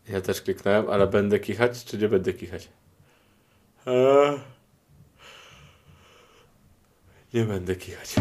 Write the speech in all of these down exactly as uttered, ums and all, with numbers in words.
Ja też kliknąłem, ale będę kichać, czy nie będę kichać? Eee... Nie będę kichać.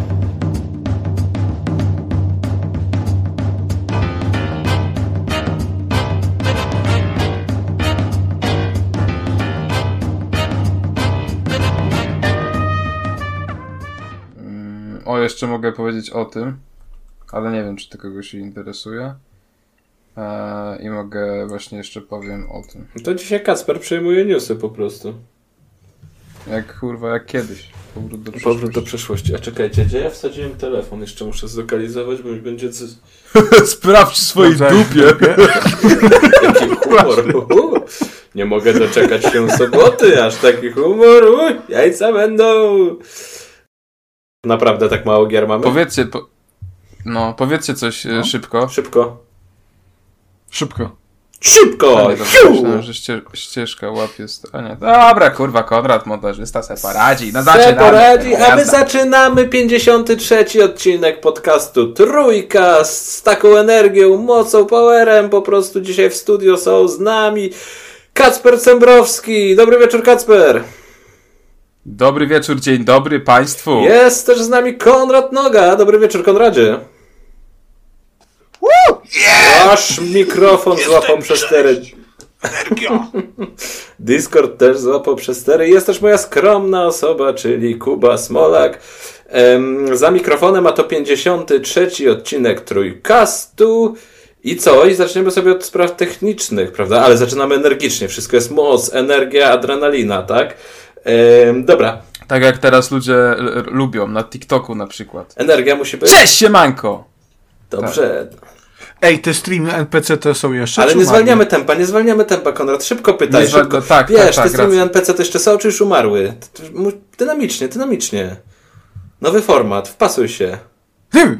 O, jeszcze mogę powiedzieć o tym, ale nie wiem, czy to kogoś się interesuje. Eee, I mogę właśnie jeszcze powiem o tym. To dzisiaj Kacper przejmuje newsy po prostu. Jak kurwa, jak kiedyś. Powrót do przyszłości. Powrót do przyszłości. A czekajcie, gdzie ja wsadziłem telefon? Jeszcze muszę zlokalizować, bo mi będzie... coś... Sprawdź w swojej Dobrze, dupie. Jaki humor. Uhu. Nie mogę doczekać się soboty, aż taki humor. Uj, jajca będą. Naprawdę tak mało gier mamy? Powiedzcie, po... no, powiedzcie coś no. szybko. Szybko. Szybko. Szybko! Nie, myślałem, że ście, ścieżka łapie... St- a nie. Dobra, kurwa, Konrad, montażysta se poradzi. No zaczynamy. Se poradzi, a my zaczynamy pięćdziesiąty trzeci odcinek podcastu Trójka z taką energią, mocą, powerem. Po prostu dzisiaj w studio są z nami Kacper Cembrowski. Dobry wieczór, Kacper. Dobry wieczór, dzień dobry państwu. Jest też z nami Konrad Noga. Dobry wieczór, Konradzie. Woo! Yeah! Aż mikrofon Jestem złapał przez stery. Discord też złapał przez stery. Jest też moja skromna osoba, czyli Kuba Smolak. Ehm, za mikrofonem, a to pięćdziesiąty trzeci odcinek Trójkastu. I co? I zaczniemy sobie od spraw technicznych, prawda? Ale zaczynamy energicznie. Wszystko jest moc, energia, adrenalina, tak? Ehm, dobra. Tak jak teraz ludzie l- lubią, na TikToku na przykład. Energia musi być... Cześć, siemanko! Dobrze. Tak. Ej, te streamy N P C to są jeszcze? Ale nie zwalniamy tempa, nie zwalniamy tempa, Konrad. Szybko pytaj, zwa- szybko. No, tak, Wiesz, tak, tak, te streamy racja. N P C to jeszcze są, czy już umarły? Dynamicznie, dynamicznie. Nowy format, wpasuj się. Ty!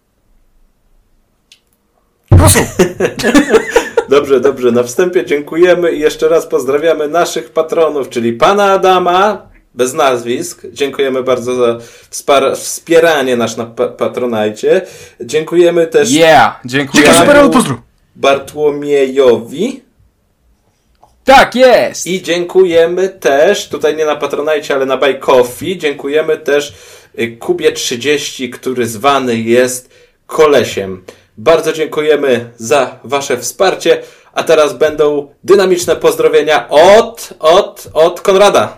Proszę! Dobrze, dobrze. Na wstępie dziękujemy i jeszcze raz pozdrawiamy naszych patronów, czyli pana Adama, bez nazwisk. Dziękujemy bardzo za wspar- wspieranie nasz na pa- Patronajcie. Dziękujemy też Yeah, dziękujemy. Dziękuję, pozdro. Bartłomiejowi. Tak jest! I dziękujemy też, tutaj nie na Patronajcie, ale na Buy Coffee, dziękujemy też Kubie trzydzieści, który zwany jest Kolesiem. Bardzo dziękujemy za wasze wsparcie, a teraz będą dynamiczne pozdrowienia od, od, od Konrada.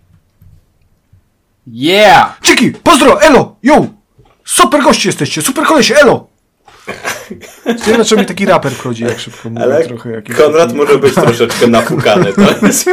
Yeah! Dzięki, pozdro, elo, yo! Super goście jesteście, super kolesie, elo! Nie wiem, dlaczego mi taki raper wchodzi, jak szybko mówię. Ale trochę. Jak Konrad taki... może być troszeczkę napukany. To jest...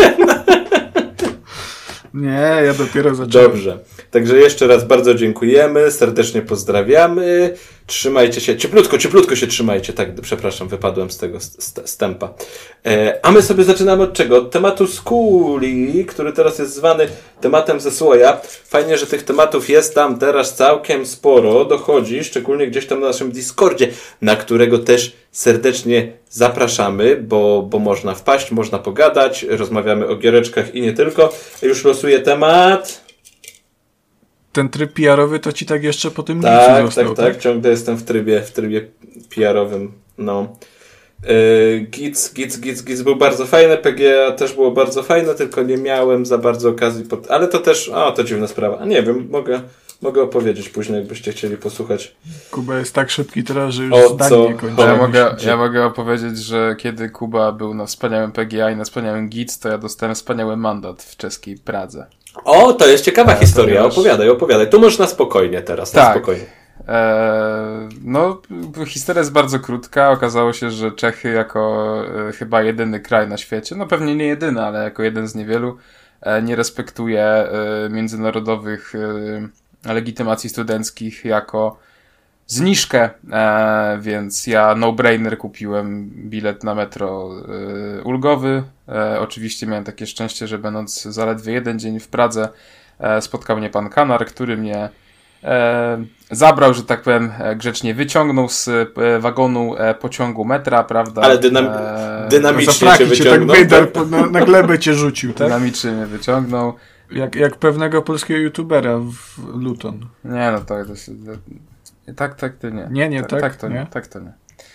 Nie, ja dopiero zacząłem. Dobrze. Także jeszcze raz bardzo dziękujemy, serdecznie pozdrawiamy. Trzymajcie się, cieplutko, cieplutko się trzymajcie. Tak, przepraszam, wypadłem z tego st- stępa. E, a my sobie zaczynamy od czego? Od tematu skuli, który teraz jest zwany tematem ze słoja. Fajnie, że tych tematów jest tam teraz całkiem sporo. Dochodzi, szczególnie gdzieś tam na naszym Discordzie, na którego też serdecznie zapraszamy, bo, bo można wpaść, można pogadać, rozmawiamy o giereczkach i nie tylko. Już losuję temat. Ten tryb P R-owy to ci tak jeszcze po tym Tak, tak, został, tak, tak, tak. Ciągle jestem w trybie, w trybie P R-owym. No. Yy, Giz, Giz, Giz, Giz był bardzo fajny, P G A też było bardzo fajne, tylko nie miałem za bardzo okazji, pod... ale to też, o, to dziwna sprawa. A nie wiem, mogę, mogę opowiedzieć później, jakbyście chcieli posłuchać. Kuba jest tak szybki teraz, że już O zdanie co nie kończy. Ja mogę, ja mogę opowiedzieć, że kiedy Kuba był na wspaniałym P G A i na wspaniałym Giz, to ja dostałem wspaniały mandat w czeskiej Pradze. O, to jest ciekawa A, historia, ponieważ... opowiadaj, opowiadaj. Tu możesz na spokojnie teraz, tak. na spokojnie. Eee, no, historia jest bardzo krótka. Okazało się, że Czechy jako e, chyba jedyny kraj na świecie, no pewnie nie jedyny, ale jako jeden z niewielu, e, nie respektuje e, międzynarodowych e, legitymacji studenckich jako zniżkę, e, więc ja no-brainer kupiłem bilet na metro e, ulgowy. E, oczywiście miałem takie szczęście, że będąc zaledwie jeden dzień w Pradze, e, spotkał mnie pan Kanar, który mnie e, zabrał, że tak powiem, grzecznie wyciągnął z e, wagonu e, pociągu metra, prawda? Ale dynam- e, dynamicznie cię wyciągnął. Tak Vader po- na, na glebę cię rzucił, tak? Dynamicznie mnie wyciągnął. Jak, jak pewnego polskiego youtubera w Luton. Nie, no to, to się... Tak, tak, to nie. Nie, nie, tak, tak to nie. nie? Tak to nie.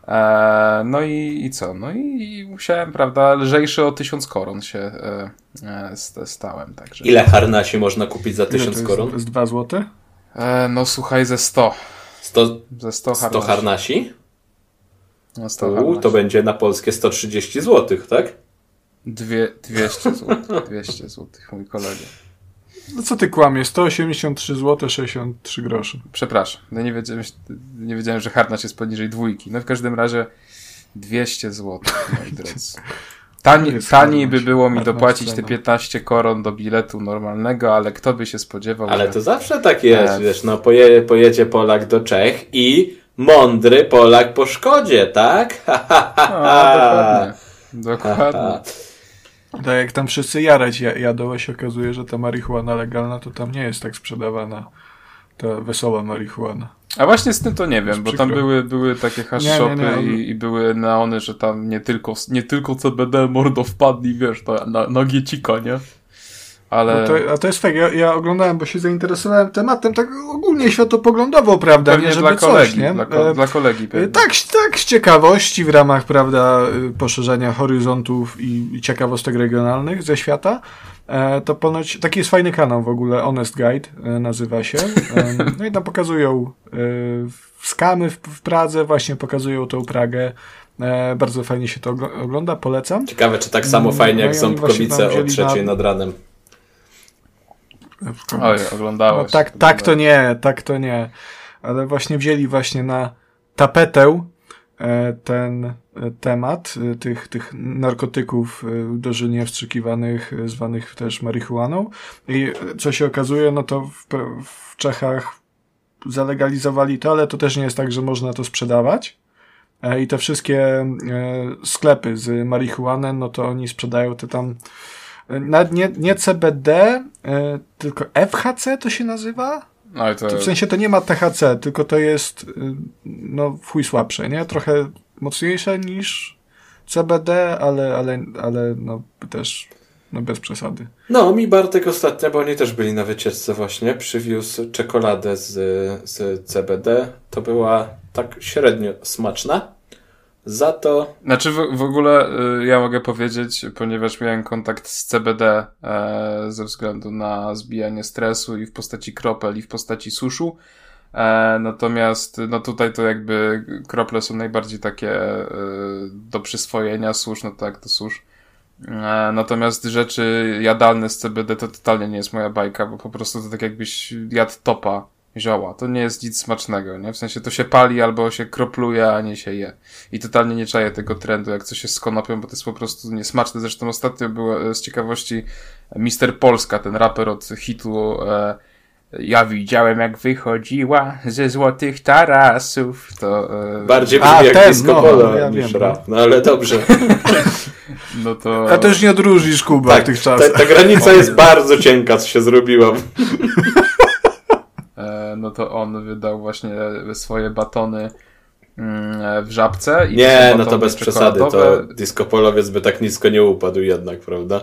E, no i, i co? No i, i musiałem, prawda, lżejszy o tysiąc koron się e, e, stałem. Także. Ile harnasi można kupić za Ile tysiąc to jest, koron? To jest dwa złote? E, no słuchaj, ze sto. sto, Ze sto harnasi. sto harnasi? No, sto U, harnasi. to będzie na polskie sto trzydzieści złotych, tak? Dwie, dwieście złotych, dwieście złotych, mój kolega. No co ty kłamiesz? sto osiemdziesiąt trzy złote sześćdziesiąt trzy groszy. Przepraszam, no nie wiedziałem, nie wiedziałem, że harnaś jest poniżej dwójki. No w każdym razie dwieście złotych, moi drodzy. Tani, taniej by było mi dopłacić te piętnaście koron do biletu normalnego, ale kto by się spodziewał, Ale że... to zawsze tak jest, E, wiesz, no poje, pojedzie Polak do Czech i mądry Polak po szkodzie, tak? Ha, ha, ha, ha. No, dokładnie. Dokładnie. Tak jak tam wszyscy jarać jadą, a się okazuje, że ta marihuana legalna to tam nie jest tak sprzedawana. Ta wesoła marihuana. A właśnie z tym to nie wiem, bo tam przykro. były, były takie hash shopy i, i były neony, że tam nie tylko, nie tylko C B D mordo wpadli, wiesz, to na, na giecika, nie? Ale... No to, a to jest fakt, ja, ja oglądałem, bo się zainteresowałem tematem tak ogólnie światopoglądowo, prawda? Pewnie nie, żeby dla kolegi, coś, nie? Dla, ko- E, dla kolegi pewnie. Tak, tak, z ciekawości w ramach, prawda, poszerzania horyzontów i, i ciekawostek regionalnych ze świata. E, to ponoć, taki jest fajny kanał w ogóle, Honest Guide e, nazywa się. E, no i tam pokazują e, skamy w, w Pradze, właśnie pokazują tą Pragę. E, bardzo fajnie się to ogląda, polecam. Ciekawe, czy tak samo fajnie No jak i oni właśnie Ząbkowice tam o wzięli trzeciej na- nad ranem. Oj, oglądałeś. No, tak, tak to nie, tak to nie. Ale właśnie wzięli właśnie na tapetę e, ten e, temat e, tych, tych narkotyków e, dożylnie wstrzykiwanych, e, zwanych też marihuaną. I e, co się okazuje, no to w, w Czechach zalegalizowali to, ale to też nie jest tak, że można to sprzedawać. E, I te wszystkie e, sklepy z marihuanem, no to oni sprzedają te tam nawet nie, nie C B D, y, tylko F H C to się nazywa? No, to... W sensie to nie ma T H C, tylko to jest y, no w chuj słabsze, nie? Trochę mocniejsze niż C B D, ale, ale, ale no też no bez przesady. No, mi Bartek ostatnio, bo oni też byli na wycieczce właśnie, przywiózł czekoladę z, z C B D. To była tak średnio smaczna. Za to... Znaczy w, w ogóle y, ja mogę powiedzieć, ponieważ miałem kontakt z C B D e, ze względu na zbijanie stresu i w postaci kropel i w postaci suszu. E, natomiast no tutaj to jakby krople są najbardziej takie e, do przyswojenia, susz, no tak, to susz. E, natomiast rzeczy jadalne z C B D to totalnie nie jest moja bajka, bo po prostu to tak jakbyś jadł topa zioła. To nie jest nic smacznego, nie? W sensie to się pali albo się kropluje, a nie się je. I totalnie nie czaję tego trendu, jak coś jest z konopią, bo to jest po prostu niesmaczne. Zresztą ostatnio było z ciekawości mister Polska, ten raper od hitu e, ja widziałem jak wychodziła ze złotych tarasów. To, e, Bardziej A, brzmi jak ten, disco no, polo ja niż wiem, rap. No ale dobrze. no to... A też nie odróżnisz Kuba Tak, w tych ta, czasach. ta granica jest bardzo cienka, co się zrobiła. no to on wydał właśnie swoje batony w Żabce. I Nie, no to bez przesady, to disco polowiec by tak nisko nie upadł jednak, prawda?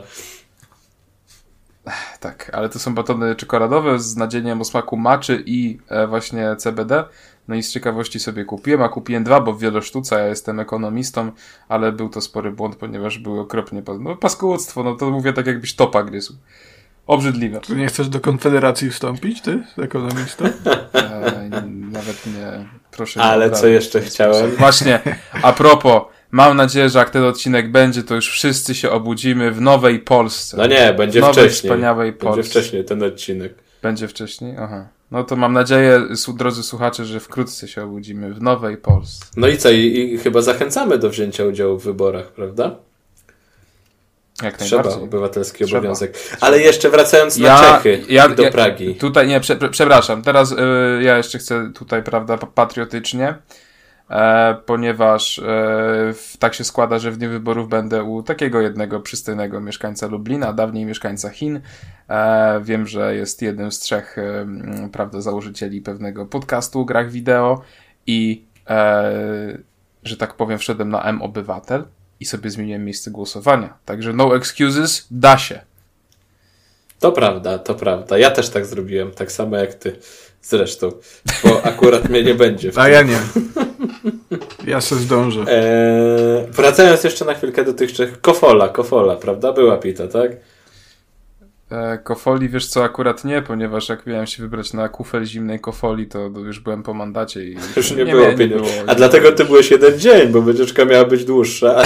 Tak, ale to są batony czekoladowe z nadzieniem o smaku maczy i e, właśnie C B D. No i z ciekawości sobie kupiłem, a kupiłem dwa, bo w wielosztuce, ja jestem ekonomistą, ale był to spory błąd, ponieważ były okropnie, no paskudztwo, no to mówię tak jakbyś topa gryzł. Obrzydliwe. Czy nie chcesz do Konfederacji wstąpić, ty, ekonomista? E, nawet nie, proszę. Ale co jeszcze chciałem? Właśnie, a propos, mam nadzieję, że jak ten odcinek będzie, to już wszyscy się obudzimy w nowej Polsce. No nie, będzie w nowej, wcześniej. wspaniałej Polsce. Będzie wcześniej ten odcinek. Będzie wcześniej? Aha. No to mam nadzieję, drodzy słuchacze, że wkrótce się obudzimy w nowej Polsce. No i co? I, i chyba zachęcamy do wzięcia udziału w wyborach, prawda? Jak Trzeba, najbardziej. obywatelski Trzeba. obowiązek. Ale jeszcze wracając na Ja- Czechy ja- i do ja- Pragi. Tutaj, nie, prze, prze, przepraszam, teraz y, ja jeszcze chcę tutaj, prawda, pa- patriotycznie, e, ponieważ e, w, tak się składa, że w dniu wyborów będę u takiego jednego przystojnego mieszkańca Lublina, dawniej mieszkańca Chin. E, wiem, że jest jednym z trzech, e, m, prawda, założycieli pewnego podcastu o grach wideo i, e, że tak powiem, wszedłem na M-Obywatel i sobie zmieniłem miejsce głosowania. Także no excuses, da się. To prawda, to prawda. Ja też tak zrobiłem, tak samo jak ty zresztą. Bo akurat mnie nie będzie. W A tym. ja nie. Ja se zdążę. Eee, wracając jeszcze na chwilkę do tych trzech. Kofola, Kofola, prawda? Była pita, tak? E, kofoli, wiesz co, akurat nie, ponieważ jak miałem się wybrać na kufel zimnej kofoli, to, to już byłem po mandacie i już nie, nie było pieniędzy. A dlatego ty byłeś jeden dzień, bo wycieczka miała być dłuższa.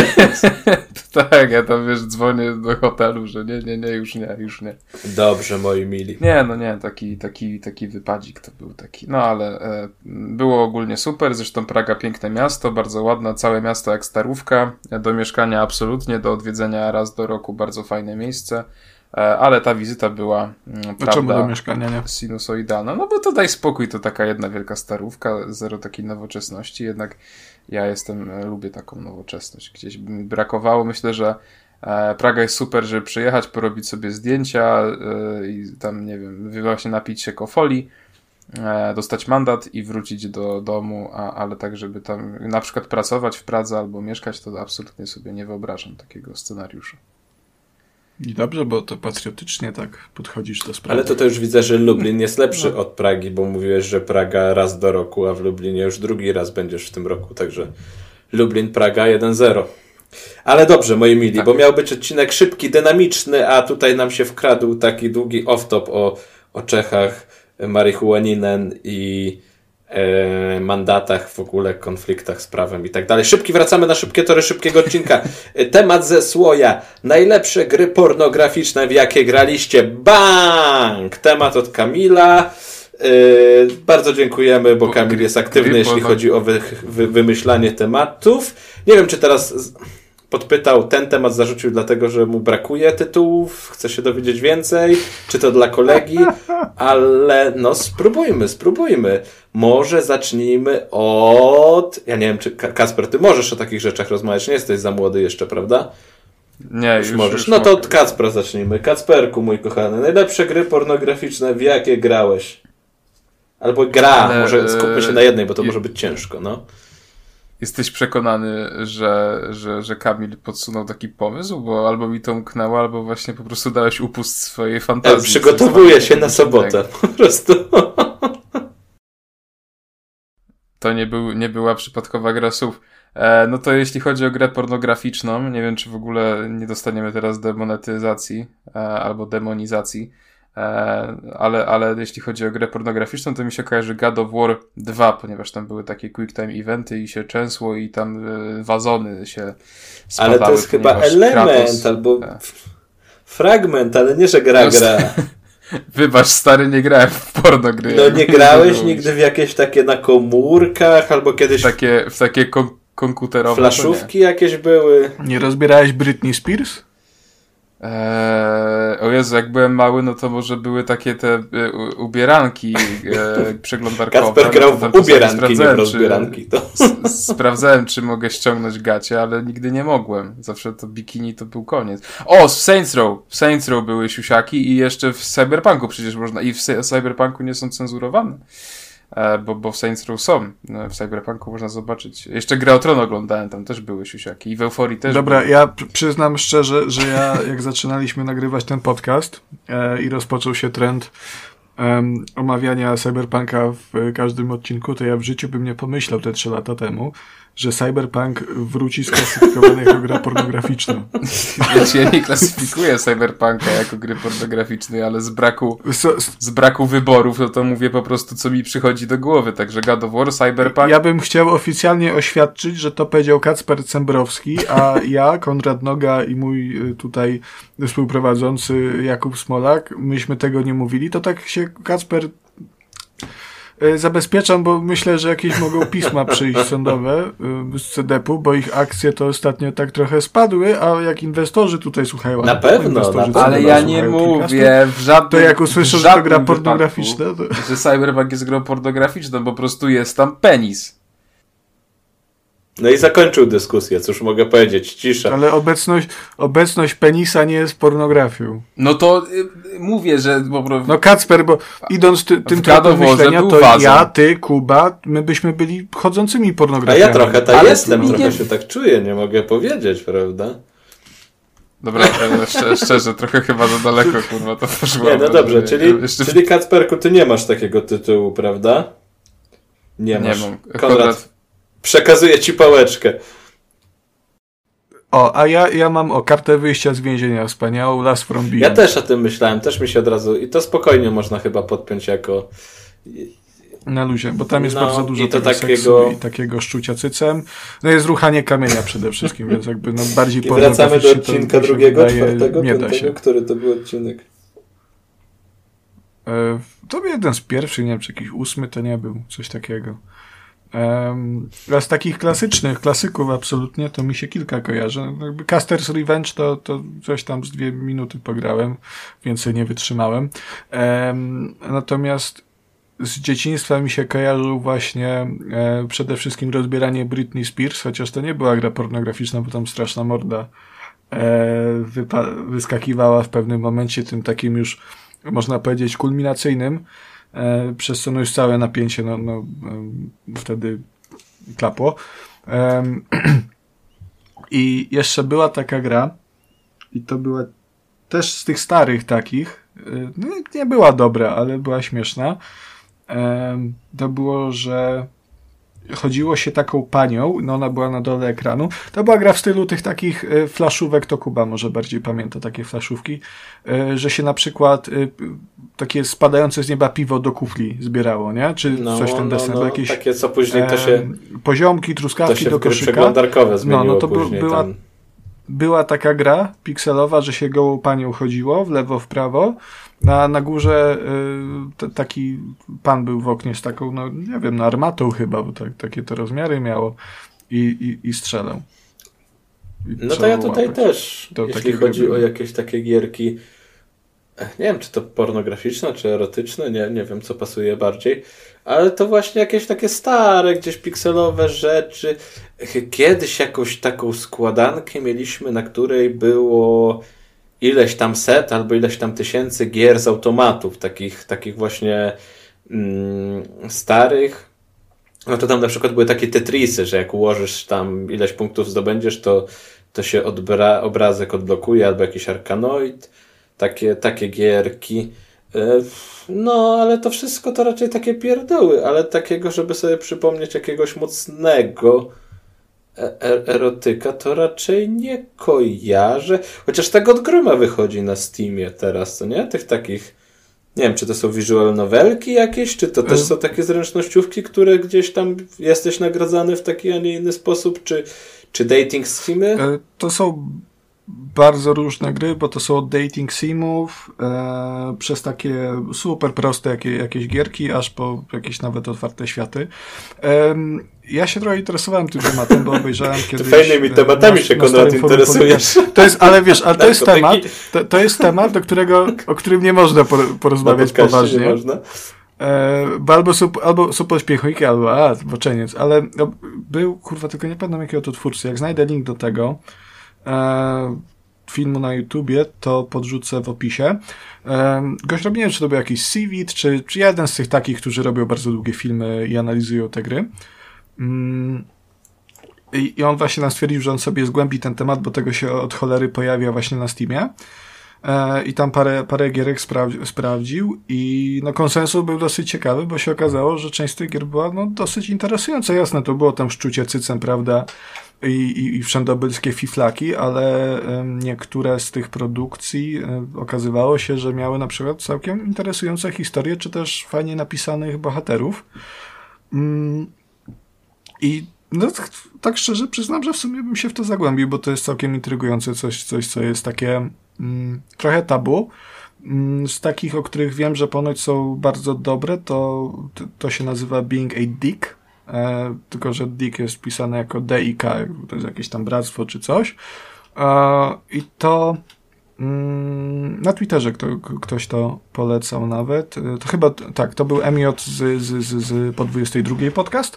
Tak, ja tam wiesz, dzwonię do hotelu, że nie, nie, nie, już nie, już nie. Dobrze, moi mili. Nie, no nie, taki, taki, taki wypadzik to był taki, no ale e, było ogólnie super, zresztą Praga piękne miasto, bardzo ładne, całe miasto jak starówka, do mieszkania absolutnie, do odwiedzenia raz do roku, bardzo fajne miejsce. Ale ta wizyta była, prawda, czemu do mieszkania, nie? sinusoidalna. No bo to daj spokój, to taka jedna wielka starówka, zero takiej nowoczesności, jednak ja jestem, lubię taką nowoczesność. Gdzieś mi brakowało, myślę, że Praga jest super, żeby przyjechać, porobić sobie zdjęcia i tam, nie wiem, właśnie napić się kofoli, dostać mandat i wrócić do domu, a, ale tak, żeby tam na przykład pracować w Pradze albo mieszkać, to absolutnie sobie nie wyobrażam takiego scenariusza. I dobrze, bo to patriotycznie tak podchodzisz do sprawy. Ale to, to już widzę, że Lublin jest lepszy no. od Pragi, bo mówiłeś, że Praga raz do roku, a w Lublinie już drugi raz będziesz w tym roku, także Lublin, Praga jeden zero. Ale dobrze, moi mili, tak. Bo miał być odcinek szybki, dynamiczny, a tutaj nam się wkradł taki długi off-top o, o Czechach, marihuaninen i e, mandatach, w ogóle konfliktach z prawem i tak dalej. Szybki, wracamy na szybkie tory szybkiego odcinka. Temat ze słoja. Najlepsze gry pornograficzne, w jakie graliście. Bang! Temat od Kamila. Yy, bardzo dziękujemy, bo Kamil jest aktywny, jeśli chodzi o wy, wy, wymyślanie tematów. Nie wiem, czy teraz podpytał, ten temat zarzucił dlatego, że mu brakuje tytułów, chce się dowiedzieć więcej, czy to dla kolegi, ale no spróbujmy, spróbujmy. Może zacznijmy od... Ja nie wiem, czy Kacper, ty możesz o takich rzeczach rozmawiać, nie jesteś za młody jeszcze, prawda? Nie, już, już możesz. Już no to mogę. od Kacpra zacznijmy. Kacperku, mój kochany, najlepsze gry pornograficzne, w jakie grałeś? Albo gra, ale, może skupmy się na jednej, bo to je... może być ciężko, no. Jesteś przekonany, że, że, że Kamil podsunął taki pomysł? Bo albo mi to umknęło, albo właśnie po prostu dałeś upust swojej fantazji. E, przygotowuję się na sobotę, po prostu. To nie, był, nie była przypadkowa gra słów. E, no to jeśli chodzi o grę pornograficzną, nie wiem, czy w ogóle nie dostaniemy teraz demonetyzacji e, albo demonizacji, e, ale, ale jeśli chodzi o grę pornograficzną, to mi się kojarzy God of War dwa, ponieważ tam były takie quick time eventy i się częsło i tam e, wazony się spadały. Ale to jest chyba element Kratos, albo e. fragment, ale nie, że gra no, gra. Wybacz, stary, nie grałem w pornogry. No nie grałeś nigdy w jakieś takie na komórkach, albo kiedyś... Takie, w takie kom- komputerowe... Flaszówki jakieś były. Nie rozbierałeś Britney Spears? Eee, o Jezu, jak byłem mały, no to może były takie te e, ubieranki e, przeglądarkowe. Kacper grał no w ubieranki, nie w rozbieranki. To. S- sprawdzałem, czy mogę ściągnąć gacie, ale nigdy nie mogłem. Zawsze to bikini to był koniec. O, w Saints Row! W Saints Row były siusiaki i jeszcze w Cyberpunku przecież można. I w Cyberpunku nie są cenzurowane. Bo, bo w Saints Row są. W Cyberpunku można zobaczyć. Jeszcze Grę o Tron oglądałem, tam też były siusiaki. I w Euforii też Dobra, były. ja przyznam szczerze, że ja jak zaczynaliśmy nagrywać ten podcast e, i rozpoczął się trend um, omawiania Cyberpunka w każdym odcinku, to ja w życiu bym nie pomyślał te trzy lata temu, że Cyberpunk wróci sklasyfikowany jako gra pornograficzna. Więc ja nie klasyfikuję Cyberpunka jako gry pornograficznej, ale z braku, so, z braku wyborów, no to mówię po prostu, co mi przychodzi do głowy. Także God of War, Cyberpunk... Ja bym chciał oficjalnie oświadczyć, że to powiedział Kacper Cembrowski, a ja, Konrad Noga i mój tutaj współprowadzący Jakub Smolak, myśmy tego nie mówili. To tak się Kacper... zabezpieczam, bo myślę, że jakieś mogą pisma przyjść sądowe z C D P u, bo ich akcje to ostatnio tak trochę spadły, a jak inwestorzy tutaj słuchają... Na pewno, na pewno. Ale ja nie mówię w żadnym... To jak usłyszę, że to gra pornograficzna... To... Że Cyberpunk jest grą pornograficzną, po prostu jest tam penis. No i zakończył dyskusję, cóż mogę powiedzieć, cisza. Ale obecność, obecność penisa nie jest pornografią. No to y, mówię, że po prostu... No Kacper, bo idąc ty, tym tropem myślenia, to wazon. Ja, ty, Kuba, my byśmy byli chodzącymi pornografiami. A ja trochę tak jestem, trochę nie... się tak czuję, nie mogę powiedzieć, prawda? Dobra, szczerze, szczerze, trochę chyba za daleko, kurwa, to poszło. Nie, no dobrze, czyli, jeszcze... czyli Kacperku, ty nie masz takiego tytułu, prawda? Nie, nie masz. Mam. Konrad... Przekazuję ci pałeczkę. O, a ja, ja mam o kartę wyjścia z więzienia wspaniałą, Last from Beyond. Ja też o tym myślałem, też mi się od razu... I to spokojnie można chyba podpiąć jako... Na luzie, bo tam jest no, bardzo dużo i to tego takiego... seksu i takiego szczucia cycem. No jest ruchanie kamienia przede wszystkim, więc jakby no bardziej... I wracamy do odcinka to, drugiego, wydaje, czwartego, nie da piątego? się. Który to był odcinek? E, to był jeden z pierwszych, nie wiem, czy jakiś ósmy to nie był, coś takiego. Um, a z takich klasycznych, klasyków absolutnie, to mi się kilka kojarzy. Jakby Custer's Revenge to, to coś tam z dwie minuty pograłem, więcej nie wytrzymałem. Um, natomiast z dzieciństwa mi się kojarzył właśnie e, przede wszystkim rozbieranie Britney Spears, chociaż to nie była gra pornograficzna, bo tam straszna morda e, wypa- wyskakiwała w pewnym momencie, tym takim już, można powiedzieć, kulminacyjnym, e, przez co no już całe napięcie no, no, e, wtedy klapło. E, I jeszcze była taka gra, i to była też z tych starych takich, e, no, nie była dobra, ale była śmieszna. To było, że chodziło się taką panią, no ona była na dole ekranu. To była gra w stylu tych takich flaszówek, to Kuba może bardziej pamięta takie flaszówki, że się na przykład takie spadające z nieba piwo do kufli zbierało, nie? Czy no, coś ten no, desen, no, jakieś takie, co później to się... poziomki, truskawki to się do w gry koszyka. przeglądarkowe zmieniło no, no to później. była, tam. była taka gra pikselowa, że się gołą panią chodziło w lewo, w prawo. Na, na górze y, t, taki pan był w oknie z taką, no nie wiem, no armatą chyba, bo tak, takie to rozmiary miało i, i, i strzelał. I no to ja tutaj łapać. Też, to jeśli chodzi o jakieś takie gierki, nie wiem, czy to pornograficzne, czy erotyczne, nie, nie wiem, co pasuje bardziej, ale to właśnie jakieś takie stare, gdzieś pikselowe rzeczy. Kiedyś jakąś taką składankę mieliśmy, na której było ileś tam set albo ileś tam tysięcy gier z automatów, takich, takich właśnie mm, starych. No to tam na przykład były takie Tetrisy, że jak ułożysz tam ileś punktów zdobędziesz, to, to się odbra- obrazek odblokuje, albo jakiś Arkanoid. Takie, takie gierki. No, ale to wszystko to raczej takie pierdoły, ale takiego, żeby sobie przypomnieć jakiegoś mocnego er- erotyka, to raczej nie kojarzę. Chociaż tak od groma wychodzi na Steamie teraz, co nie? Tych takich, nie wiem, czy to są visual novelki jakieś, czy to też są takie zręcznościówki, które gdzieś tam jesteś nagradzany w taki, a nie inny sposób, czy, czy dating simy? To są bardzo różne gry, bo to są od dating simów e, przez takie super proste jakie, jakieś gierki, aż po jakieś nawet otwarte światy. E, ja się trochę interesowałem tym tematem, bo obejrzałem kiedyś... To fajnymi tematami na, się, Konrad, interesujesz. To jest, ale wiesz, ale to jest temat, to, to jest temat, do którego, o którym nie można porozmawiać poważnie. Nie można. E, bo albo są, albo są pośpiechniki, albo a, zboczeniec, ale no, był, kurwa, tylko nie pamiętam jakiego to twórcy. Jak znajdę link do tego e, filmu na YouTubie, to podrzucę w opisie. E, gość robi, nie wiem, czy to był jakiś Civit, czy, czy jeden z tych takich, którzy robią bardzo długie filmy i analizują te gry. Mm. I, I on właśnie nam stwierdził, że on sobie zgłębi ten temat, bo tego się od cholery pojawia właśnie na Steamie. E, I tam parę, parę gierek spra- sprawdził i no konsensus był dosyć ciekawy, bo się okazało, że część z tych gier była no, dosyć interesująca. Jasne, to było tam szczucie cycem, prawda, i, i, i wszędobylskie fiflaki, ale e, niektóre z tych produkcji e, okazywało się, że miały na przykład całkiem interesujące historie, czy też fajnie napisanych bohaterów. Mm, I no tak szczerze przyznam, że w sumie bym się w to zagłębił, bo to jest całkiem intrygujące, coś, coś co jest takie mm, trochę tabu. Mm, z takich, o których wiem, że ponoć są bardzo dobre, to, to, to się nazywa Being a Dick, e, tylko że Dick jest pisane jako D I K, to jest jakieś tam bractwo czy coś. E, I to mm, na Twitterze kto, ktoś to polecał nawet. E, to chyba, tak, to był M J z, z, z, z po dwudziestej drugiej podcast.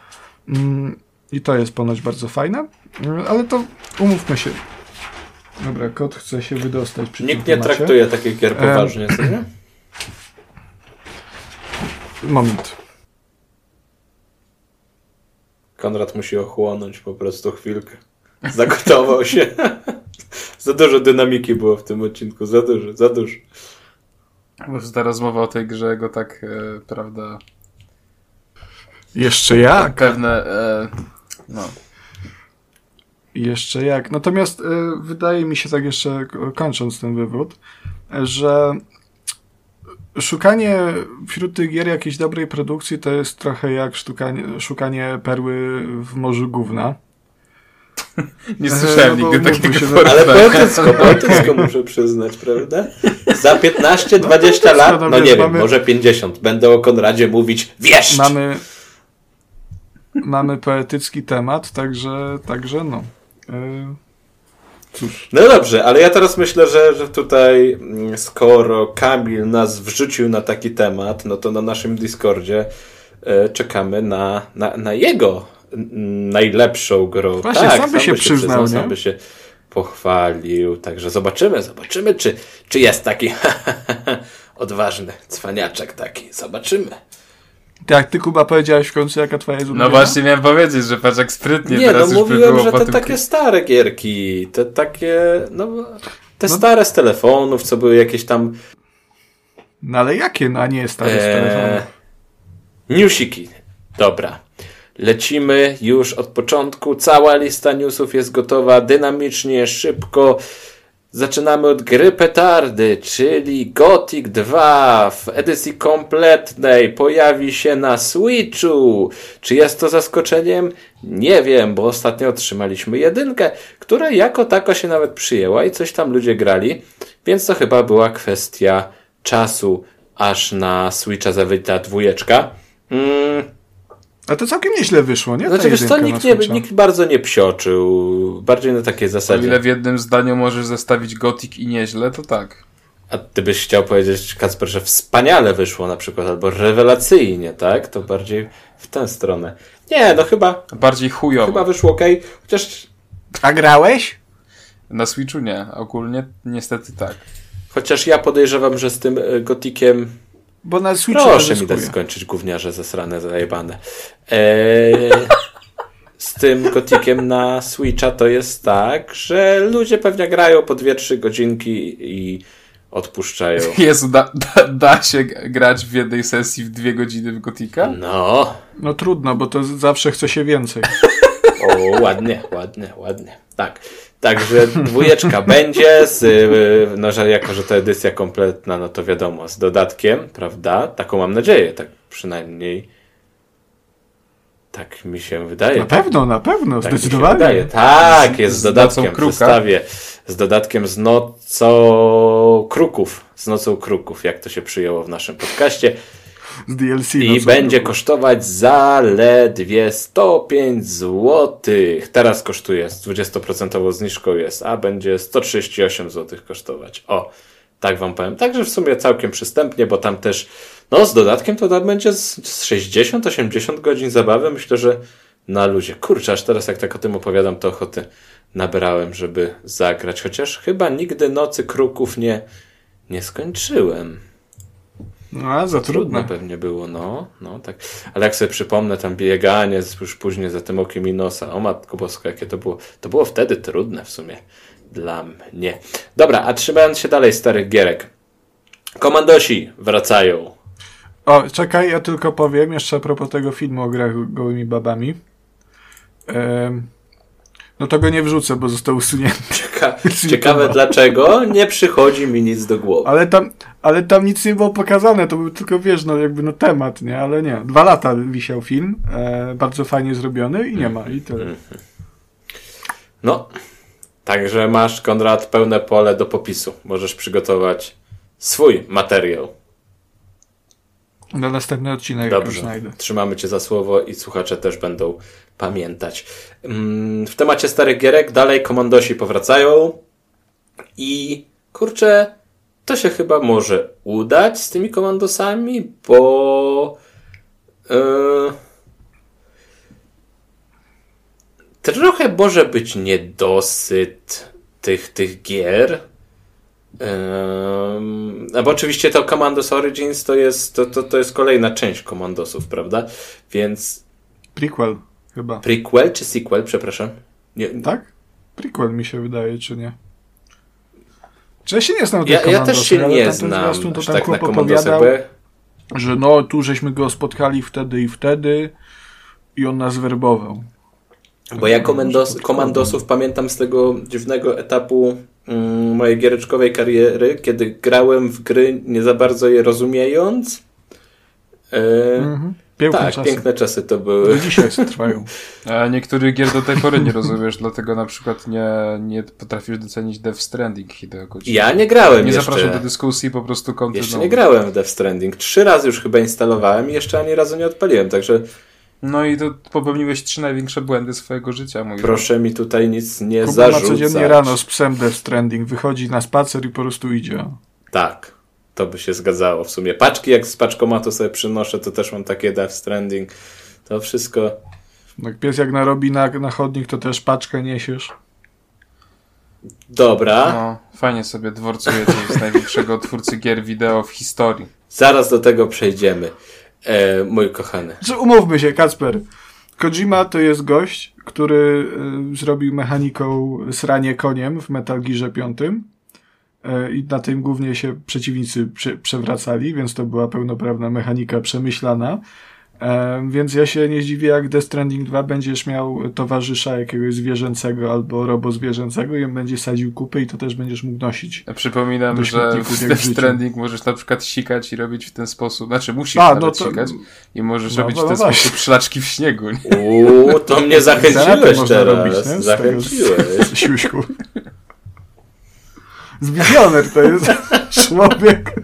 I to jest ponoć bardzo fajne, ale to umówmy się. Dobra, kot chce się wydostać przy Nikt tym nie temacie. Traktuje takich gier poważnie, co nie? Moment. Konrad musi ochłonąć po prostu chwilkę. Zagotował się. Za dużo dynamiki było w tym odcinku, za dużo, za dużo. Bo ta rozmowa o tej grze go tak, e, prawda... Jeszcze jak? Pewne, e, No. Jeszcze jak. Natomiast y, wydaje mi się, tak jeszcze kończąc ten wywód, że szukanie wśród tych gier jakiejś dobrej produkcji to jest trochę jak szukanie, szukanie perły w morzu gówna. Nie słyszałem no, nigdy takiego się Ale poetycko, poetycko muszę przyznać, prawda? Za piętnaście dwadzieścia no, lat, no, no wiesz, nie mamy... wiem, może pięćdziesiąt, będę o Konradzie mówić wieszcz! Mamy, mamy poetycki temat, także, także no. Yy, cóż. No dobrze, ale ja teraz myślę, że, że tutaj skoro Kamil nas wrzucił na taki temat, no to na naszym Discordzie e, czekamy na, na, na jego najlepszą grę. Właśnie, tak, sam by się przyznał, przyznał, nie? sam by się pochwalił, także zobaczymy, zobaczymy, czy, czy jest taki odważny cwaniaczek taki, zobaczymy. Tak, ty Kuba powiedziałeś w końcu, jaka twoja jest No ulubiona? właśnie miałem powiedzieć, że patrz jak sprytnie Nie, teraz no już mówiłem, by było że po te tym... takie stare gierki, te takie, no, te No. stare z telefonów, co były jakieś tam No ale jakie? No a nie jest stary z telefonu. newsiki. Dobra. Lecimy już od początku. Cała lista newsów jest gotowa dynamicznie, szybko. Zaczynamy od gry petardy, czyli Gothic dwa w edycji kompletnej pojawi się na Switchu. Czy jest to zaskoczeniem? Nie wiem, bo ostatnio otrzymaliśmy jedynkę, która jako tako się nawet przyjęła i coś tam ludzie grali, więc to chyba była kwestia czasu, aż na Switcha zawita dwójeczka. Mm. A to całkiem nieźle wyszło, nie? Ta Znaczy, wiesz co, jedynka nikt, na nie, Switcha. nikt bardzo nie psioczył. Bardziej na takiej O zasadzie. ile w jednym zdaniu możesz zestawić Gothic i nieźle, to tak. A ty byś chciał powiedzieć, Kacper, że wspaniale wyszło na przykład, albo rewelacyjnie, tak? To bardziej w tę stronę. Nie, no chyba, Bardziej chujowo. chyba wyszło okej. Chociaż, A grałeś? Na Switchu nie, a ogólnie niestety tak. chociaż ja podejrzewam, że z tym e, Gotikiem Bo na Switchu proszę mi dać ryzykuję. skończyć, gówniarze zasrane, zajebane. Eee, z tym Gotikiem na Switcha to jest tak, że ludzie pewnie grają po dwie trzy godzinki i odpuszczają. Jezu, da, da, da się grać w jednej sesji w dwie godziny w Gothica? No, No trudno, bo to z- zawsze chce się więcej. o, ładnie, ładnie, ładnie. Tak. Także dwójeczka będzie, z, y, no, że jako, że to edycja kompletna, no to wiadomo, z dodatkiem, prawda? Taką mam nadzieję, tak przynajmniej tak mi się wydaje. Na pewno, na pewno, Tak mi się zdecydowanie. wydaje. Tak, jest z, z dodatkiem nocą w kruka. zestawie. Z dodatkiem z nocą kruków. Z nocą kruków, jak to się przyjęło w naszym podcaście. Z D L C. I no co będzie to? kosztować zaledwie sto pięć złotych. Teraz kosztuje, z dwudziestoprocentową zniżką jest, a będzie sto trzydzieści osiem złotych kosztować. O, tak wam powiem. Także w sumie całkiem przystępnie, bo tam też, no z dodatkiem to tam będzie z, z sześćdziesiąt osiemdziesiąt godzin zabawy. Myślę, że na luzie. Kurczę, aż teraz jak tak o tym opowiadam, to ochoty nabrałem, żeby zagrać. Chociaż chyba nigdy Nocy Kruków nie, nie skończyłem. No, a za Trudno trudne. pewnie było, no, no tak. Ale jak sobie przypomnę tam bieganie już później za tym okiem i nosa, o matko boska, jakie to było. To było wtedy trudne w sumie dla mnie. Dobra, a trzymając się dalej starych gierek. Komandosi wracają. O, czekaj, ja tylko powiem jeszcze a propos tego filmu o grach gołymi babami. Ehm, no to go nie wrzucę, bo został usunięty. Cieka- ciekawe dlaczego, nie przychodzi mi nic do głowy. Ale tam, ale tam nic nie było pokazane, to był tylko, wiesz, no jakby no temat, nie? Ale nie. Dwa lata wisiał film, e, bardzo fajnie zrobiony i nie ma, i tyle. No, także masz, Konrad, pełne pole do popisu. Możesz przygotować swój materiał. Na następny odcinek jak już Dobrze, znajdę. trzymamy cię za słowo i słuchacze też będą pamiętać. Mm, W temacie starych gierek dalej komandosi powracają i kurczę, to się chyba może udać z tymi komandosami, bo yy, trochę może być niedosyt tych, tych gier. Um, no bo oczywiście to Commandos Origins to jest, to, to, to jest kolejna część Commandosów, prawda? Więc Prequel chyba. prequel czy sequel, przepraszam? Nie, Tak? Prequel mi się wydaje, czy nie? Czy ja się nie znam ja, tych ja komandosów, też się ale nie tamten znam zwiastun to aż tam tak na chłop Commandosach, opowiadał, bo ja- że no, tu żeśmy go spotkali wtedy i wtedy i on nas werbował. Bo ja komandos, komandosów pamiętam z tego dziwnego etapu mm, mojej giereczkowej kariery, kiedy grałem w gry nie za bardzo je rozumiejąc. Yy, mhm. Piękne tak, czasy. piękne czasy to były. Do dzisiaj trwają. A niektórych gier do tej pory nie rozumiesz, dlatego na przykład nie, nie potrafisz docenić Death Stranding Hideo Kojimy. Ja nie grałem Nie jeszcze. zapraszam do dyskusji, po prostu kontynuuj. Jeszcze nie grałem w Death Stranding. Trzy razy już chyba instalowałem i jeszcze ani razu nie odpaliłem, także... No i to popełniłeś trzy największe błędy swojego życia, mój Proszę mi tutaj nic nie Kuba zarzucać. ma codziennie rano z psem Death Stranding, wychodzi na spacer i po prostu idzie. Tak, to by się zgadzało w sumie. Paczki jak z paczkomatu sobie przynoszę, to też mam takie Death Stranding. To wszystko... Jak pies jak narobi na, na chodnik, to też paczkę niesiesz. Dobra. No, fajnie sobie dworcujecie z największego twórcy gier wideo w historii. Zaraz do tego przejdziemy, e, mój kochany. Że umówmy się, Kacper. Kojima to jest gość, który y, zrobił mechaniką sranie koniem w Metal Gearze piątym. I na tym głównie się przeciwnicy prze, przewracali, więc to była pełnoprawna mechanika przemyślana. E, więc ja się nie zdziwię, jak Death Stranding dwa będziesz miał towarzysza jakiegoś zwierzęcego albo robozwierzęcego i on będzie sadził kupy i to też będziesz mógł nosić. Ja przypominam, do że śmietników, w jak Death w życiu. Stranding możesz na przykład sikać i robić w ten sposób, znaczy musisz A, nawet no to- sikać i możesz no, robić no w ten właśnie. sposób szlaczki w śniegu. Nie? Uuu, to mnie Zaraty zachęciłeś można teraz. robić, nie? Z tego- Zachęciłeś. Z siuśku. Z wizjoner to jest człowiek.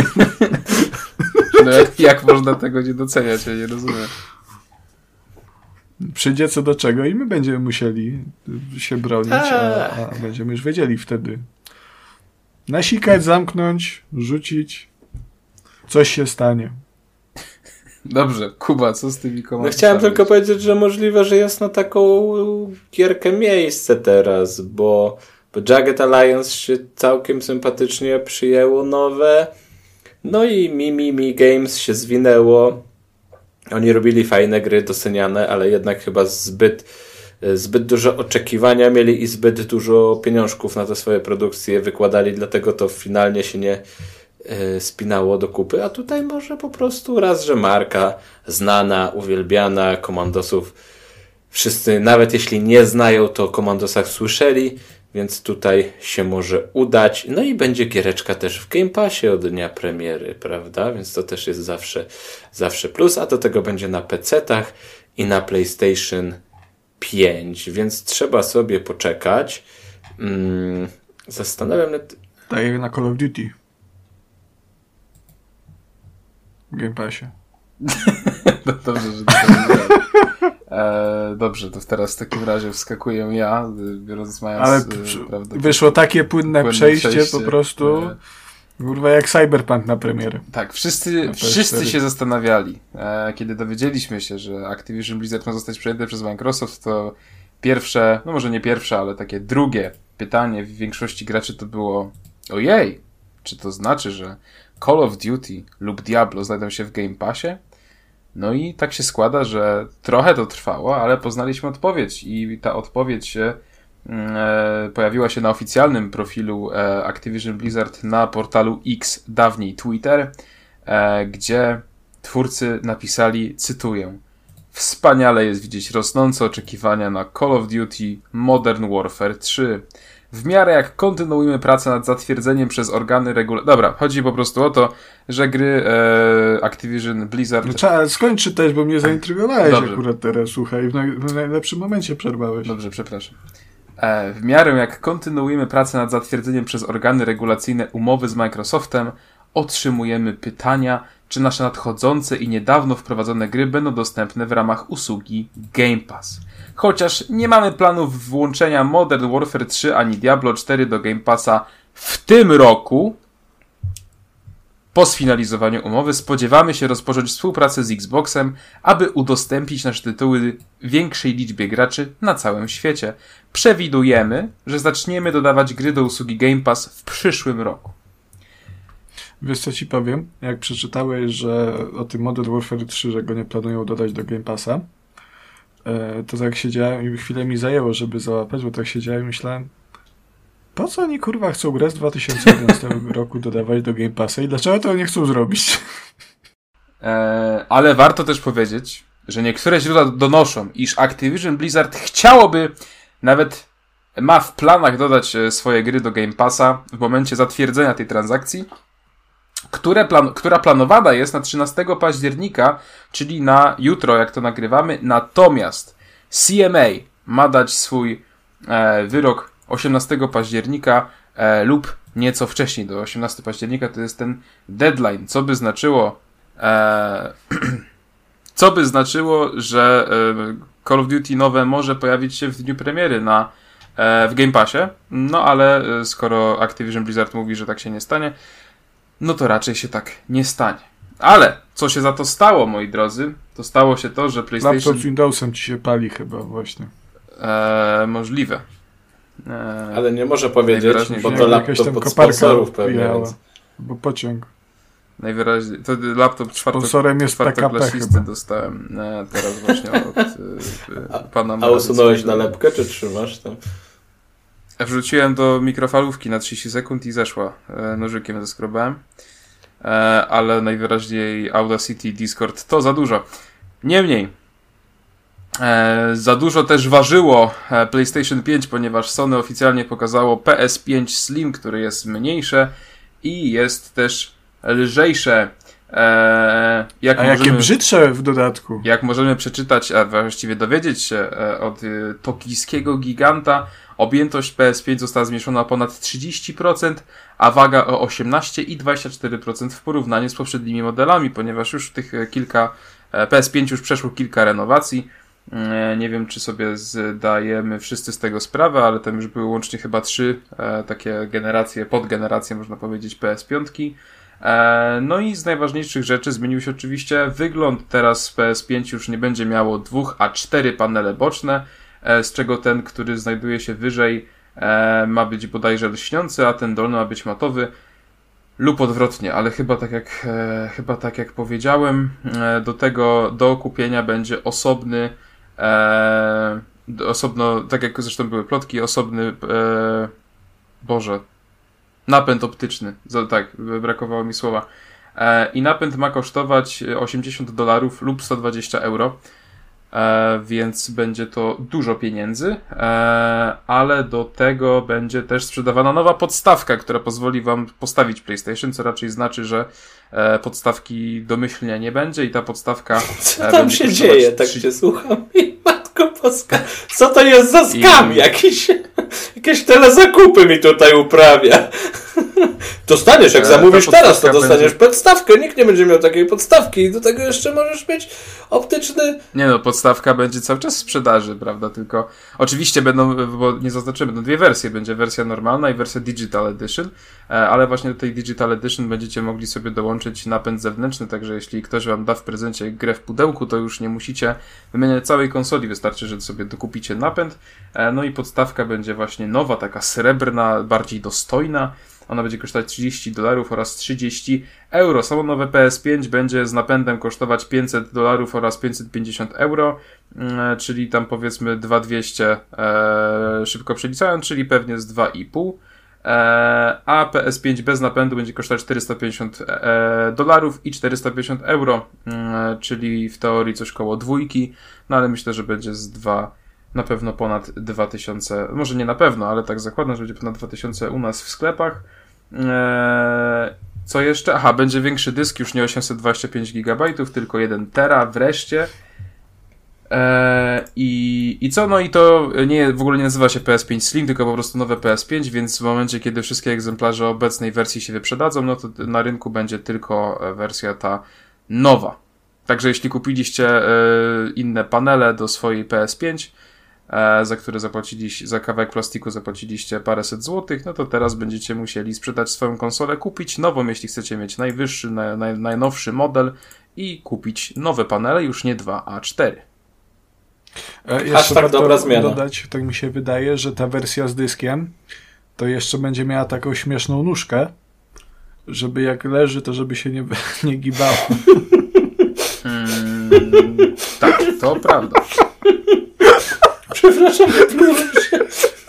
No jak, jak można tego nie doceniać, ja nie rozumiem. Przyjdzie co do czego i my będziemy musieli się bronić, a, a będziemy już wiedzieli wtedy. Nasikać, zamknąć, rzucić. Coś się stanie. Dobrze, Kuba, co z tymi No komandami? chciałem tylko powiedzieć, że możliwe, że jest na taką gierkę miejsce teraz, bo, bo Jagged Alliance się całkiem sympatycznie przyjęło nowe, no i Mi Mi Mi Games się zwinęło. Oni robili fajne gry, doceniane, ale jednak chyba zbyt, zbyt dużo oczekiwania mieli i zbyt dużo pieniążków na te swoje produkcje wykładali, dlatego to finalnie się nie y, spinało do kupy, a tutaj może po prostu raz, że marka znana, uwielbiana, Komandosów wszyscy, nawet jeśli nie znają, to o Komandosach słyszeli, więc tutaj się może udać. No i będzie giereczka też w Game Passie od dnia premiery, prawda? Więc to też jest zawsze, zawsze plus, a do tego będzie na pecetach i na PlayStation pięć, więc trzeba sobie poczekać. Hmm, zastanawiam się... Tak jak na Call of Duty. W Game Passie. No dobrze, że to powiedziałem. E, dobrze, to teraz w takim razie wskakuję ja, rozmawiając... Ale e, przy, prawda, wyszło takie płynne, płynne przejście, przejście, po prostu. e, Kurwa, jak Cyberpunk na premierę. Tak, wszyscy, P S cztery. wszyscy się zastanawiali, e, kiedy dowiedzieliśmy się, że Activision Blizzard ma zostać przejęte przez Microsoft, to pierwsze, no może nie pierwsze, ale takie drugie pytanie w większości graczy to było: ojej, czy to znaczy, że Call of Duty lub Diablo znajdą się w Game Passie? No i tak się składa, że trochę to trwało, ale poznaliśmy odpowiedź i ta odpowiedź się e, pojawiła się na oficjalnym profilu e, Activision Blizzard na portalu X, dawniej Twitter, e, gdzie twórcy napisali, cytuję: wspaniale jest widzieć rosnące oczekiwania na Call of Duty Modern Warfare trzy. W miarę jak kontynuujemy pracę nad zatwierdzeniem przez organy regulacyjne... Dobra, chodzi po prostu o to, że gry e, Activision Blizzard... No trzeba skończyć też, bo mnie zaintrygowałeś Dobrze. akurat teraz, słuchaj, w, naj, w najlepszym momencie przerwałeś. Dobrze, przepraszam. E, w miarę jak kontynuujemy pracę nad zatwierdzeniem przez organy regulacyjne umowy z Microsoftem, otrzymujemy pytania, czy nasze nadchodzące i niedawno wprowadzone gry będą dostępne w ramach usługi Game Pass. Chociaż nie mamy planów włączenia Modern Warfare trzy ani Diablo cztery do Game Passa w tym roku, po sfinalizowaniu umowy spodziewamy się rozpocząć współpracę z Xboxem, aby udostępnić nasze tytuły większej liczbie graczy na całym świecie. Przewidujemy, że zaczniemy dodawać gry do usługi Game Pass w przyszłym roku. Wiesz co ci powiem? Jak przeczytałeś, że o tym Modern Warfare trzy, że go nie planują dodać do Game Passa, to tak siedziałem i chwilę mi zajęło, żeby załapać, bo tak siedziałem i myślałem, po co oni kurwa chcą grę z dwa tysiące jedenastego roku dodawać do Game Passa i dlaczego to nie chcą zrobić? Eee, ale warto też powiedzieć, że niektóre źródła donoszą, iż Activision Blizzard chciałoby, nawet ma w planach dodać swoje gry do Game Passa w momencie zatwierdzenia tej transakcji, które plan- która planowana jest na trzynastego października, czyli na jutro, jak to nagrywamy. Natomiast C M A ma dać swój e, wyrok osiemnastego października e, lub nieco wcześniej, do osiemnastego października to jest ten deadline, co by znaczyło e, co by znaczyło, że e, Call of Duty nowe może pojawić się w dniu premiery na e, w Game Passie, no ale e, skoro Activision Blizzard mówi, że tak się nie stanie, no to raczej się tak nie stanie. Ale co się za to stało, moi drodzy, to stało się to, że PlayStation... Laptop z Windowsem ci się pali chyba właśnie. E, możliwe. E, Ale nie może powiedzieć, bo to laptop od sponsorów pewnie. Więc... Bo pociąg. Najwyraźniej. To laptop sponsorem jest P K P chyba. Dostałem e, teraz właśnie od e, a, pana... A usunąłeś nalepkę, czy trzymasz tam? Wrzuciłem do mikrofalówki na trzydzieści sekund i zeszła. E, nożykiem zeskrobałem. E, ale najwyraźniej Audacity, Discord to za dużo. Niemniej, e, za dużo też ważyło PlayStation pięć, ponieważ Sony oficjalnie pokazało P S pięć Slim, który jest mniejsze i jest też lżejsze. E, jak a możemy, jakie brzydsze w dodatku. Jak możemy przeczytać, a właściwie dowiedzieć się e, od e, tokijskiego giganta, objętość P S pięć została zmniejszona o ponad trzydzieści procent, a waga o osiemnaście i dwadzieścia cztery procent w porównaniu z poprzednimi modelami, ponieważ już tych kilka, P S pięć już przeszło kilka renowacji. Nie wiem, czy sobie zdajemy wszyscy z tego sprawę, ale tam już były łącznie chyba trzy takie generacje, podgeneracje można powiedzieć P S pięć. No i z najważniejszych rzeczy zmienił się oczywiście wygląd. Teraz P S pięć już nie będzie miało dwóch, a cztery panele boczne, z czego ten, który znajduje się wyżej, ma być bodajże lśniący, a ten dolny ma być matowy lub odwrotnie, ale chyba tak jak chyba tak jak powiedziałem, do tego do kupienia będzie osobny osobno, tak jak zresztą były plotki, osobny Boże napęd optyczny, tak, brakowało mi słowa. I napęd ma kosztować osiemdziesiąt dolarów lub sto dwadzieścia euro. E, więc będzie to dużo pieniędzy, e, ale do tego będzie też sprzedawana nowa podstawka, która pozwoli wam postawić PlayStation, co raczej znaczy, że e, podstawki domyślnie nie będzie i ta podstawka... Co tam będzie się dzieje? Tak trzy... cię słucham. I matko boska, co to jest za skam? I... Jakiś, jakieś telezakupy mi tutaj uprawia. Dostaniesz, jak zamówisz teraz, to dostaniesz będzie... podstawkę. Nikt nie będzie miał takiej podstawki i do tego jeszcze możesz mieć optyczny... Nie no, podstawka będzie cały czas w sprzedaży, prawda? Tylko oczywiście będą, bo nie zaznaczyłem, będą dwie wersje. Będzie wersja normalna i wersja Digital Edition, ale właśnie do tej Digital Edition będziecie mogli sobie dołączyć napęd zewnętrzny, także jeśli ktoś wam da w prezencie grę w pudełku, to już nie musicie wymieniać całej konsoli, wystarczy, że sobie dokupicie napęd. No i podstawka będzie właśnie nowa, taka srebrna, bardziej dostojna. Ona będzie kosztować trzydzieści dolarów oraz trzydzieści euro. Samo nowe P S pięć będzie z napędem kosztować pięćset dolarów oraz pięćset pięćdziesiąt euro, czyli tam powiedzmy dwa tysiące dwieście e, szybko przeliczając, czyli pewnie z dwa i pół. E, a P S pięć bez napędu będzie kosztować czterysta pięćdziesiąt dolarów i czterysta pięćdziesiąt euro, e, czyli w teorii coś koło dwójki, no ale myślę, że będzie z dwa na pewno ponad dwa tysiące, może nie na pewno, ale tak zakładam, że będzie ponad dwa tysiące u nas w sklepach. Eee, co jeszcze? Aha, będzie większy dysk, już nie osiemset dwadzieścia pięć gigabajtów, tylko jeden tera wreszcie. Eee, i, I co? No i to nie, w ogóle nie nazywa się P S pięć Slim, tylko po prostu nowe P S pięć, więc w momencie, kiedy wszystkie egzemplarze obecnej wersji się wyprzedadzą, no to na rynku będzie tylko wersja ta nowa. Także jeśli kupiliście e, inne panele do swojej P S pięć, za które zapłaciliście, za kawałek plastiku zapłaciliście paręset złotych, no to teraz będziecie musieli sprzedać swoją konsolę, kupić nową, jeśli chcecie mieć najwyższy, naj, naj, najnowszy model i kupić nowe panele, już nie dwa, a cztery. E, Aż tak dobra zmiana. Dodać, tak mi się wydaje, że ta wersja z dyskiem to jeszcze będzie miała taką śmieszną nóżkę, żeby jak leży, to żeby się nie, nie gibało. Hmm, tak, to prawda. Przepraszam, wyplułem się.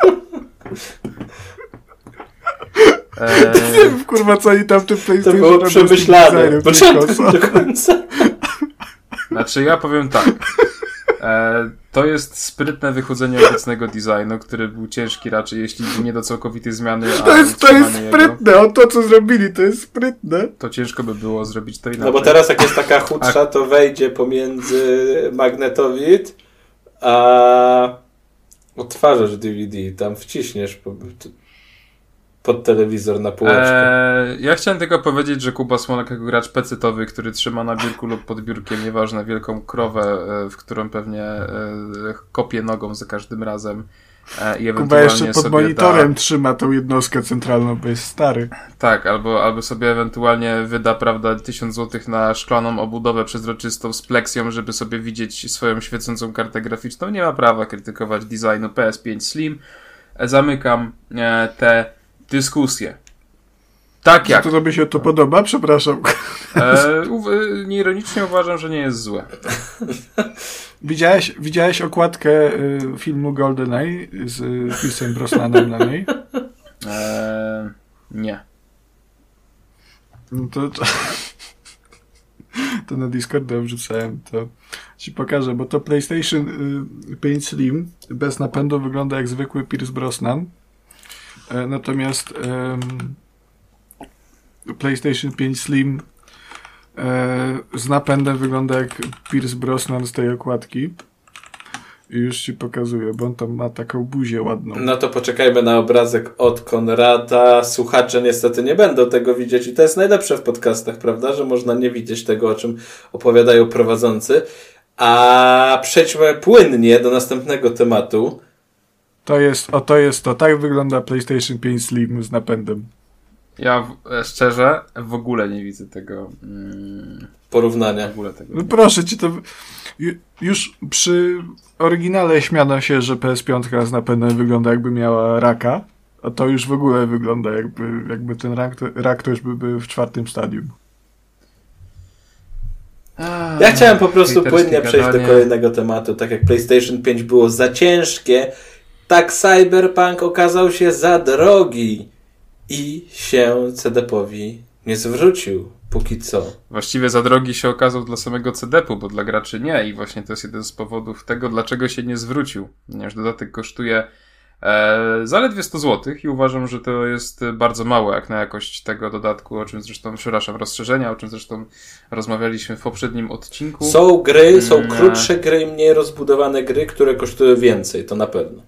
Eee... Nie wiem, kurwa, co oni tam w tym PlayStation to było przemyślane. Początek do końca. Znaczy, Znaczy ja powiem tak. E, to jest sprytne wychudzenie obecnego designu, który był ciężki raczej, jeśli nie do całkowitej zmiany. To jest, to jest sprytne, jego, o to co zrobili, to jest sprytne. To ciężko by było zrobić to inaczej. No bo teraz jak jest taka chudsza, to wejdzie pomiędzy magnetowid a odtwarzasz D V D, tam wciśniesz po, pod telewizor na półeczkę. Eee, ja chciałem tylko powiedzieć, że Kuba Smolak jako gracz pecetowy, który trzyma na biurku lub pod biurkiem, nieważne, wielką krowę, w którą pewnie e, kopie nogą za każdym razem e, i ewentualnie Kuba jeszcze pod monitorem da... trzyma tą jednostkę centralną, bo jest stary. Tak, albo, albo sobie ewentualnie wyda, prawda, tysiąc złotych na szklaną obudowę przezroczystą z pleksją, żeby sobie widzieć swoją świecącą kartę graficzną. Nie ma prawa krytykować designu P S pięć Slim. E, zamykam e, te dyskusję. Tak jak. To tobie się to podoba? Przepraszam. E, u- nieironicznie uważam, że nie jest złe. Widziałeś, widziałeś okładkę y, filmu GoldenEye z y, Piersem Brosnanem na niej? E, nie. No to, to, to na Discordzie wrzucałem, to ci pokażę, bo to PlayStation y, pięć Slim bez napędu wygląda jak zwykły Pierce Brosnan. E, natomiast e, PlayStation pięć Slim e, z napędem wygląda jak Pierce Brosnan z tej okładki. I już ci pokazuję, bo on tam ma taką buzię ładną. No to poczekajmy na obrazek od Konrada. Słuchacze niestety nie będą tego widzieć i to jest najlepsze w podcastach, prawda? Że można nie widzieć tego, o czym opowiadają prowadzący. A przejdźmy płynnie do następnego tematu. To jest, o to jest to. Tak wygląda PlayStation pięć Slim z napędem. Ja w, e, szczerze w ogóle nie widzę tego mm, porównania. W ogóle tego. No proszę cię, to ju, już przy oryginale śmiano się, że P S pięć z napędem wygląda jakby miała raka, a to już w ogóle wygląda jakby, jakby ten rak to, rak to już by był w czwartym stadium. A, ja chciałem po prostu płynnie gadanie. przejść do kolejnego tematu. Tak jak PlayStation pięć było za ciężkie, tak Cyberpunk okazał się za drogi i się C D P-owi nie zwrócił, póki co. Właściwie za drogi się okazał dla samego C D P-u, bo dla graczy nie i właśnie to jest jeden z powodów tego, dlaczego się nie zwrócił. Ponieważ dodatek kosztuje e, zaledwie sto złotych i uważam, że to jest bardzo mało jak na jakość tego dodatku, o czym zresztą, przepraszam, rozszerzenia, o czym zresztą rozmawialiśmy w poprzednim odcinku. Są gry, są krótsze gry i mniej rozbudowane gry, które kosztują więcej, to na pewno.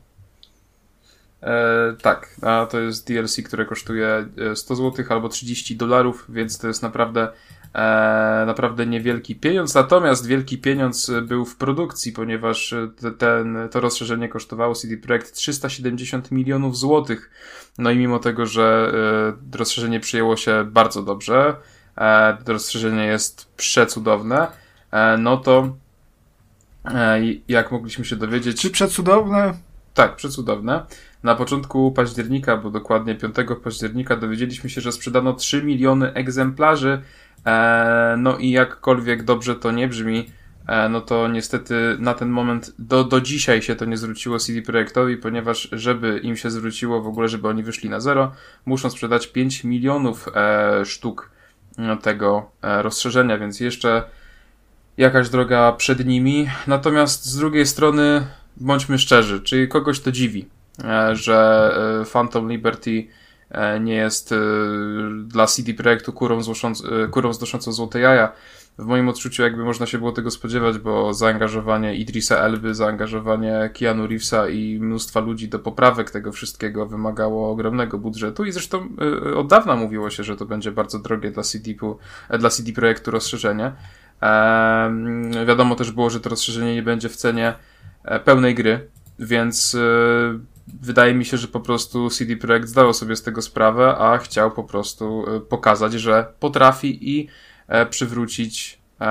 E, tak, a to jest D L C, które kosztuje sto złotych albo trzydzieści dolarów, więc to jest naprawdę e, naprawdę niewielki pieniądz, natomiast wielki pieniądz był w produkcji, ponieważ te, ten, to rozszerzenie kosztowało C D Projekt trzysta siedemdziesiąt milionów złotych, no i mimo tego, że e, rozszerzenie przyjęło się bardzo dobrze, e, to rozszerzenie jest przecudowne, e, no to e, jak mogliśmy się dowiedzieć... Czy przecudowne? Tak, przecudowne. Na początku października, bo dokładnie piątego października dowiedzieliśmy się, że sprzedano trzy miliony egzemplarzy, e, no i jakkolwiek dobrze to nie brzmi, e, no to niestety na ten moment do, do dzisiaj się to nie zwróciło C D Projektowi, ponieważ żeby im się zwróciło w ogóle, żeby oni wyszli na zero, muszą sprzedać pięć milionów e, sztuk tego e, rozszerzenia, więc jeszcze jakaś droga przed nimi. Natomiast z drugiej strony bądźmy szczerzy, czy kogoś to dziwi, że Phantom Liberty nie jest dla C D Projektu kurą, kurą znoszącą złote jaja. W moim odczuciu jakby można się było tego spodziewać, bo zaangażowanie Idrisa Elby, zaangażowanie Keanu Reevesa i mnóstwa ludzi do poprawek tego wszystkiego wymagało ogromnego budżetu i zresztą od dawna mówiło się, że to będzie bardzo drogie dla C D, dla C D Projektu rozszerzenie. Eee, wiadomo też było, że to rozszerzenie nie będzie w cenie pełnej gry, więc yy, wydaje mi się, że po prostu C D Projekt zdało sobie z tego sprawę, a chciał po prostu yy, pokazać, że potrafi i yy, przywrócić yy,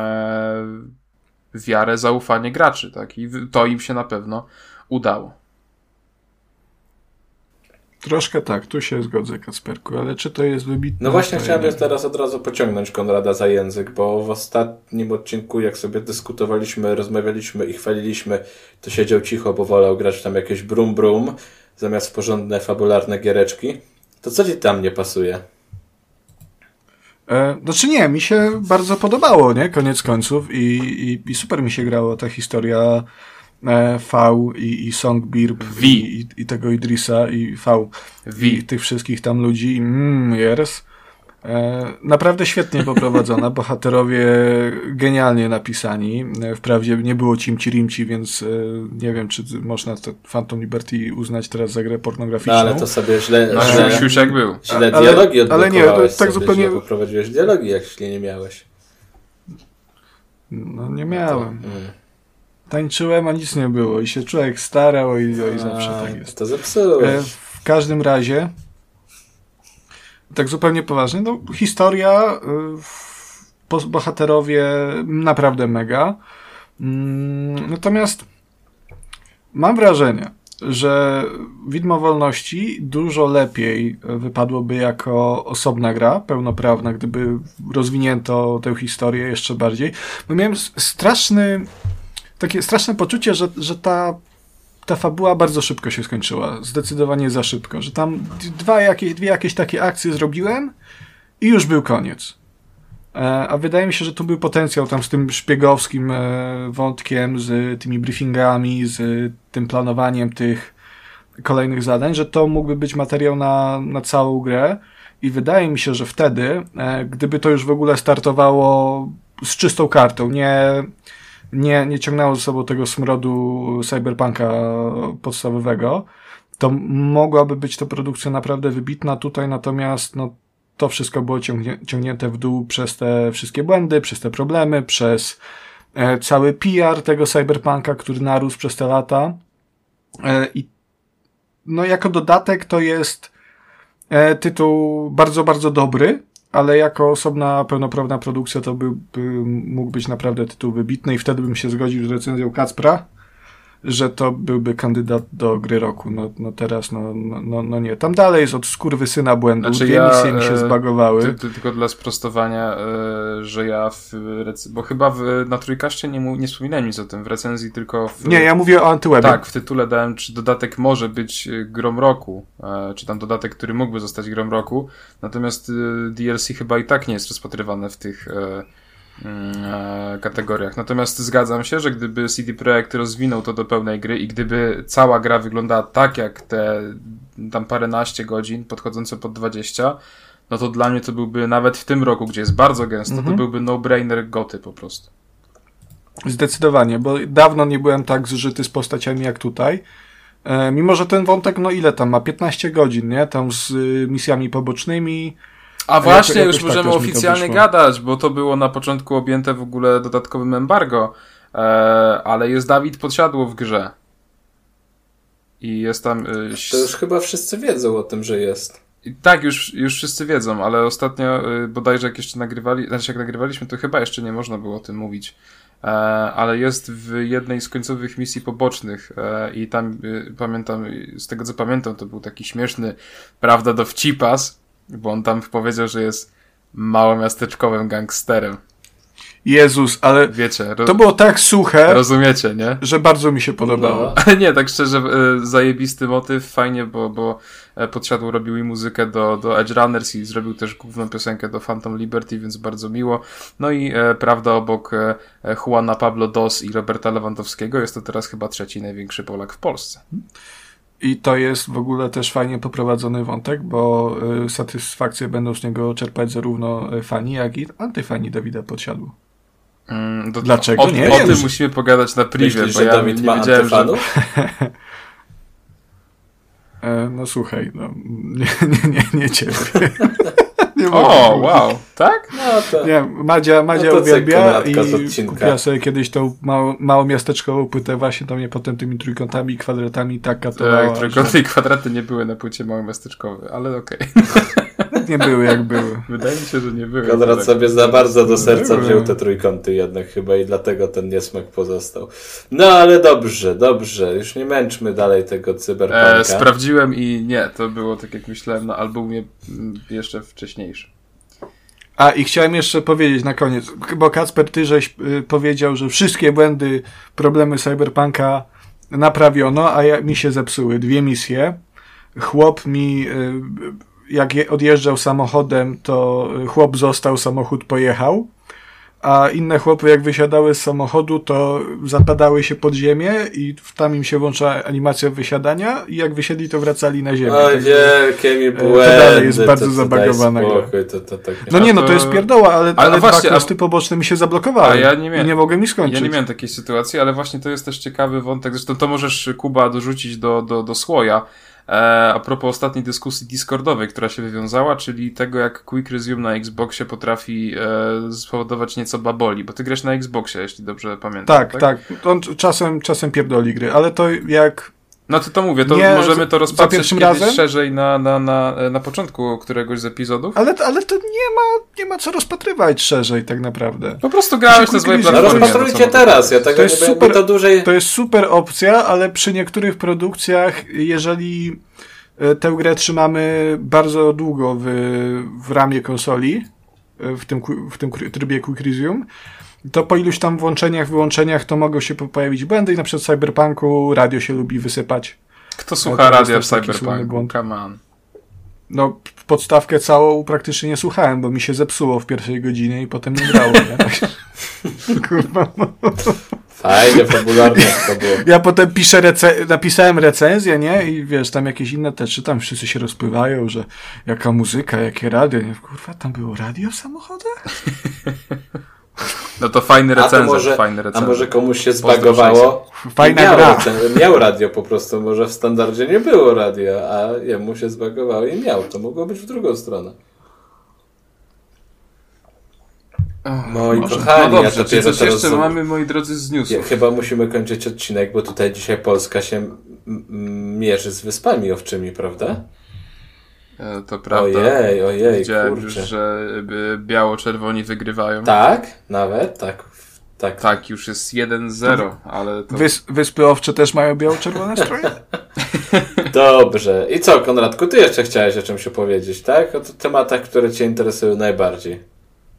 wiarę, zaufanie graczy, tak? I to im się na pewno udało. Troszkę tak, tu się zgodzę, Kacperku, ale czy to jest wybitne? No właśnie chciałem jest teraz od razu pociągnąć Konrada za język, bo w ostatnim odcinku, jak sobie dyskutowaliśmy, rozmawialiśmy i chwaliliśmy, to siedział cicho, bo wolał grać tam jakieś brum brum, zamiast w porządne, fabularne giereczki. To co ci tam nie pasuje? E, znaczy nie, mi się bardzo podobało, nie? Koniec końców i, i, i super mi się grało ta historia e, V i, i Songbird V. i, i, i tego Idrisa i V. V. I tych wszystkich tam ludzi i mm, Years. E, naprawdę świetnie poprowadzona, bohaterowie genialnie napisani. E, wprawdzie nie było cimci rimci, więc e, nie wiem, czy można to Phantom Liberty uznać teraz za grę pornograficzną. No ale to sobie źle, No, źle, już jak był. źle Ale- dialogi ale nie, odblokowałeś to tak sobie, zupełnie- źle poprowadziłeś dialogi, jak jeśli nie miałeś. No nie miałem. Mm. Tańczyłem, a nic nie było i się człowiek starał i, i zawsze A, tak jest. To zepsułeś. E, w każdym razie, tak zupełnie poważnie, no historia, y, bohaterowie naprawdę mega. Mm, natomiast mam wrażenie, że Widmo Wolności dużo lepiej wypadłoby jako osobna gra, pełnoprawna, gdyby rozwinięto tę historię jeszcze bardziej. Bo miałem straszny, takie straszne poczucie, że, że ta ta fabuła bardzo szybko się skończyła. Zdecydowanie za szybko. Że tam dwa jakieś, dwie jakieś takie akcje zrobiłem i już był koniec. E, a wydaje mi się, że tu był potencjał tam z tym szpiegowskim e, wątkiem, z tymi briefingami, z tym planowaniem tych kolejnych zadań, że to mógłby być materiał na, na całą grę i wydaje mi się, że wtedy, e, gdyby to już w ogóle startowało z czystą kartą, nie nie, nie ciągnęło ze sobą tego smrodu cyberpunka podstawowego, to mogłaby być to produkcja naprawdę wybitna. Tutaj natomiast no, to wszystko było ciągnie, ciągnięte w dół przez te wszystkie błędy, przez te problemy, przez e, cały P R tego cyberpunka, który narósł przez te lata. E, I no jako dodatek to jest e, tytuł bardzo, bardzo dobry, ale jako osobna, pełnoprawna produkcja to by, by mógł być naprawdę tytuł wybitny i wtedy bym się zgodził z recenzją Kacpra, że to byłby kandydat do gry roku. No, no teraz, no, no, no nie. Tam dalej jest od skurwysyna błędu. Znaczy Dwie ja, misje mi się e, zbagowały. Ty, ty, tylko dla sprostowania, e, że ja w recy- bo chyba w, na Trójkaście nie, mu, nie wspominałem nic o tym, w recenzji tylko w... Nie, ja mówię o Antywebie. Tak, w tytule dałem, czy dodatek może być e, grą roku, e, czy tam dodatek, który mógłby zostać grą roku, natomiast e, D L C chyba i tak nie jest rozpatrywane w tych e, e, kategoriach. Natomiast zgadzam się, że gdyby C D Projekt rozwinął to do pełnej gry i gdyby cała gra wyglądała tak jak te tam paręnaście godzin podchodzące pod dwadzieścia, no to dla mnie to byłby nawet w tym roku, gdzie jest bardzo gęsto, Mhm. to byłby no-brainer goty po prostu. Zdecydowanie, bo dawno nie byłem tak zżyty z postaciami jak tutaj. E, mimo, że ten wątek, no ile tam ma? piętnaście godzin, nie? Tam z y, misjami pobocznymi. A właśnie, jakoś już tak możemy też mi to oficjalnie wyszło. gadać, bo to było na początku objęte w ogóle dodatkowym embargo, e, ale jest Dawid Podsiadło w grze. I jest tam... E, To już chyba wszyscy wiedzą o tym, że jest. I tak, już, już wszyscy wiedzą, ale ostatnio y, bodajże jak jeszcze nagrywali, znaczy jak nagrywaliśmy, to chyba jeszcze nie można było o tym mówić. E, ale jest w jednej z końcowych misji pobocznych e, i tam y, pamiętam, z tego co pamiętam, to był taki śmieszny, prawda, dowcipas, bo on tam powiedział, że jest małomiasteczkowym gangsterem. Jezus, ale Wiecie, ro- to było tak suche, rozumiecie, nie? że bardzo mi się podobało. No. Ale nie, tak szczerze, e, zajebisty motyw, fajnie, bo, bo e, Podsiadło robił i muzykę do, do Edge Runners i zrobił też główną piosenkę do Phantom Liberty, więc bardzo miło. No i e, prawda, obok e, Juana Pablo Dos i Roberta Lewandowskiego jest to teraz chyba trzeci największy Polak w Polsce. I to jest w ogóle też fajnie poprowadzony wątek, bo y, satysfakcję będą z niego czerpać zarówno y, fani, jak i antyfani Dawida Podsiadło. Mm, do, Dlaczego? O, Nie o wiem. tym musimy pogadać na privie, Myślisz, bo że ja Dawid nie ma wiedziałem, że... antyfanów? E, no słuchaj, no, nie, nie, nie, nie ciebie. nie mogę O, mówić. wow, tak? No to... Nie, Madzia, Madzia No to uwielbia cyk, konatka z i odcinka. kupiła sobie kiedyś tą mało, małomiasteczkową płytę właśnie tam mnie potem tymi trójkątami i kwadratami tak katowała, Tak, trójkąty i kwadraty nie były na płycie małomiasteczkowej, ale okej. że nie były jak były. Wydaje mi się, że nie były. Konrad Tak. sobie za bardzo do serca Były. wziął te trójkąty jednak chyba i dlatego ten niesmak pozostał. No ale dobrze, dobrze. Już nie męczmy dalej tego cyberpunka. E, sprawdziłem i nie, to było tak jak myślałem na albumie m, jeszcze wcześniejszym. A i chciałem jeszcze powiedzieć na koniec, bo Kacper, ty żeś y, powiedział, że wszystkie błędy, problemy Cyberpunka naprawiono, a ja, mi się zepsuły dwie misje. Chłop mi, y, jak je, odjeżdżał samochodem, to chłop został, samochód pojechał, a inne chłopy jak wysiadały z samochodu, to zapadały się pod ziemię i tam im się włącza animacja wysiadania i jak wysiedli, to wracali na ziemię. Oj, wielkie mi błędy. To dalej jest bardzo to, to zabagowana gra. To, to, to, no nie, no to jest pierdoła, ale, ale, ale właśnie, dwa questy poboczne mi się zablokowały. A ja nie, miałem, I nie mogłem ich skończyć. Ja nie miałem takiej sytuacji, ale właśnie to jest też ciekawy wątek. Zresztą to możesz, Kuba, dorzucić do, do, do słoja. E, a propos ostatniej dyskusji Discordowej, która się wywiązała, czyli tego, jak Quick Resume na Xboxie potrafi e, spowodować nieco baboli, bo ty grasz na Xboxie, jeśli dobrze pamiętam. Tak, tak. tak. On czasem, czasem pierdoli gry, ale to jak... No to to mówię, to nie, możemy to rozpatrzeć kiedyś razem? szerzej na, na, na, na początku któregoś z epizodów. Ale, ale to nie ma, nie ma co rozpatrywać szerzej tak naprawdę. Po prostu grałeś na swojej platformie. No rozpatrujcie teraz, ja tego to jest nie super, to dłużej... To jest super opcja, ale przy niektórych produkcjach, jeżeli tę grę trzymamy bardzo długo w, w ramie konsoli, w tym, w tym trybie Quick Resume, to po iluś tam włączeniach, wyłączeniach to mogą się pojawić błędy i na przykład w Cyberpunku radio się lubi wysypać. Kto słucha radia w Cyberpunku? Come on. No, podstawkę całą praktycznie nie słuchałem, bo mi się zepsuło w pierwszej godzinie i potem nie grało, nie? Tak. Kurwa. Fajnie, fabularnie to było. Ja potem piszę rece- napisałem recenzję, nie? I wiesz, tam jakieś inne te czytam, wszyscy się rozpływają, że jaka muzyka, jakie radio. Nie? Kurwa, tam było radio w samochodach? No to fajny recenzent, może, fajny recenzent. A może komuś się zbagowało? Fajna miał gra. Recen- miał radio po prostu, może w standardzie nie było radia, a jemu się zbagowało i miał. To mogło być w drugą stronę. Moi Może. kochani, no dobrze, ja czy coś teraz jeszcze z... mamy, moi drodzy, z newsów? Ja, chyba musimy kończyć odcinek, bo tutaj dzisiaj Polska się m- m- mierzy z Wyspami Owczymi, prawda? E, to prawda. Ojej, ojej, Widziałem kurczę. już, że biało-czerwoni wygrywają. Tak? Nawet? Tak. Tak, tak już jest jeden zero, ale to... Wys- Wyspy Owcze też mają biało-czerwone stroje? Dobrze. I co, Konradku, ty jeszcze chciałeś o czymś opowiedzieć, tak? O tematach, które cię interesują najbardziej.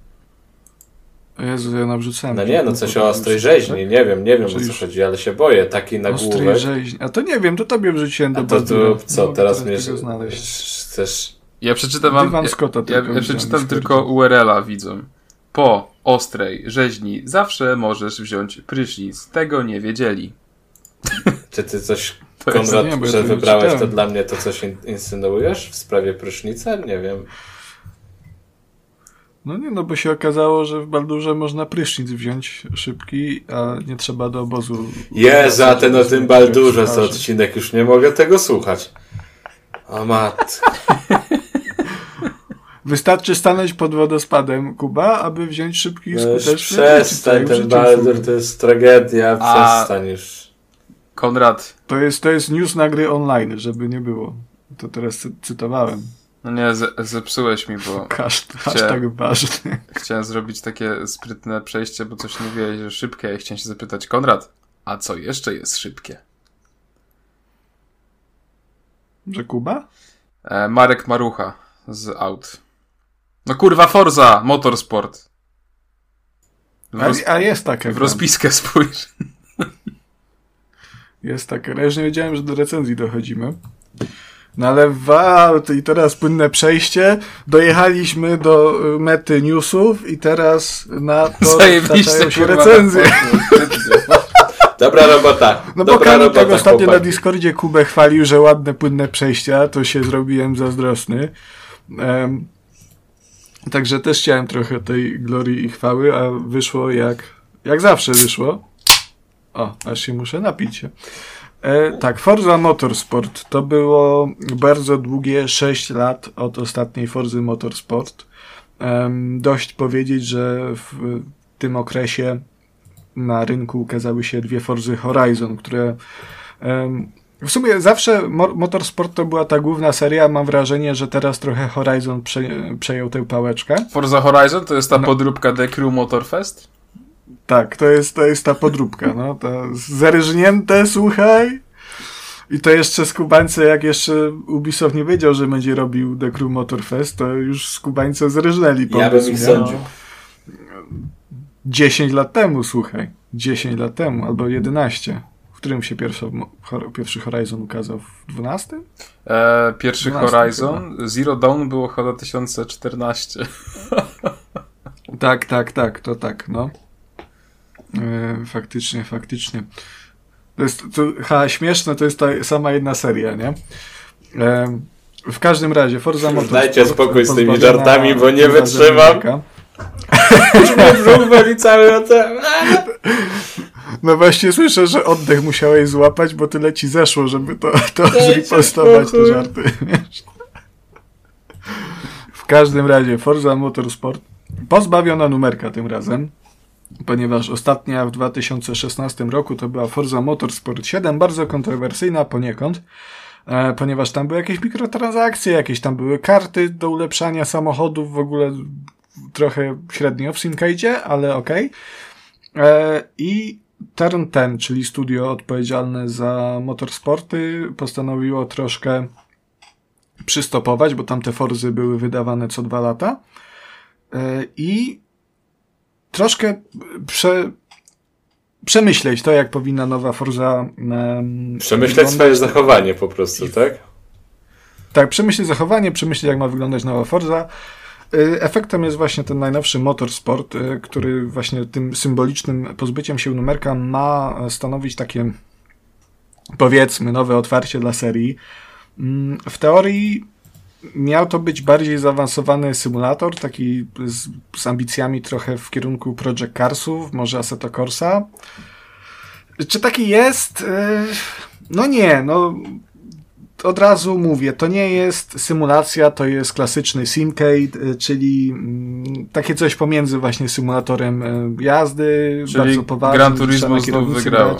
Jezu, ja nawrzucałem. No nie, no coś o ostrej rzeźni, nie wiem, nie wiem o co chodzi, ale się boję, taki nagłówek. Ostrej rzeźni, a to nie wiem, to tobie wrzuciłem do A to tu, co, teraz mnie znaleźć. chcesz... Ja przeczytam wam, Dywan Scotta ja, ja, ja przeczytam tylko U R L-a widzom. Po ostrej rzeźni zawsze możesz wziąć prysznic. Tego nie wiedzieli. Czy ty coś, To Konrad, nie, bo ja że to wybrałeś czytałem. to dla mnie, to coś in- insynuujesz w sprawie prysznica? Nie wiem. No nie, no bo się okazało, że w Baldurze można prysznic wziąć szybki, a nie trzeba do obozu. Jezu, a ten o tym Baldurze co odcinek, już nie mogę tego słuchać. O matko. Wystarczy stanąć pod wodospadem, Kuba, aby wziąć szybki i No skuteczny. już przestań, ten Baldur to jest tragedia, A- przestań już. Konrad, To jest, to jest news na gry online, żeby nie było. To teraz cy- cytowałem. no nie, ze- zepsułeś mi, bo Hasht- hashtag ważny. chciałem zrobić takie sprytne przejście, bo coś nie wiedziałeś, że szybkie. I chciałem się zapytać, Konrad, a co jeszcze jest szybkie? Że Kuba? E, Marek Marucha z Aut. No kurwa, Forza Motorsport. W, roz... A, a jest taka. w gra. rozpiskę spójrz. Jest taka. Ja już nie wiedziałem, że do recenzji dochodzimy. No ale wow, to i teraz płynne przejście. Dojechaliśmy do y, mety newsów i teraz na to Zajebiście się kurwa, recenzje. Dobra robota. No bo Dobra Kamil robota, tak ostatnio na chłopaki. Discordzie Kubę chwalił, że ładne płynne przejścia, to się zrobiłem zazdrosny. Um, także też chciałem trochę tej glorii i chwały, a wyszło jak, jak zawsze wyszło. O, aż się muszę napić się. E, tak, Forza Motorsport to było bardzo długie sześć lat od ostatniej Forzy Motorsport. Um, dość powiedzieć, że w tym okresie na rynku ukazały się dwie Forzy Horizon, które um, w sumie zawsze mo- Motorsport to była ta główna seria. Mam wrażenie, że teraz trochę Horizon prze- przejął tę pałeczkę. Forza Horizon to jest ta No. podróbka The Crew Motorfest? Tak, to jest, to jest ta podróbka, no, to zarżnięte, słuchaj. I to jeszcze skubańce, jak jeszcze Ubisoft nie wiedział, że będzie robił The Crew Motorfest, to już skubańce zrżnęli pomysł. Ja bym ich nie? sądził. dziesięć lat temu, słuchaj. dziesięć lat temu, albo jedenaście. którym się pierwszy, pierwszy Horizon ukazał? W dwunastym? E, pierwszy dwunastym Horizon, chyba. Zero Dawn było chyba dwa tysiące czternaście. Tak, tak, tak, to tak, no. E, faktycznie, faktycznie. To jest, to, ha, śmieszne, to jest ta sama jedna seria, nie? E, w każdym razie, Forza Motorsport... Dajcie spokój z tymi żartami, bo nie wytrzymam. Już mnie brzuch boli cały ocean. No właśnie słyszę, że oddech musiałeś złapać, bo tyle ci zeszło, żeby to, to zripostować, te żarty. Wiesz? W każdym razie Forza Motorsport pozbawiona numerka tym razem, ponieważ ostatnia w dwa tysiące szesnastym roku to była Forza Motorsport siedem, bardzo kontrowersyjna poniekąd, e, ponieważ tam były jakieś mikrotransakcje, jakieś tam były karty do ulepszania samochodów, w ogóle trochę średnio w Simcade'zie, ale okej. Okay. I Turn ten, czyli studio odpowiedzialne za motorsporty, postanowiło troszkę przystopować, bo tamte Forzy były wydawane co dwa lata i troszkę prze, przemyśleć to, jak powinna nowa Forza um, przemyśleć wyglądać. swoje zachowanie po prostu, tak? Tak, przemyśleć zachowanie, przemyśleć, jak ma wyglądać nowa Forza. Efektem jest właśnie ten najnowszy Motorsport, który właśnie tym symbolicznym pozbyciem się numerka ma stanowić takie, powiedzmy, nowe otwarcie dla serii. W teorii miał to być bardziej zaawansowany symulator, taki z, z ambicjami trochę w kierunku Project Carsów, może Assetto Corsa. Czy taki jest? No nie, no od razu mówię, to nie jest symulacja, to jest klasyczny Simcade, czyli mm, takie coś pomiędzy właśnie symulatorem jazdy, czyli bardzo poważnym. Gran Turismo znowu wygrało.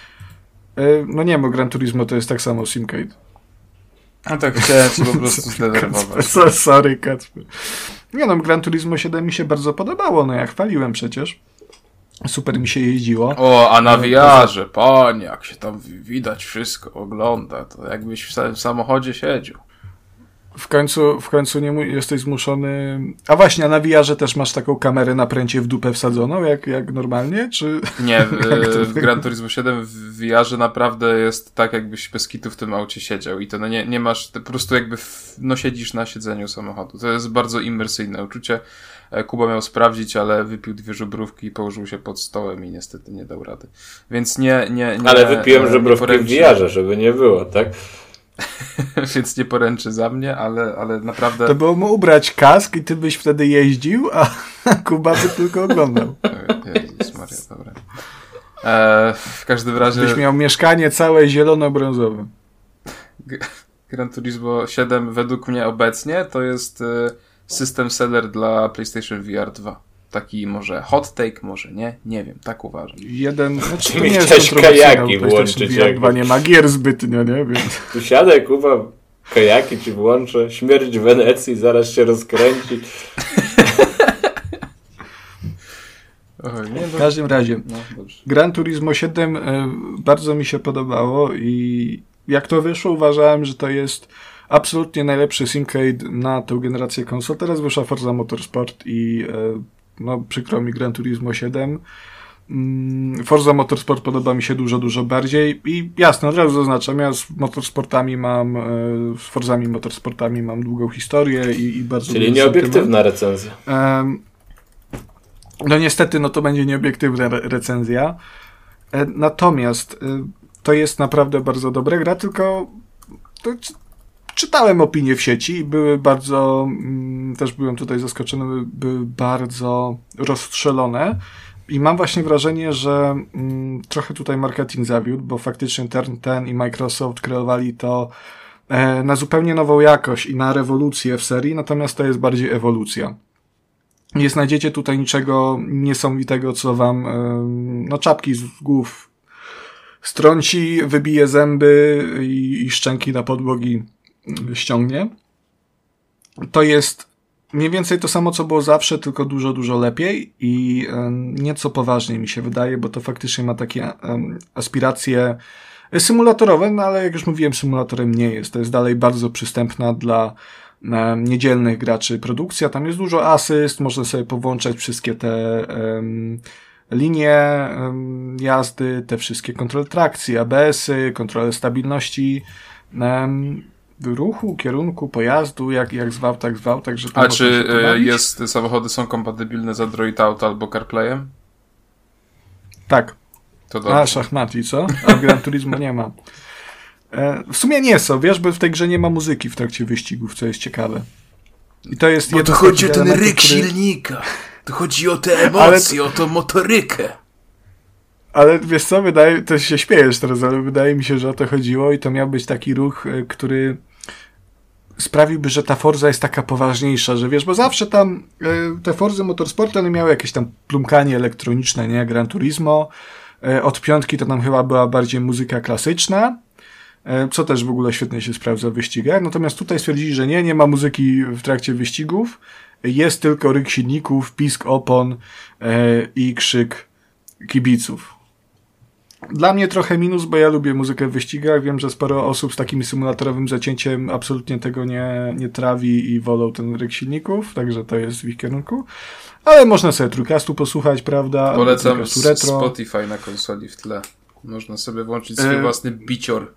No nie, bo Gran Turismo to jest tak samo Simcade. No tak chciałem cię po prostu zdenerwować. So, sorry, Kacper. Nie no, Gran Turismo siedem mi się bardzo podobało, no ja chwaliłem przecież. Super mi się jeździło. O, a na V R-ze, panie, jak się tam widać wszystko, ogląda, to jakbyś w samochodzie siedział. W końcu, w końcu nie mu- jesteś zmuszony... A właśnie, a na V R-ze też masz taką kamerę na pręcie w dupę wsadzoną, jak, jak normalnie, czy... Nie, w, w Gran Turismo siedem w V R-ze naprawdę jest tak, jakbyś bez kitu w tym aucie siedział i to no nie, nie masz, po prostu jakby w, no siedzisz na siedzeniu samochodu. To jest bardzo imersyjne uczucie. Kuba miał sprawdzić, ale wypił dwie żubrówki i położył się pod stołem i niestety nie dał rady. Więc nie, nie, nie. Ale wypiłem żubrówki w V R-ze, żeby nie było, tak? Więc nie poręczy za mnie, ale, ale naprawdę... To było mu ubrać kask i ty byś wtedy jeździł, a Kuba by tylko oglądał. Jezus Maria, dobra. E, w każdym razie... Byś miał mieszkanie całe zielono-brązowe. Gran Turismo siedem według mnie obecnie to jest system seller dla PlayStation V R dwa. Taki może hot take, może nie, nie wiem, tak uważam. Jeden, znaczy to mi nie jest chciałeś kajaki włączyć. V R dwa nie ma gier zbytnio, nie? Więc... Tu siadę, Kuba, kajaki ci włączę, śmierć w Wenecji, zaraz się rozkręci. Oj, nie, w każdym razie, no, Gran Turismo siedem y, bardzo mi się podobało i jak to wyszło, uważałem, że to jest absolutnie najlepszy Simcade na tę generację konsol. Teraz wyszła Forza Motorsport i y, no przykro mi Gran Turismo siedem. Mm, Forza Motorsport podoba mi się dużo, dużo bardziej i jasno, od razu zaznaczam, ja z motorsportami mam, y, z Forzami Motorsportami mam długą historię i, i bardzo... Czyli nieobiektywna recenzja. Um, No niestety, no to będzie nieobiektywna re- recenzja. E, natomiast e, to jest naprawdę bardzo dobra gra, tylko to, c- czytałem opinie w sieci i były bardzo, mm, też byłem tutaj zaskoczony, były bardzo rozstrzelone i mam właśnie wrażenie, że mm, trochę tutaj marketing zawiódł, bo faktycznie Turn ten i Microsoft kreowali to e, na zupełnie nową jakość i na rewolucję w serii, natomiast to jest bardziej ewolucja. Nie znajdziecie tutaj niczego niesamowitego, co wam no czapki z głów strąci, wybije zęby i, i szczęki na podłogi ściągnie. To jest mniej więcej to samo, co było zawsze, tylko dużo, dużo lepiej i um, nieco poważniej mi się wydaje, bo to faktycznie ma takie um, aspiracje symulatorowe, no ale jak już mówiłem, symulatorem nie jest. To jest dalej bardzo przystępna dla niedzielnych graczy produkcja. Tam jest dużo asyst, można sobie powłączać wszystkie te um, linie um, jazdy, te wszystkie kontrole trakcji, A B S-y, kontrole stabilności um, ruchu, kierunku, pojazdu, jak, jak zwał, tak zwał. Także A czy jest, samochody są kompatybilne z Android Auto albo CarPlayem? Tak. To dobrze. A, szachmatli, co? A w Gran Turismo nie ma. E, w sumie nie są, wiesz, bo w tej grze nie ma muzyki w trakcie wyścigów, co jest ciekawe. I to jest bo to chodzi o ten ryk który... silnika. To chodzi o te emocje, ale... o tą motorykę. Ale wiesz co, wydaje, to się śmiejesz teraz, ale wydaje mi się, że o to chodziło i to miał być taki ruch, który sprawiłby, że ta Forza jest taka poważniejsza, że wiesz, bo zawsze tam te Forzy Motorsport, one miały jakieś tam plumkanie elektroniczne, nie? Gran Turismo. Od piątki to tam chyba była bardziej muzyka klasyczna, co też w ogóle świetnie się sprawdza w wyścigach. Natomiast tutaj stwierdzili, że nie, nie ma muzyki w trakcie wyścigów. Jest tylko ryk silników, pisk opon i krzyk kibiców. Dla mnie trochę minus, bo ja lubię muzykę w wyścigach. Wiem, że sporo osób z takim symulatorowym zacięciem absolutnie tego nie, nie trawi i wolą ten ryk silników, także to jest w ich kierunku. Ale można sobie Truecastu posłuchać, prawda? Polecam retro. Spotify na konsoli w tle. Można sobie włączyć swój e... własny bicior.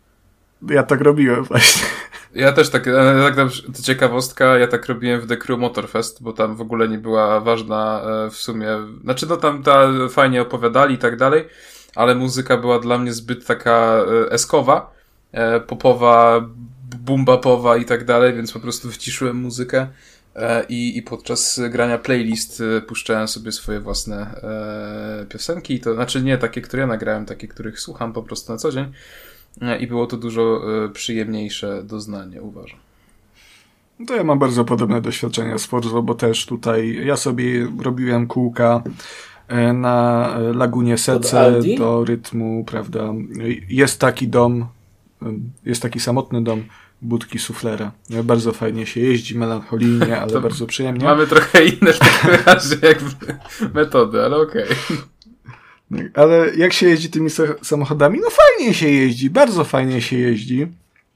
Ja tak robiłem właśnie. Ja też tak, tak to ciekawostka, ja tak robiłem w The Crew Motorfest, bo tam w ogóle nie była ważna w sumie, znaczy no tam ta, fajnie opowiadali i tak dalej, ale muzyka była dla mnie zbyt taka eskowa, popowa, boom-bapowa i tak dalej, więc po prostu wciszyłem muzykę i, i podczas grania playlist puszczałem sobie swoje własne e, piosenki, to znaczy nie takie, które ja nagrałem, takie, których słucham po prostu na co dzień i było to dużo e, przyjemniejsze doznanie, uważam. To ja mam bardzo podobne doświadczenia z Forza, bo też tutaj ja sobie robiłem kółka na Lagunie Sece do rytmu, prawda. Jest taki dom, jest taki samotny dom budki suflera. Bardzo fajnie się jeździ, melancholijnie, ale bardzo przyjemnie. Mamy trochę inne jakby metody, ale okej. Okay. Ale jak się jeździ tymi samochodami? No fajnie się jeździ, bardzo fajnie się jeździ.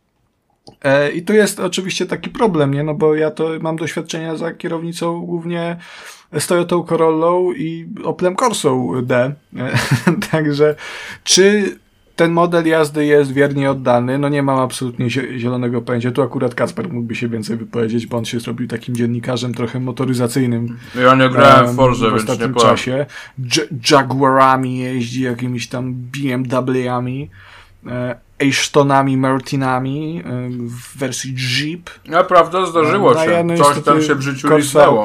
E, I tu jest oczywiście taki problem, nie? No bo ja to mam doświadczenia za kierownicą głównie z Toyotą Corollą i Opelem Corsą D. E, Także czy ten model jazdy jest wiernie oddany? No nie mam absolutnie zielonego pojęcia. Tu akurat Kacper mógłby się więcej wypowiedzieć, bo on się zrobił takim dziennikarzem trochę motoryzacyjnym. Ja nie grałem w Forze, w ostatnim więc nie czasie. J- Jaguarami jeździ, jakimiś tam B M W-ami, e, Ashtonami, Martinami e, w wersji Jeep. Naprawdę zdarzyło się. Ja, no coś tam się w życiu listało.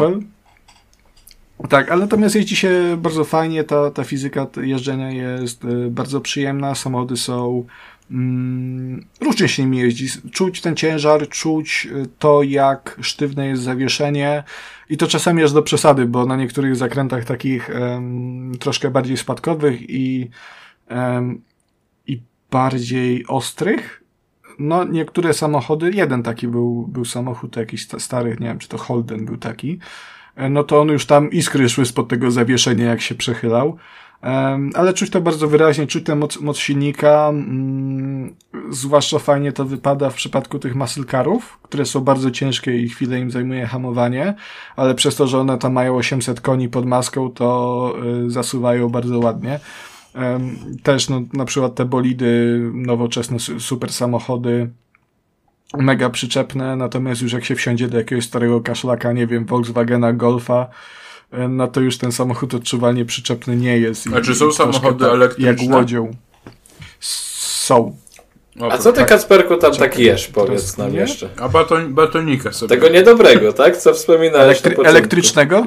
Tak, ale natomiast jeździ się bardzo fajnie, ta, ta fizyka jeżdżenia jest y, bardzo przyjemna, samochody są mm, różnie się nimi jeździ, czuć ten ciężar, czuć to, jak sztywne jest zawieszenie i to czasami aż do przesady, bo na niektórych zakrętach takich um, troszkę bardziej spadkowych i, um, i bardziej ostrych, no niektóre samochody, jeden taki był, był samochód jakiś starych, nie wiem, czy to Holden był taki, no to on już tam iskry szły spod tego zawieszenia, jak się przechylał. Um, ale czuć to bardzo wyraźnie, czuć tę moc, moc silnika. Um, zwłaszcza fajnie to wypada w przypadku tych muscle carów, które są bardzo ciężkie i chwilę im zajmuje hamowanie, ale przez to, że one tam mają osiemset koni pod maską, to y, zasuwają bardzo ładnie. Um, też no, na przykład te bolidy, nowoczesne super samochody, mega przyczepne, natomiast już jak się wsiądzie do jakiegoś starego kaszlaka, nie wiem, Volkswagena, Golfa, no to już ten samochód odczuwalnie przyczepny nie jest. A i, czy są samochody tak, elektryczne? Jak łodzią. Są. A co ty, tak, Kacperku, tam tak jesz, powiedz nam jeszcze. A baton, batonikę sobie. Tego niedobrego, tak? Co wspominałeś Elektry- Elektrycznego?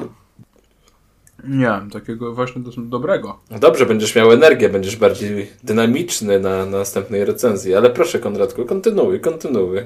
Nie, takiego właśnie do, dobrego. No dobrze, będziesz miał energię, będziesz bardziej dynamiczny na, na następnej recenzji, ale proszę, Konradku, kontynuuj, kontynuuj.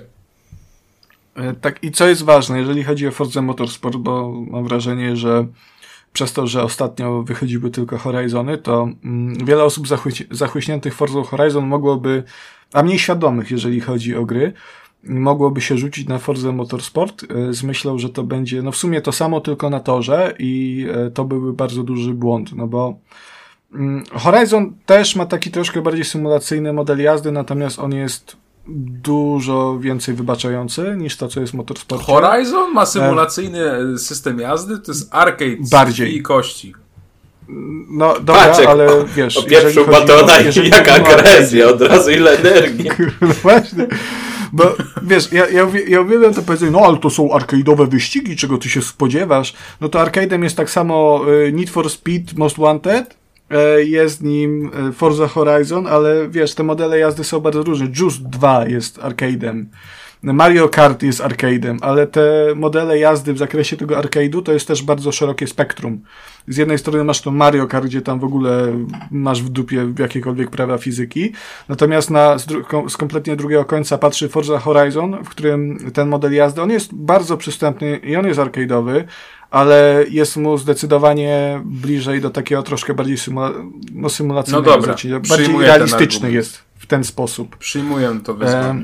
Tak, i co jest ważne, jeżeli chodzi o Forza Motorsport, bo mam wrażenie, że przez to, że ostatnio wychodziły tylko Horizony, to mm, wiele osób zachłyś- zachłyśniętych Forzą Horizon mogłoby, a mniej świadomych, jeżeli chodzi o gry, mogłoby się rzucić na Forza Motorsport z myślą, że to będzie no w sumie to samo, tylko na torze i to byłby bardzo duży błąd, no bo Horizon też ma taki troszkę bardziej symulacyjny model jazdy, natomiast on jest dużo więcej wybaczający niż to, co jest w Motorsporcie. Horizon ma symulacyjny e... system jazdy? To jest arcade bardziej. I kości. No dobra, Patrz, ale wiesz... O pierwszą batona i jaka agresja, od razu ile energii. No właśnie, bo wiesz, ja, ja, ja uwielbiam to powiedzenie, no ale to są arcade'owe wyścigi, czego ty się spodziewasz. No to arcade'em jest tak samo Need for Speed Most Wanted, jest nim Forza Horizon, ale wiesz, te modele jazdy są bardzo różne. Juice dwa jest arcade'em. Mario Kart jest arcade'em, ale te modele jazdy w zakresie tego arcade'u to jest też bardzo szerokie spektrum. Z jednej strony masz to Mario Kart, gdzie tam w ogóle masz w dupie jakiekolwiek prawa fizyki, natomiast na, z, dru- z kompletnie drugiego końca patrzy Forza Horizon, w którym ten model jazdy, on jest bardzo przystępny i on jest arcade'owy, ale jest mu zdecydowanie bliżej do takiego troszkę bardziej symula- no, symulacyjnego. No dobra, zacięcia. Bardziej realistyczny jest w ten sposób. Przyjmuję to wyzwanie.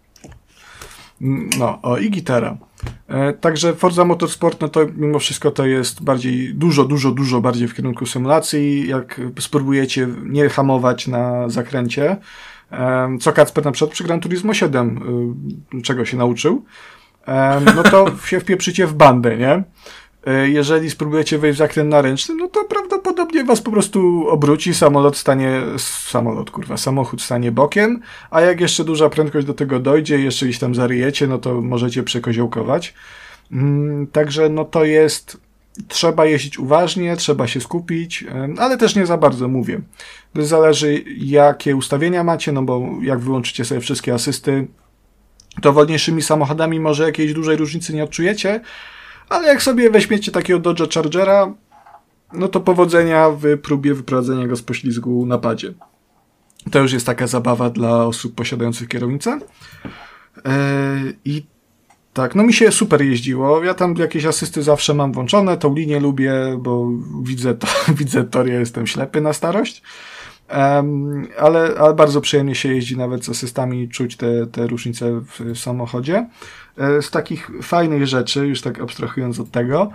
No, o, i gitara. E, także Forza Motorsport, no to mimo wszystko to jest bardziej, dużo, dużo, dużo bardziej w kierunku symulacji. Jak spróbujecie nie hamować na zakręcie, e, co Kacper na przykład przy Gran Turismo siedem e, czego się nauczył, e, no to się wpieprzycie w bandę, nie? Jeżeli spróbujecie wejść w zakręt na ręcznym, no to prawdopodobnie was po prostu obróci, samolot stanie, samolot kurwa, samochód stanie bokiem, a jak jeszcze duża prędkość do tego dojdzie, jeszcze gdzieś tam zaryjecie, no to możecie przekoziołkować. Mm, także no to jest, trzeba jeździć uważnie, trzeba się skupić, ale też nie za bardzo mówię. To zależy jakie ustawienia macie, no bo jak wyłączycie sobie wszystkie asysty, to wolniejszymi samochodami może jakiejś dużej różnicy nie odczujecie, ale jak sobie weźmiecie takiego Dodge'a Chargera, no to powodzenia w próbie wyprowadzenia go z poślizgu na padzie. To już jest taka zabawa dla osób posiadających kierownicę. Yy, I tak, no mi się super jeździło. Ja tam jakieś asysty zawsze mam włączone, tą linię lubię, bo widzę to, widzę tor, ja jestem ślepy na starość. Um, ale, ale bardzo przyjemnie się jeździ nawet z asystami, czuć te, te różnice w, w samochodzie. E, z takich fajnych rzeczy, już tak abstrahując od tego,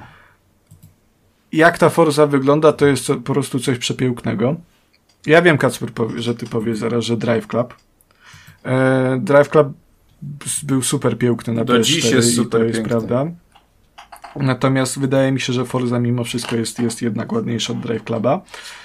jak ta Forza wygląda, to jest po prostu coś przepięknego. Ja wiem, Kacper, że ty powiesz zaraz, że Drive Club. E, Drive Club był super piękny na Do P S dziś cztery jest i super to jest piękny. prawda. Natomiast wydaje mi się, że Forza mimo wszystko jest, jest jednak ładniejsza od Drive Cluba.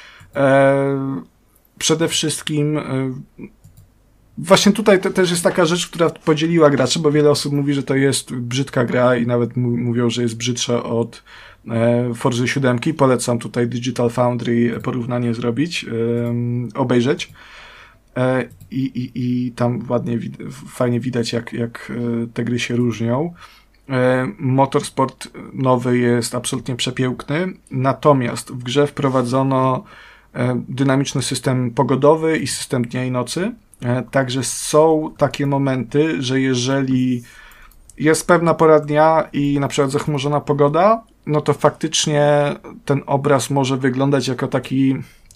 E, przede wszystkim e, właśnie tutaj te, też jest taka rzecz, która podzieliła graczy, bo wiele osób mówi, że to jest brzydka gra i nawet m- mówią, że jest brzydsza od e, Forzy siedem. Polecam tutaj Digital Foundry porównanie zrobić, e, obejrzeć. E, i, i, I tam ładnie, wid- fajnie widać, jak, jak e, te gry się różnią. E, Motorsport nowy jest absolutnie przepiękny, natomiast w grze wprowadzono e, dynamiczny system pogodowy i system dnia i nocy. E, także są takie momenty, że jeżeli jest pewna pora dnia i na przykład zachmurzona pogoda, no to faktycznie ten obraz może wyglądać jako taki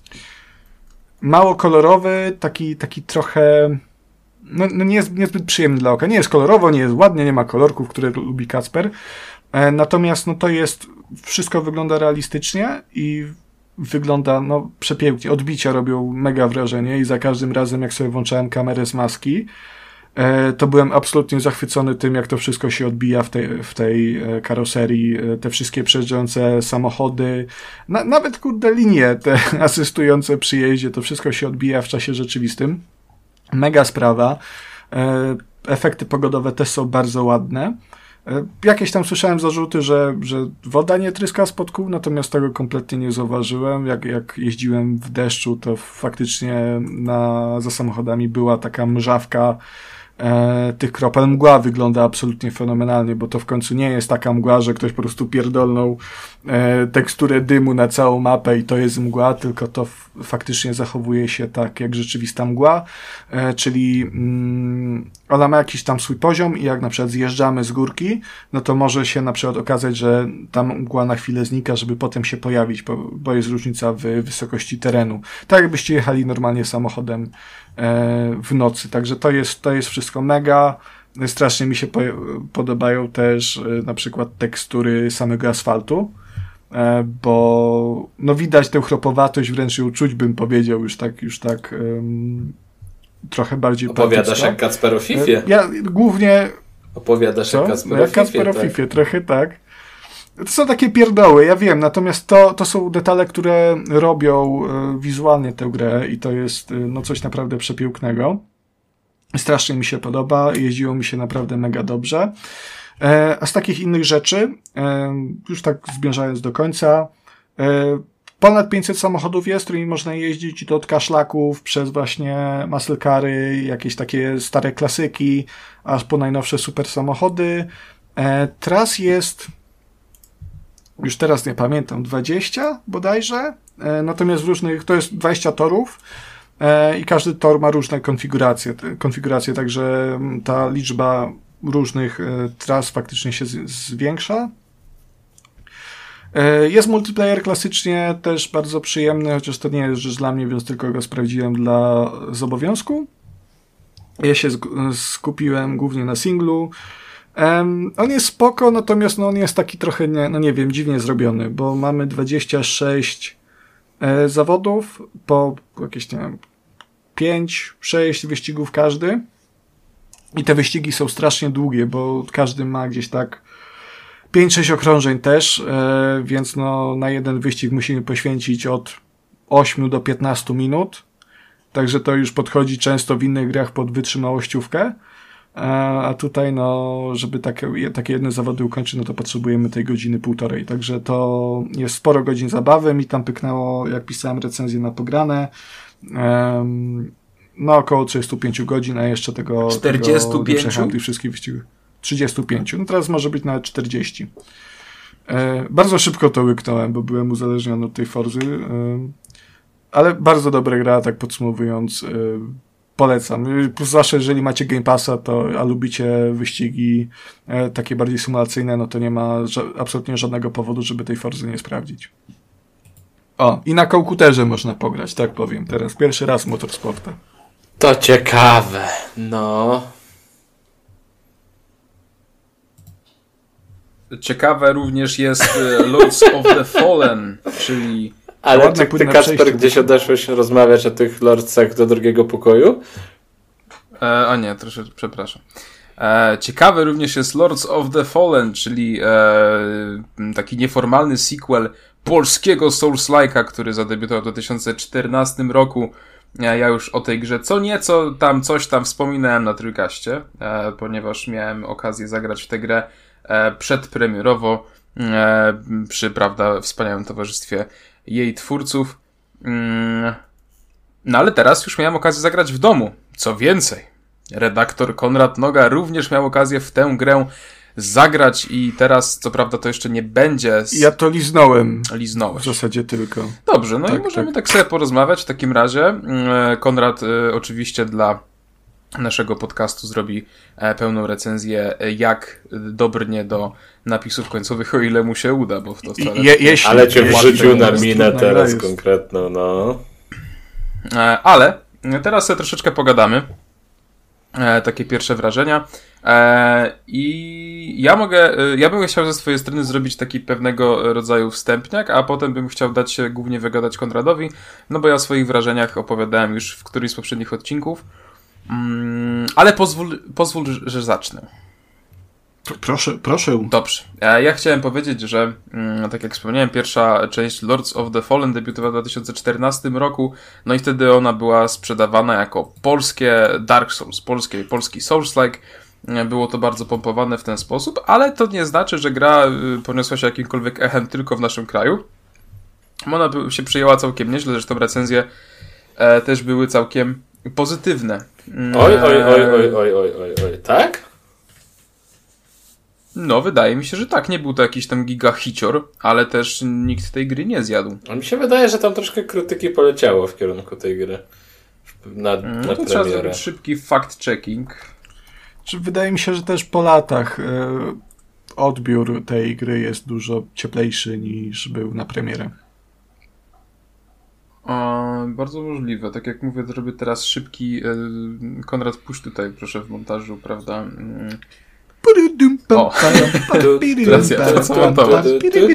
mało kolorowy, taki, taki trochę no, no nie jest niezbyt przyjemny dla oka. Nie jest kolorowo, nie jest ładnie, nie ma kolorków, które lubi Kacper. E, natomiast no to jest, wszystko wygląda realistycznie i wygląda no przepięknie. Odbicia robią mega wrażenie i za każdym razem jak sobie włączałem kamerę z maski, e, to byłem absolutnie zachwycony tym, jak to wszystko się odbija w tej, w tej e, karoserii, e, te wszystkie przejeżdżające samochody, na, nawet kurde linie te asystujące przy jeździe, to wszystko się odbija w czasie rzeczywistym. Mega sprawa. E, efekty pogodowe też są bardzo ładne. E, jakieś tam słyszałem zarzuty, że, że woda nie tryska spod kół, natomiast tego kompletnie nie zauważyłem. Jak, jak jeździłem w deszczu, to faktycznie na, za samochodami była taka mrzawka e, tych kropel. Mgła wygląda absolutnie fenomenalnie, bo to w końcu nie jest taka mgła, że ktoś po prostu pierdolnął e, teksturę dymu na całą mapę i to jest mgła, tylko to f- faktycznie zachowuje się tak jak rzeczywista mgła, e, czyli mm, ona ma jakiś tam swój poziom i jak na przykład zjeżdżamy z górki, no to może się na przykład okazać, że ta mgła na chwilę znika, żeby potem się pojawić, bo, bo jest różnica w wysokości terenu. Tak jakbyście jechali normalnie samochodem e, w nocy. Także to jest, to jest wszystko mega. Strasznie mi się po, podobają też e, na przykład tekstury samego asfaltu, e, bo no widać tę chropowatość, wręcz ją czuć, bym powiedział, już tak, już tak um, trochę bardziej Opowiadasz partycko. jak Kacper o Fifie. Ja głównie... Opowiadasz Co? jak Kacper Jak o Fifie. Kacper o tak. Fifie, trochę tak. To są takie pierdoły, ja wiem, natomiast to, to są detale, które robią y, wizualnie tę grę i to jest y, no coś naprawdę przepięknego. Strasznie mi się podoba, jeździło mi się naprawdę mega dobrze. E, a z takich innych rzeczy, e, już tak zmierzając do końca, e, ponad pięćset samochodów jest, którymi można jeździć, i to od kaszlaków, przez właśnie muscle cary, jakieś takie stare klasyki, aż po najnowsze super samochody. E, tras jest, już teraz nie pamiętam, dwadzieścia bodajże, e, natomiast w różnych, to jest dwadzieścia torów, e, i każdy tor ma różne konfiguracje, te, konfiguracje, także ta liczba różnych e, tras faktycznie się z, zwiększa. E, jest multiplayer klasycznie też bardzo przyjemny, chociaż to nie jest rzecz dla mnie, więc tylko go sprawdziłem dla z obowiązku. Ja się sk- skupiłem głównie na singlu. Um, on jest spoko, natomiast no, on jest taki trochę, nie, no nie wiem, dziwnie zrobiony, bo mamy dwadzieścia sześć e, zawodów, po jakieś, nie wiem, pięć sześć wyścigów każdy. I te wyścigi są strasznie długie, bo każdy ma gdzieś tak pięć sześć okrążeń też, e, więc no na jeden wyścig musimy poświęcić od ośmiu do piętnastu minut. Także to już podchodzi często w innych grach pod wytrzymałościówkę. A tutaj, no, żeby takie, takie jedne zawody ukończyć, no to potrzebujemy tej godziny, półtorej. Także to jest sporo godzin zabawy. Mi tam pyknęło, jak pisałem recenzję na pograne, um, no około trzydzieści pięć godzin, a jeszcze tego, czterdzieści pięć? tego przejechałem tych wszystkich wyścigów. trzydzieści pięć. No teraz może być nawet czterdzieści. E, bardzo szybko to łyknąłem, bo byłem uzależniony od tej Forzy. E, ale bardzo dobra gra, tak podsumowując. E, Polecam. Zwłaszcza jeżeli macie Game Passa, to, a lubicie wyścigi e, takie bardziej symulacyjne, no to nie ma ża- absolutnie żadnego powodu, żeby tej Forzy nie sprawdzić. O, i na komputerze można pograć, tak powiem. Teraz pierwszy raz Motorsporta. To ciekawe. No. Ciekawe również jest Lords of the Fallen, czyli... Ale ty, ty Kacper, gdzieś odeszłeś rozmawiać o tych lordsach do drugiego pokoju? E, a nie, troszeczkę, przepraszam. E, ciekawy również jest Lords of the Fallen, czyli e, taki nieformalny sequel polskiego Souls-like'a, który zadebiutował w dwa tysiące czternastym roku. E, ja już o tej grze co nieco tam, coś tam wspominałem na Trójkaście, e, ponieważ miałem okazję zagrać w tę grę e, przedpremierowo e, przy, prawda, wspaniałym towarzystwie jej twórców. No ale teraz już miałem okazję zagrać w domu. Co więcej, redaktor Konrad Noga również miał okazję w tę grę zagrać i teraz, co prawda, to jeszcze nie będzie... Z... Ja to liznąłem. Liznąłeś. W zasadzie tylko. Dobrze, no tak, i możemy tak. tak sobie porozmawiać w takim razie. Konrad oczywiście dla naszego podcastu zrobi pełną recenzję, jak dobrnie do napisów końcowych, o ile mu się uda, bo w to wcale... Je, jeśli, ale cię wrzucił na jest, minę teraz konkretną, no. Ale teraz sobie troszeczkę pogadamy. Takie pierwsze wrażenia. I ja mogę, ja bym chciał ze swojej strony zrobić taki pewnego rodzaju wstępniak, a potem bym chciał dać się głównie wygadać Konradowi, no bo ja o swoich wrażeniach opowiadałem już w którymś z poprzednich odcinków. Ale pozwól, pozwól, że zacznę. Proszę, proszę. Dobrze. Ja chciałem powiedzieć, że tak jak wspomniałem, pierwsza część Lords of the Fallen debiutowała w dwa tysiące czternastym roku, no i wtedy ona była sprzedawana jako polskie Dark Souls, polskie, polski Souls-like. Było to bardzo pompowane w ten sposób, ale to nie znaczy, że gra poniosła się jakimkolwiek echem tylko w naszym kraju. Ona się przyjęła całkiem nieźle, zresztą recenzje też były całkiem pozytywne. Oj, oj, oj, oj, oj, oj, oj, oj, tak? No, wydaje mi się, że tak. Nie był to jakiś tam giga hicior, ale też nikt tej gry nie zjadł. A mi się wydaje, że tam troszkę krytyki poleciało w kierunku tej gry. Na, no na to premierę. Trzeba zrobić szybki fact-checking. Wydaje mi się, że też po latach e, odbiór tej gry jest dużo cieplejszy niż był na premierę. O, bardzo możliwe. Tak jak mówię, zrobię teraz szybki... E, Konrad, puść tutaj proszę w montażu, prawda? O, racja, to co montować.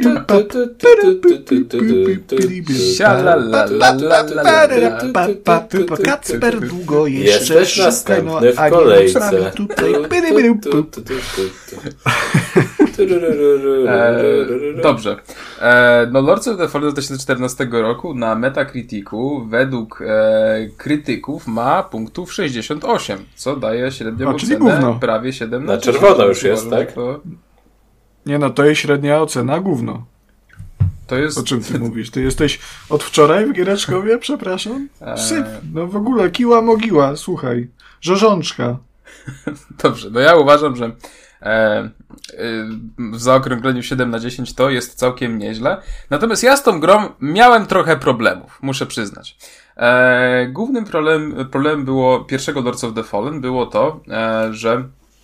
Kacper długo jeszcze Jesteś następny w kolejce. E, dobrze. E, no Lords of the Fallen z dwa tysiące czternastego roku na Metacriticu według e, krytyków ma punktów sześćdziesiąt osiem, co daje średnią O, czyli ocenę gówno. prawie siedem Na na dziesięć. czerwono już jest, Uważam, tak? To, Nie no, to jest średnia ocena, gówno. to jest... O czym ty mówisz? Ty jesteś od wczoraj w Giereczkowie? Przepraszam? Syp. No w ogóle, kiła mogiła, słuchaj. Żorzączka. Dobrze, no ja uważam, że e, e, w zaokrągleniu siedem na dziesięć to jest całkiem nieźle. Natomiast ja z tą grą miałem trochę problemów, muszę przyznać. E, głównym problem, problemem było pierwszego Lords of the Fallen było to, e, że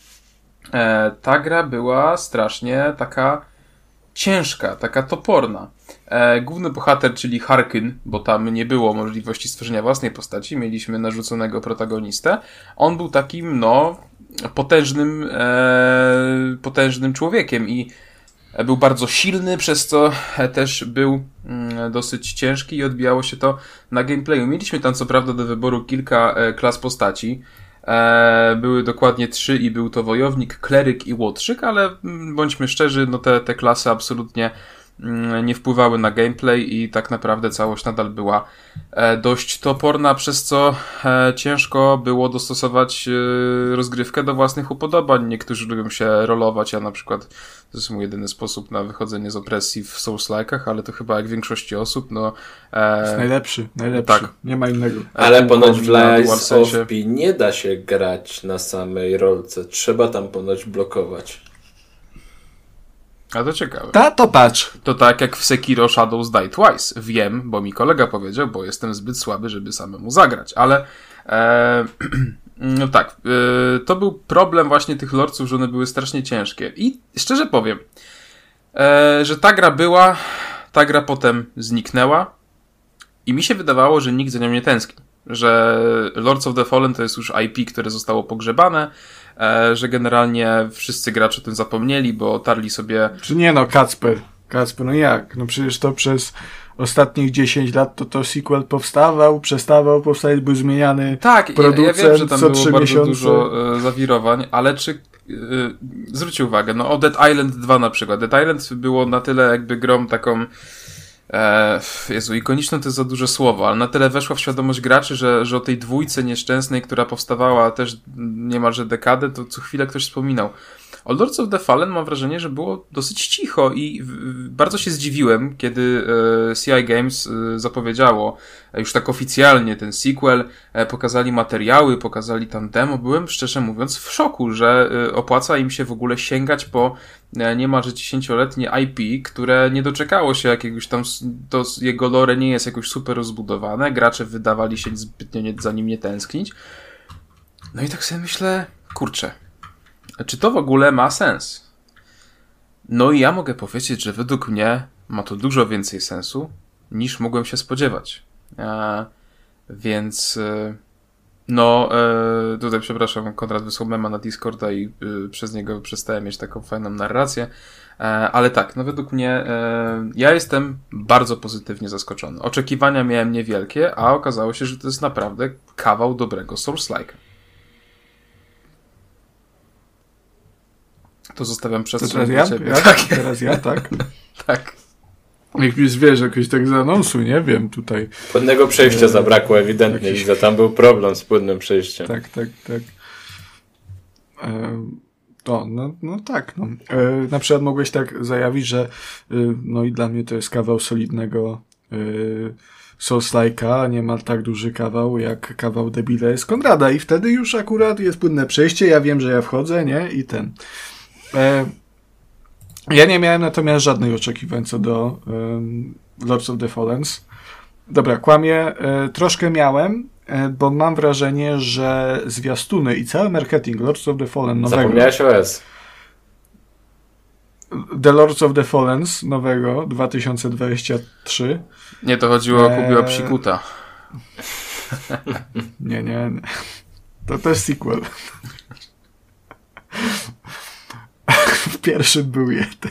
e, ta gra była strasznie taka ciężka, taka toporna. E, główny bohater, czyli Harkyn, bo tam nie było możliwości stworzenia własnej postaci, mieliśmy narzuconego protagonistę. On był takim, no, potężnym, e, potężnym człowiekiem i był bardzo silny, przez co też był mm, dosyć ciężki i odbijało się to na gameplayu. Mieliśmy tam co prawda do wyboru kilka e, klas postaci. E, były dokładnie trzy i był to wojownik, kleryk i łotrzyk, ale mm, bądźmy szczerzy, no te, te klasy absolutnie mm, nie wpływały na gameplay i tak naprawdę całość nadal była e, dość toporna, przez co e, ciężko było dostosować e, rozgrywkę do własnych upodobań. Niektórzy lubią się rolować, ja na przykład to jest mój jedyny sposób na wychodzenie z opresji w Souls-like'ach, ale to chyba jak większości osób, no... E, Jest najlepszy, najlepszy. tak. Nie ma innego. Ale ponoć w na Lies DualSense. of P nie da się grać na samej rolce. Trzeba tam ponoć blokować. A to ciekawe. Ta, to patrz. To tak jak w Sekiro Shadows Die Twice. Wiem, bo mi kolega powiedział, bo jestem zbyt słaby, żeby samemu zagrać, ale e, no tak, e, to był problem właśnie tych lorców, że one były strasznie ciężkie. I szczerze powiem, e, że ta gra była, ta gra potem zniknęła i mi się wydawało, że nikt za nią nie tęskni. Że Lords of the Fallen to jest już I P, które zostało pogrzebane, e, że generalnie wszyscy gracze o tym zapomnieli, bo otarli sobie... Czy nie no, Kacper. Kacper, no jak? No przecież to przez ostatnich dziesięć lat to to sequel powstawał, przestawał powstawać, był zmieniany Tak, producent ja, ja wiem, że tam co było trzy bardzo miesiące. dużo e, zawirowań, ale czy... E, zwróćcie uwagę, no o Dead Island dwa na przykład. Dead Island było na tyle jakby grą taką... E, Jezu, ikoniczną to jest za duże słowo, ale na tyle weszła w świadomość graczy, że, że o tej dwójce nieszczęsnej, która powstawała też niemalże dekadę, to co chwilę ktoś wspominał. O Lords of the Fallen mam wrażenie, że było dosyć cicho i w, w, bardzo się zdziwiłem, kiedy e, C I Games e, zapowiedziało e, już tak oficjalnie ten sequel, e, pokazali materiały, pokazali tam demo. Byłem szczerze mówiąc w szoku, że e, opłaca im się w ogóle sięgać po e, niemalże dziesięcioletnie I P, które nie doczekało się jakiegoś tam, to jego lore nie jest jakoś super rozbudowane, gracze wydawali się zbytnio nie, za nim nie tęsknić. No i tak sobie myślę, kurczę, czy to w ogóle ma sens? No i ja mogę powiedzieć, że według mnie ma to dużo więcej sensu, niż mogłem się spodziewać. E, więc e, no e, tutaj przepraszam, Konrad wysłał mema na Discorda i e, przez niego przestałem mieć taką fajną narrację. E, ale tak, no według mnie e, ja jestem bardzo pozytywnie zaskoczony. Oczekiwania miałem niewielkie, a okazało się, że to jest naprawdę kawał dobrego Souls-like'a. To zostawiam przestrzeń To teraz dla ja? ciebie. ja? Tak, Teraz ja, tak? tak. Jak mi zwierz, jakoś tak z anonsu, nie wiem, tutaj. Płynnego przejścia E, zabrakło ewidentnie, jakiś- widzę, tam był problem z płynnym przejściem. Tak, tak, tak. E, to, no, no tak, no. E, na przykład mogłeś tak zajawić, że e, no i dla mnie to jest kawał solidnego e, Souls-like'a, niemal tak duży kawał, jak kawał debile z Konrada i wtedy już akurat jest płynne przejście, ja wiem, że ja wchodzę, nie? I ten. E, ja nie miałem natomiast żadnych oczekiwań co do um, Lords of the Fallen. Dobra, kłamię. E, troszkę miałem, e, bo mam wrażenie, że zwiastuny i cały marketing Lords of the Fallen nowego, Zapomniałeś o S. The Lords of the Fallen nowego, dwa tysiące dwudziesty trzeci. Nie, to chodziło o Eee. Kubiła Psikuta. Nie, nie, nie. To też sequel. pierwszym był jeden.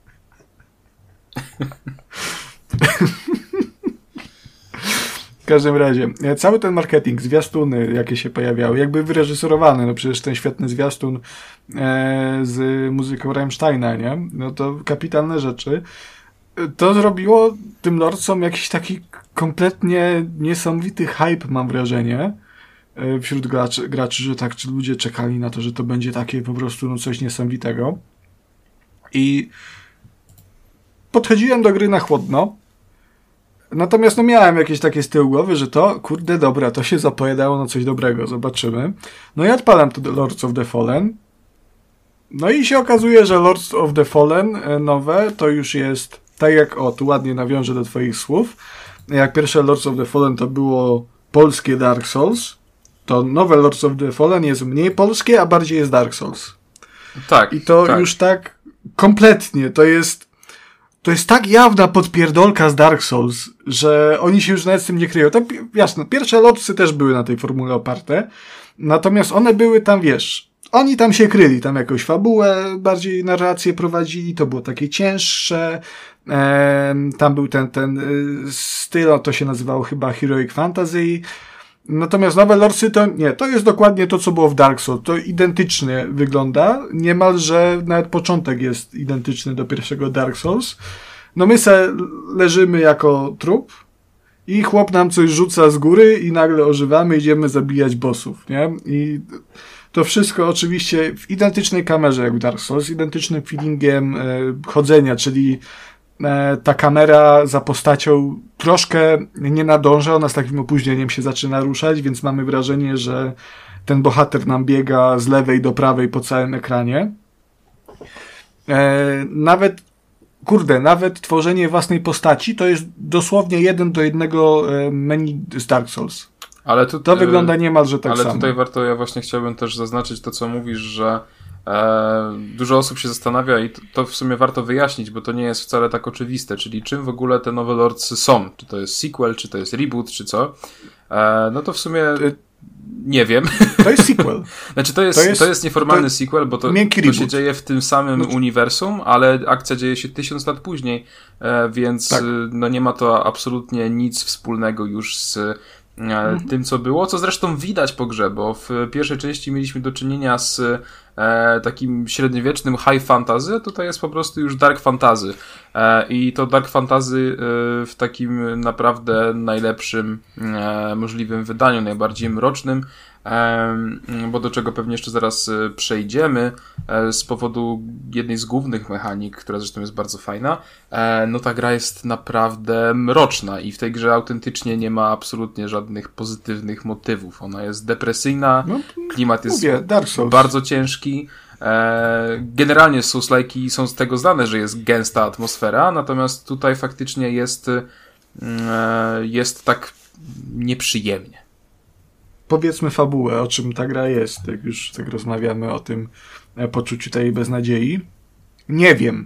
W każdym razie, cały ten marketing, zwiastuny, jakie się pojawiały, jakby wyreżyserowany, no przecież ten świetny zwiastun e, z muzyką Rammsteina, nie? No to kapitalne rzeczy. To zrobiło tym lordsom jakiś taki kompletnie niesamowity hype, mam wrażenie, e, wśród graczy, graczy, że tak, czy ludzie czekali na to, że to będzie takie po prostu no coś niesamowitego. I podchodziłem do gry na chłodno. Natomiast no miałem jakieś takie z tyłu głowy, że to, kurde, dobra, to się zapowiadało na coś dobrego, zobaczymy. No i odpalam to Lords of the Fallen. No i się okazuje, że Lords of the Fallen nowe to już jest, tak jak, o, tu ładnie nawiążę do twoich słów, jak pierwsze Lords of the Fallen to było polskie Dark Souls, to nowe Lords of the Fallen jest mniej polskie, a bardziej jest Dark Souls. Tak. I to tak. już tak kompletnie, to jest To jest tak jawna podpierdolka z Dark Souls, że oni się już nawet z tym nie kryją. Tak, jasno, pierwsze Lordsy też były na tej formule oparte, natomiast one były tam, wiesz, oni tam się kryli, tam jakąś fabułę, bardziej narrację prowadzili, to było takie cięższe, e, tam był ten, ten y, styl, to się nazywało chyba Heroic Fantasy. Natomiast nowe Lordsy to nie, to jest dokładnie to, co było w Dark Souls. To identycznie wygląda. Niemalże nawet początek jest identyczny do pierwszego Dark Souls. No my se leżymy jako trup i chłop nam coś rzuca z góry i nagle ożywamy, idziemy zabijać bossów, nie? I to wszystko oczywiście w identycznej kamerze jak w Dark Souls, identycznym feelingiem e, chodzenia, czyli ta kamera za postacią troszkę nie nadąża, ona z takim opóźnieniem się zaczyna ruszać, więc mamy wrażenie, że ten bohater nam biega z lewej do prawej po całym ekranie. E, nawet, kurde, nawet tworzenie własnej postaci to jest dosłownie jeden do jednego menu z Dark Souls. Ale tu, to wygląda niemalże tak ale samo. Ale tutaj warto, ja właśnie chciałbym też zaznaczyć to, co mówisz, że E, dużo osób się zastanawia i to, to w sumie warto wyjaśnić, bo to nie jest wcale tak oczywiste, czyli czym w ogóle te nowe Lordsy są. Czy to jest sequel, czy to jest reboot, czy co. E, no to w sumie nie wiem. To jest sequel. Znaczy to jest, to jest, to jest nieformalny to sequel, bo to, to się dzieje w tym samym znaczy... uniwersum, ale akcja dzieje się tysiąc lat później, e, więc tak. no nie ma to absolutnie nic wspólnego już z Mhm. tym, co było, co zresztą widać po grze, bo w pierwszej części mieliśmy do czynienia z e, takim średniowiecznym high fantasy, tutaj jest po prostu już dark fantasy e, i to dark fantasy e, w takim naprawdę najlepszym e, możliwym wydaniu, najbardziej mrocznym, e, bo do czego pewnie jeszcze zaraz przejdziemy e, z powodu jednej z głównych mechanik, która zresztą jest bardzo fajna. E, no ta gra jest naprawdę mroczna i w tej grze autentycznie nie ma absolutnie żadnych pozytywnych motywów. Ona jest depresyjna, no, klimat jest mówię, Dark Souls. bardzo ciężki. E, generalnie Souls-like'i są z tego znane, że jest gęsta atmosfera, natomiast tutaj faktycznie jest e, jest tak nieprzyjemnie. Powiedzmy fabułę, o czym ta gra jest, jak już tak rozmawiamy o tym e, poczuciu tej beznadziei. Nie wiem.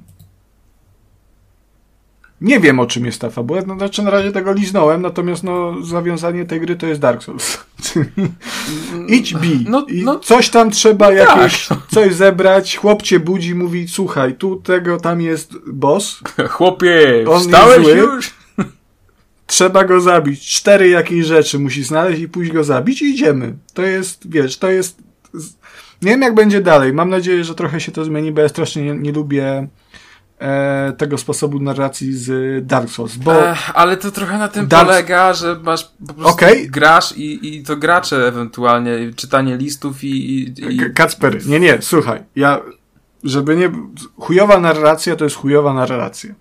Nie wiem, o czym jest ta fabuła, no, znaczy na razie tego liznąłem, natomiast no, zawiązanie tej gry to jest Dark Souls. Idź bij. No, no, coś tam trzeba jakieś, tak. coś zebrać, chłop cię budzi, mówi, słuchaj, tu tego, tam jest boss. Chłopie, wstałeś już? Trzeba go zabić. Cztery jakieś rzeczy musi znaleźć i pójść go zabić i idziemy. To jest, wiesz, to jest... Nie wiem, jak będzie dalej. Mam nadzieję, że trochę się to zmieni, bo ja strasznie nie, nie lubię e, tego sposobu narracji z Dark Souls, bo... Ech, ale to trochę na tym Dark... polega, że masz po prostu okay. grasz i, i to gracze ewentualnie, czytanie listów i... i, i... Kacper, nie, nie, słuchaj. Ja, żeby nie... Chujowa narracja to jest chujowa narracja.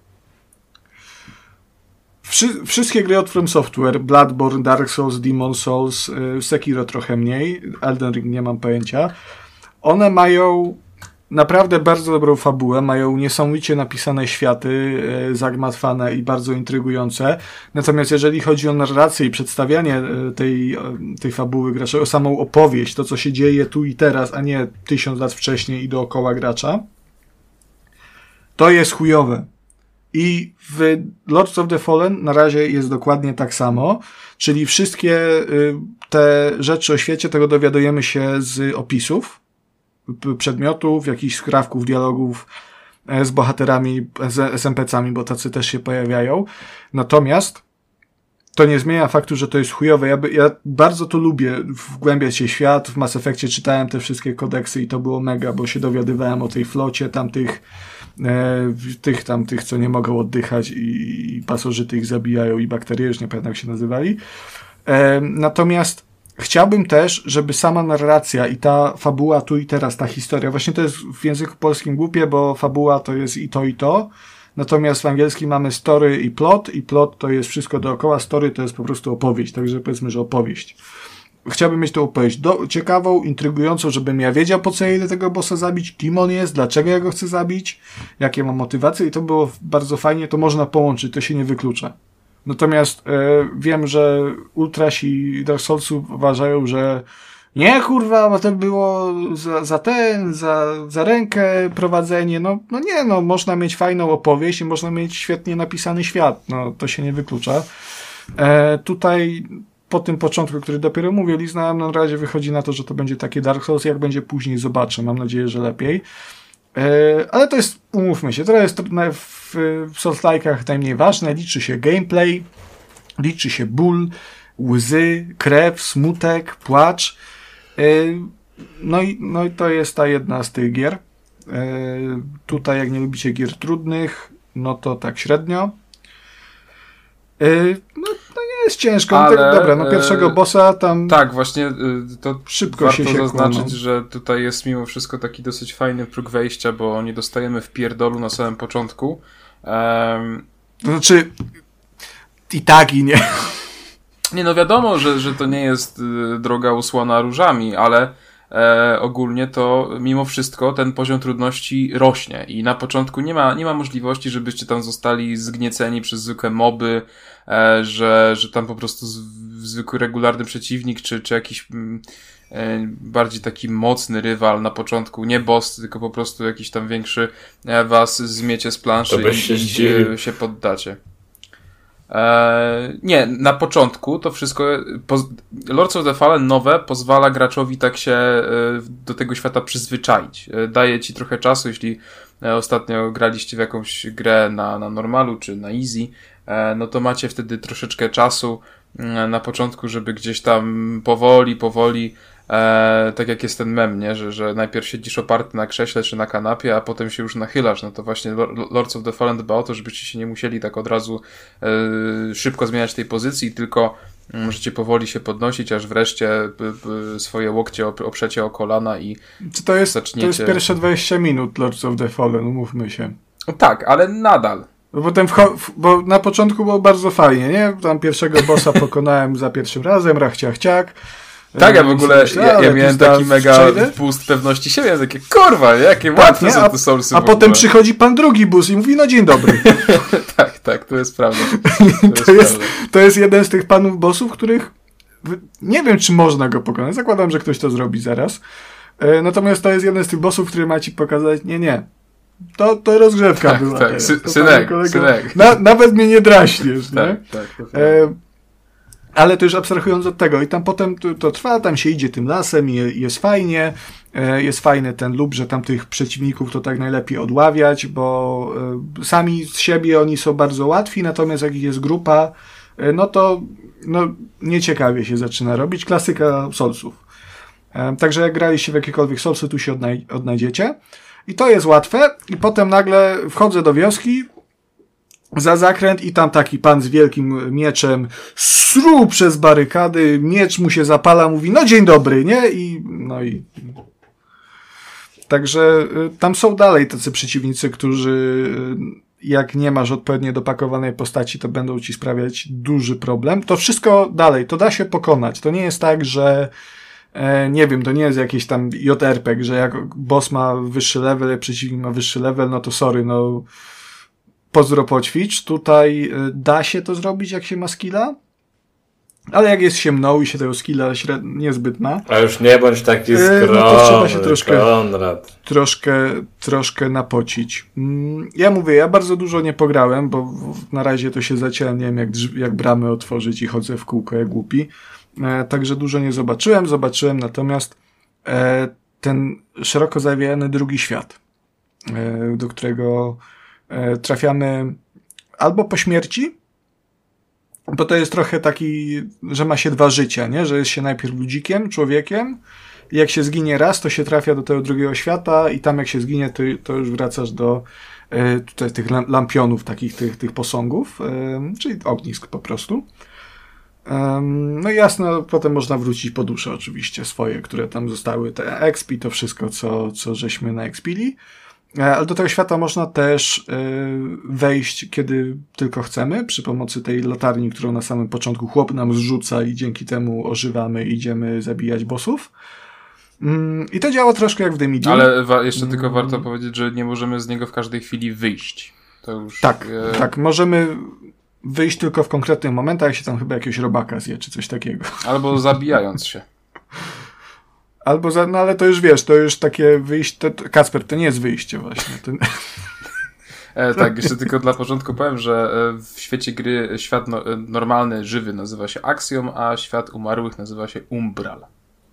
Wszy- wszystkie gry od From Software, Bloodborne, Dark Souls, Demon Souls, yy, Sekiro trochę mniej, Elden Ring nie mam pojęcia, one mają naprawdę bardzo dobrą fabułę, mają niesamowicie napisane światy, yy, zagmatwane i bardzo intrygujące, natomiast jeżeli chodzi o narrację i przedstawianie yy, tej, yy, tej fabuły gracza, o samą opowieść, to co się dzieje tu i teraz, a nie tysiąc lat wcześniej i dookoła gracza, to jest chujowe. I w Lords of the Fallen na razie jest dokładnie tak samo, czyli wszystkie te rzeczy o świecie, tego dowiadujemy się z opisów, przedmiotów, jakichś skrawków, dialogów, z bohaterami, z, z en pe cami, bo tacy też się pojawiają. Natomiast to nie zmienia faktu, że to jest chujowe. Ja, by, ja bardzo to lubię, wgłębiać się w świat. W Mass Effectie czytałem te wszystkie kodeksy i to było mega, bo się dowiadywałem o tej flocie, tamtych, e, tych, tamtych, co nie mogą oddychać i, i pasożyty ich zabijają i bakterie, już nie pamiętam jak się nazywali. E, natomiast chciałbym też, żeby sama narracja i ta fabuła tu i teraz, ta historia, właśnie to jest w języku polskim głupie, bo fabuła to jest i to, i to. Natomiast w angielskim mamy story i plot, i plot to jest wszystko dookoła, story to jest po prostu opowieść, także powiedzmy, że opowieść. Chciałbym mieć tą opowieść do, ciekawą, intrygującą, żebym ja wiedział, po co ja idę tego bossa zabić, kim on jest, dlaczego ja go chcę zabić, jakie mam motywacje i to było bardzo fajnie, to można połączyć, to się nie wyklucza. Natomiast e, wiem, że ultrasi Dark Soulsów uważają, że nie, kurwa, bo to było za, za ten, za, za rękę prowadzenie. No, no nie, no, można mieć fajną opowieść i można mieć świetnie napisany świat. No, to się nie wyklucza. E, tutaj, po tym początku, który dopiero mówię, Lizna, na razie wychodzi na to, że to będzie takie Dark Souls, jak będzie później, zobaczę. Mam nadzieję, że lepiej. E, ale to jest, umówmy się, to jest w, w Souls-like'ach najmniej ważne. Liczy się gameplay, liczy się ból, łzy, krew, smutek, płacz. No i, no i to jest ta jedna z tych gier. Tutaj jak nie lubicie gier trudnych, no to tak średnio. No to nie jest ciężko. Ale, no, dobra, no pierwszego bossa tam... Tak, właśnie to szybko warto się się zaznaczyć, kłamą. że tutaj jest mimo wszystko taki dosyć fajny próg wejścia, bo nie dostajemy w pierdolu na samym początku. Um, to znaczy i tak i nie. Nie, no wiadomo, że, że to nie jest y, droga usłana różami, ale e, ogólnie to mimo wszystko ten poziom trudności rośnie i na początku nie ma, nie ma możliwości, żebyście tam zostali zgnieceni przez zwykłe moby, e, że, że tam po prostu z, zwykły regularny przeciwnik, czy, czy jakiś mm, e, bardziej taki mocny rywal na początku, nie boss, tylko po prostu jakiś tam większy e, was zmiecie z planszy To byś i, się i zdziwił. się poddacie. Eee, nie, na początku to wszystko poz- Lords of the Fallen nowe pozwala graczowi tak się e, do tego świata przyzwyczaić. E, daje ci trochę czasu, jeśli e, ostatnio graliście w jakąś grę na, na normalu czy na easy, e, no to macie wtedy troszeczkę czasu e, na początku, żeby gdzieś tam powoli, powoli E, tak jak jest ten mem, nie? Że, że najpierw siedzisz oparty na krześle czy na kanapie, a potem się już nachylasz. No to właśnie Lords of the Fallen dba o to, żebyście się nie musieli tak od razu e, szybko zmieniać tej pozycji, tylko możecie powoli się podnosić, aż wreszcie b, b, swoje łokcie oprzecie o kolana i Czy to jest, zaczniecie... to jest pierwsze dwadzieścia minut Lords of the Fallen, umówmy się. No tak, ale nadal. Bo potem wcho- bo na początku było bardzo fajnie, nie? Tam pierwszego bossa pokonałem za pierwszym razem, rachciach ciak. Tak, ja w ogóle, Myślę, ja, ja ale miałem tu taki zda- mega przejdę? boost pewności siebie, ja takie, kurwa, jakie Tak, łatwe nie? są A, te soulsy a w potem ogóle. przychodzi pan drugi bus i mówi, no dzień dobry. Tak, tak, to jest prawda. To, to, jest, jest, prawda. to jest jeden z tych panów bossów, których nie wiem, czy można go pokonać. Zakładam, że ktoś to zrobi zaraz. E, natomiast to jest jeden z tych bossów, który ma ci pokazać, nie, nie. To, to rozgrzewka Tak, była. tak, teraz. sy- To, synek, panie kolego, synek. Na, nawet mnie nie draśniesz, nie? Tak, tak, to prawda. E, ale to już abstrahując od tego i tam potem to, to trwa, tam się idzie tym lasem i je- jest fajnie, e, jest fajny ten lub, że tam tych przeciwników to tak najlepiej odławiać, bo e, sami z siebie oni są bardzo łatwi, natomiast jak ich jest grupa, e, no to no, nieciekawie się zaczyna robić, klasyka Soulsów. E, także jak graliście w jakiekolwiek Soulsy, tu się odnaj- odnajdziecie i to jest łatwe i potem nagle wchodzę do wioski, za zakręt i tam taki pan z wielkim mieczem sru przez barykady, miecz mu się zapala, mówi, no dzień dobry, nie? I no i także y, tam są dalej tacy przeciwnicy, którzy y, jak nie masz odpowiednio dopakowanej postaci, to będą ci sprawiać duży problem. To wszystko dalej, to da się pokonać. To nie jest tak, że e, nie wiem, to nie jest jakiś tam J R P G, że jak boss ma wyższy level, przeciwnik ma wyższy level, no to sorry, no pozdro poćwicz. Tutaj y, da się to zrobić, jak się ma skilla, ale jak jest się mną i się tego skilla śred- niezbyt ma, A już nie bądź taki Yy, skromny, no to trzeba się troszkę- Konrad. troszkę, troszkę napocić. Mm, Ja mówię, ja bardzo dużo nie pograłem, bo w- na razie to się zaciąłem, nie wiem jak, drz- jak bramy otworzyć i chodzę w kółko jak głupi. E, także dużo nie zobaczyłem, zobaczyłem natomiast e, ten szeroko zawijany drugi świat. do którego trafiamy albo po śmierci, bo to jest trochę taki, że ma się dwa życia, nie? Że jest się najpierw ludzikiem, człowiekiem i jak się zginie raz, to się trafia do tego drugiego świata i tam jak się zginie, to, to już wracasz do e, tutaj tych lampionów, takich tych, tych posągów, e, czyli ognisk po prostu. E, no i jasno, potem można wrócić po dusze oczywiście swoje, które tam zostały, te expi, to wszystko, co, co żeśmy naexpili. Ale do tego świata można też wejść, kiedy tylko chcemy, przy pomocy tej latarni, którą na samym początku chłop nam zrzuca i dzięki temu ożywamy i idziemy zabijać bossów. I to działa troszkę jak w The Medium. Ale wa- jeszcze tylko hmm. warto powiedzieć, że nie możemy z niego w każdej chwili wyjść. To już... Tak, e... tak. Możemy wyjść tylko w konkretnych momentach, jak się tam chyba jakiegoś robaka zje, czy coś takiego. Albo zabijając się. Albo, za, no ale to już wiesz, to już takie wyjście, to, Kacper, to nie jest wyjście właśnie. To... E, tak, jeszcze tylko dla porządku powiem, że w świecie gry świat no, normalny, żywy nazywa się Axiom, a świat umarłych nazywa się Umbral.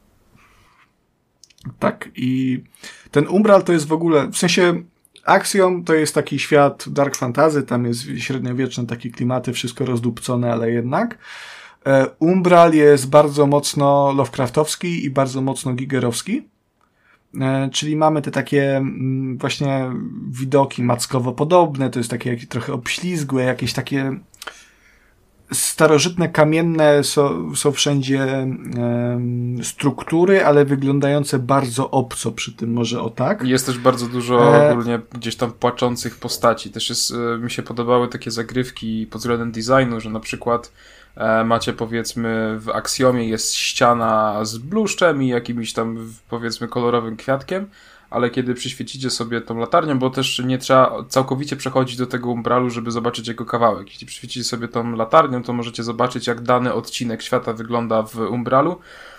Tak, i ten Umbral to jest w ogóle, w sensie Axiom to jest taki świat dark fantasy, tam jest średniowieczne takie klimaty, wszystko rozdupcone, ale jednak. Umbral jest bardzo mocno Lovecraftowski i bardzo mocno gigerowski, czyli mamy te takie właśnie widoki mackowo podobne, to jest takie trochę obślizgłe, jakieś takie starożytne, kamienne są, są wszędzie um, struktury, ale wyglądające bardzo obco przy tym, może o tak. Jest też bardzo dużo e... ogólnie gdzieś tam płaczących postaci. Też jest, mi się podobały takie zagrywki pod względem designu, że na przykład e, macie powiedzmy w Axiomie jest ściana z bluszczem i jakimś tam powiedzmy kolorowym kwiatkiem, ale kiedy przyświecicie sobie tą latarnią, bo też nie trzeba całkowicie przechodzić do tego umbralu, żeby zobaczyć jego kawałek. Jeśli przyświecicie sobie tą latarnią, to możecie zobaczyć, jak dany odcinek świata wygląda w umbralu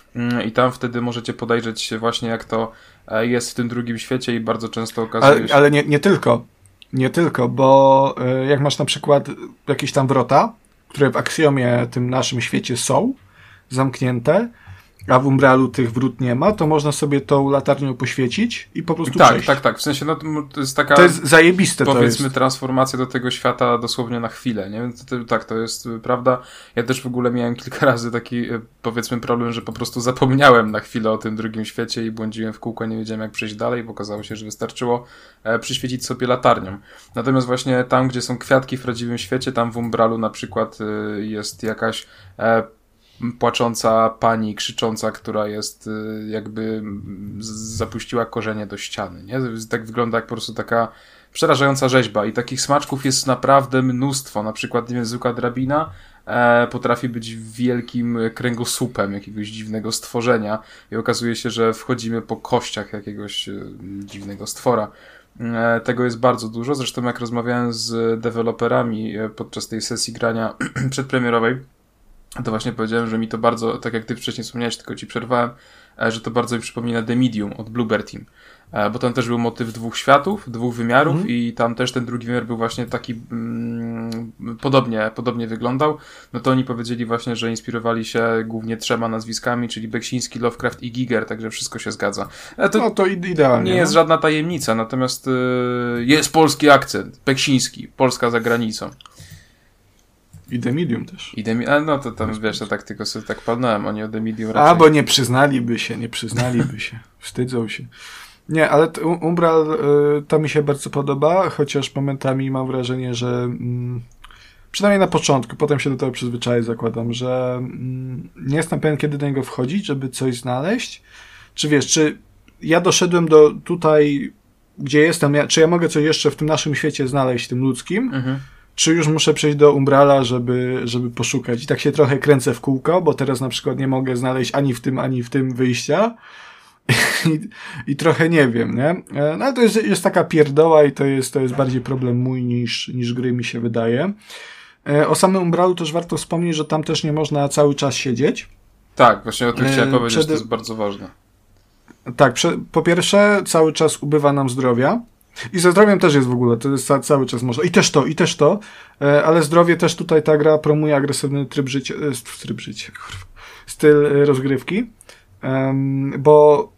i tam wtedy możecie podejrzeć właśnie, jak to jest w tym drugim świecie i bardzo często okazuje się... Ale, ale nie, nie tylko, nie tylko, bo jak masz na przykład jakieś tam wrota, które w Axiomie, tym naszym świecie są zamknięte, a w umbralu tych wrót nie ma, to można sobie tą latarnią poświecić i po prostu tak, przejść. Tak, tak, tak. W sensie no, to jest taka... To jest zajebiste to powiedzmy jest. transformacja do tego świata dosłownie na chwilę, nie? To, to, tak, to jest prawda. Ja też w ogóle miałem kilka razy taki powiedzmy problem, że po prostu zapomniałem na chwilę o tym drugim świecie i błądziłem w kółko, nie wiedziałem jak przejść dalej, bo okazało się, że wystarczyło e, przyświecić sobie latarnią. Natomiast właśnie tam, gdzie są kwiatki w prawdziwym świecie, tam w umbralu na przykład e, jest jakaś e, płacząca pani, krzycząca, która jest jakby zapuściła korzenie do ściany, nie? Tak wygląda jak po prostu taka przerażająca rzeźba i takich smaczków jest naprawdę mnóstwo. Na przykład, nie wiem, zwykła drabina e, potrafi być wielkim kręgosłupem jakiegoś dziwnego stworzenia i okazuje się, że wchodzimy po kościach jakiegoś e, dziwnego stwora. E, tego jest bardzo dużo. Zresztą jak rozmawiałem z deweloperami e, podczas tej sesji grania przedpremierowej, to właśnie powiedziałem, że mi to bardzo, tak jak ty wcześniej wspomniałeś, tylko ci przerwałem, że to bardzo mi przypomina The Medium od Bluebird Team, bo tam też był motyw dwóch światów, dwóch wymiarów mm. i tam też ten drugi wymiar był właśnie taki mm, podobnie, podobnie wyglądał. No to oni powiedzieli właśnie, że inspirowali się głównie trzema nazwiskami, czyli Beksiński, Lovecraft i Giger, także wszystko się zgadza. To no to idealnie. Nie jest żadna tajemnica, natomiast y, jest polski akcent, Beksiński, Polska za granicą. I The Medium też. I The Medium, no to tam wiesz, to tak tylko sobie tak palnąłem, oni o The Medium raczej... A, bo nie przyznaliby się, nie przyznaliby się. Wstydzą się. Nie, ale Umbral y, to mi się bardzo podoba, chociaż momentami mam wrażenie, że mm, przynajmniej na początku, potem się do tego przyzwyczaję, zakładam, że mm, nie jestem pewien, kiedy do niego wchodzić, żeby coś znaleźć. Czy wiesz, czy ja doszedłem do tutaj, gdzie jestem, ja, czy ja mogę coś jeszcze w tym naszym świecie znaleźć, tym ludzkim, mhm. czy już muszę przejść do Umbrala, żeby, żeby poszukać. I tak się trochę kręcę w kółko, bo teraz na przykład nie mogę znaleźć ani w tym, ani w tym wyjścia. I, i trochę nie wiem, nie? No ale to jest, jest taka pierdoła i to jest, to jest bardziej problem mój niż, niż gry, mi się wydaje. O samym Umbralu też warto wspomnieć, że tam też nie można cały czas siedzieć. Tak, właśnie o tym chciałem e, powiedzieć, przed... to jest bardzo ważne. Tak, prze... po pierwsze cały czas ubywa nam zdrowia. I ze zdrowiem też jest w ogóle, to jest cały czas można. I też to, i też to, ale zdrowie też tutaj ta gra promuje agresywny tryb życia, tryb życia, kurwa, styl rozgrywki, bo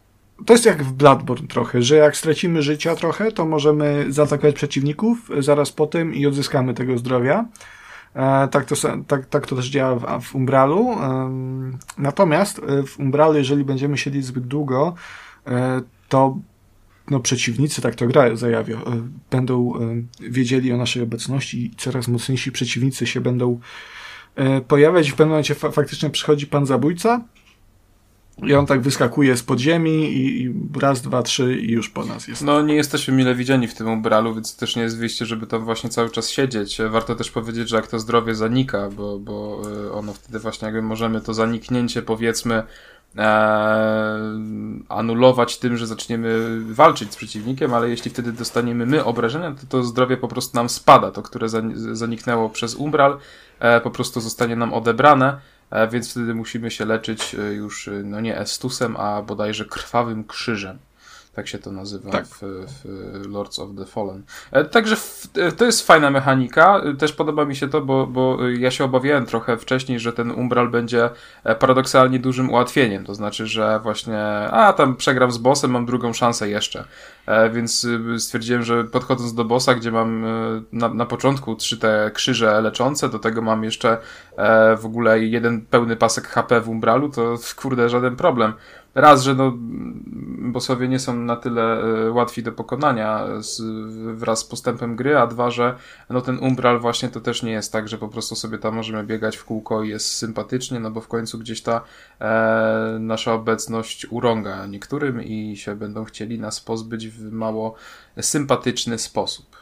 to jest jak w Bloodborne trochę, że jak stracimy życia trochę, to możemy zaatakować przeciwników zaraz po tym i odzyskamy tego zdrowia. E, tak, to, tak, tak to też działa w, w Umbralu. E, natomiast w Umbralu, jeżeli będziemy siedzieć zbyt długo, e, to no, przeciwnicy, tak to gra zajawia, e, będą e, wiedzieli o naszej obecności i coraz mocniejsi przeciwnicy się będą e, pojawiać. W pewnym momencie fa- faktycznie przychodzi pan zabójca i on tak wyskakuje z podziemi i, i raz, dwa, trzy i już po nas jest. No nie jesteśmy mile widziani w tym Umbralu, więc też nie jest wyjście, żeby tam właśnie cały czas siedzieć. Warto też powiedzieć, że jak to zdrowie zanika, bo, bo ono wtedy właśnie jakby możemy to zaniknięcie powiedzmy e, anulować tym, że zaczniemy walczyć z przeciwnikiem, ale jeśli wtedy dostaniemy my obrażenia, to to zdrowie po prostu nam spada. To, które zaniknęło przez Umbral, e, po prostu zostanie nam odebrane. Więc wtedy musimy się leczyć już, no nie Estusem, a bodajże Krwawym Krzyżem. Tak się to nazywa tak. w, w Lords of the Fallen. Także w, to jest fajna mechanika. Też podoba mi się to, bo, bo ja się obawiałem trochę wcześniej, że ten Umbral będzie paradoksalnie dużym ułatwieniem. To znaczy, że właśnie a tam przegram z bossem, mam drugą szansę jeszcze. Więc stwierdziłem, że podchodząc do bossa, gdzie mam na, na początku trzy te krzyże leczące, do tego mam jeszcze w ogóle jeden pełny pasek H P w Umbralu, to kurde żaden problem. Raz, że no bossowie nie są na tyle y, łatwi do pokonania z, wraz z postępem gry, a dwa, że no ten Umbral właśnie to też nie jest tak, że po prostu sobie tam możemy biegać w kółko i jest sympatycznie, no bo w końcu gdzieś ta e, nasza obecność urąga niektórym i się będą chcieli nas pozbyć w mało sympatyczny sposób.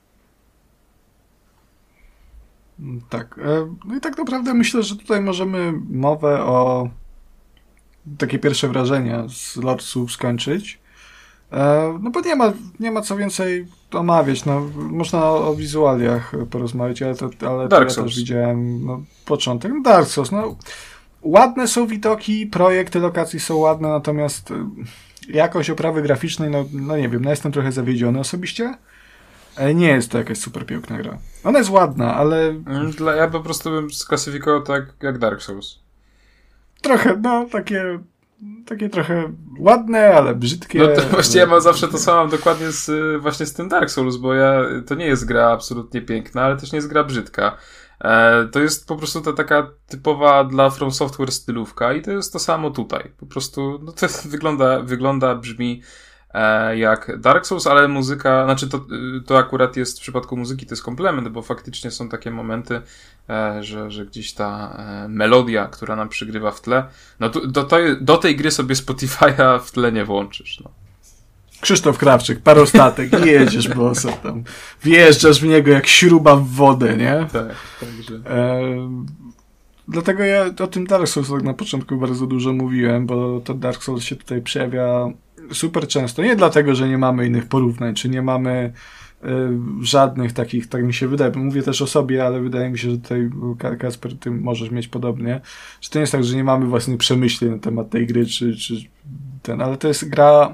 Tak. No i tak naprawdę myślę, że tutaj możemy mowę o takie pierwsze wrażenia z Lordsów skończyć. No bo nie ma, nie ma co więcej omawiać. No, można o, o wizualiach porozmawiać, ale to, ale to ja też widziałem no, początek. Dark Souls. No, ładne są widoki, projekty lokacji są ładne, natomiast jakość oprawy graficznej, no, no nie wiem, no jestem trochę zawiedziony osobiście. Nie jest to jakaś super piękna gra. Ona jest ładna, ale... Dla, ja po prostu bym sklasyfikował tak jak Dark Souls. Trochę, no, takie, takie trochę ładne, ale brzydkie. No to właściwie ja mam zawsze to samo dokładnie z, właśnie z tym Dark Souls, bo ja, to nie jest gra absolutnie piękna, ale też nie jest gra brzydka. E, to jest po prostu ta taka typowa dla From Software stylówka i to jest to samo tutaj. Po prostu, no to wygląda, wygląda, brzmi e, jak Dark Souls, ale muzyka, znaczy to, to akurat jest w przypadku muzyki to jest komplement, bo faktycznie są takie momenty, e, że, że gdzieś ta e, melodia, która nam przygrywa w tle, no to, do, to, do tej gry sobie Spotify'a w tle nie włączysz, no. Krzysztof Krawczyk, parostatek, jedziesz boso tam, wjeżdżasz w niego jak śruba w wodę, nie? Tak, także. E, dlatego ja o tym Dark Souls tak na początku bardzo dużo mówiłem, bo to Dark Souls się tutaj przejawia super często. Nie dlatego, że nie mamy innych porównań, czy nie mamy y, żadnych takich, tak mi się wydaje, mówię też o sobie, ale wydaje mi się, że tutaj Kacper, ty możesz mieć podobnie, że to nie jest tak, że nie mamy własnych przemyśleń na temat tej gry, czy, czy ten, ale to jest gra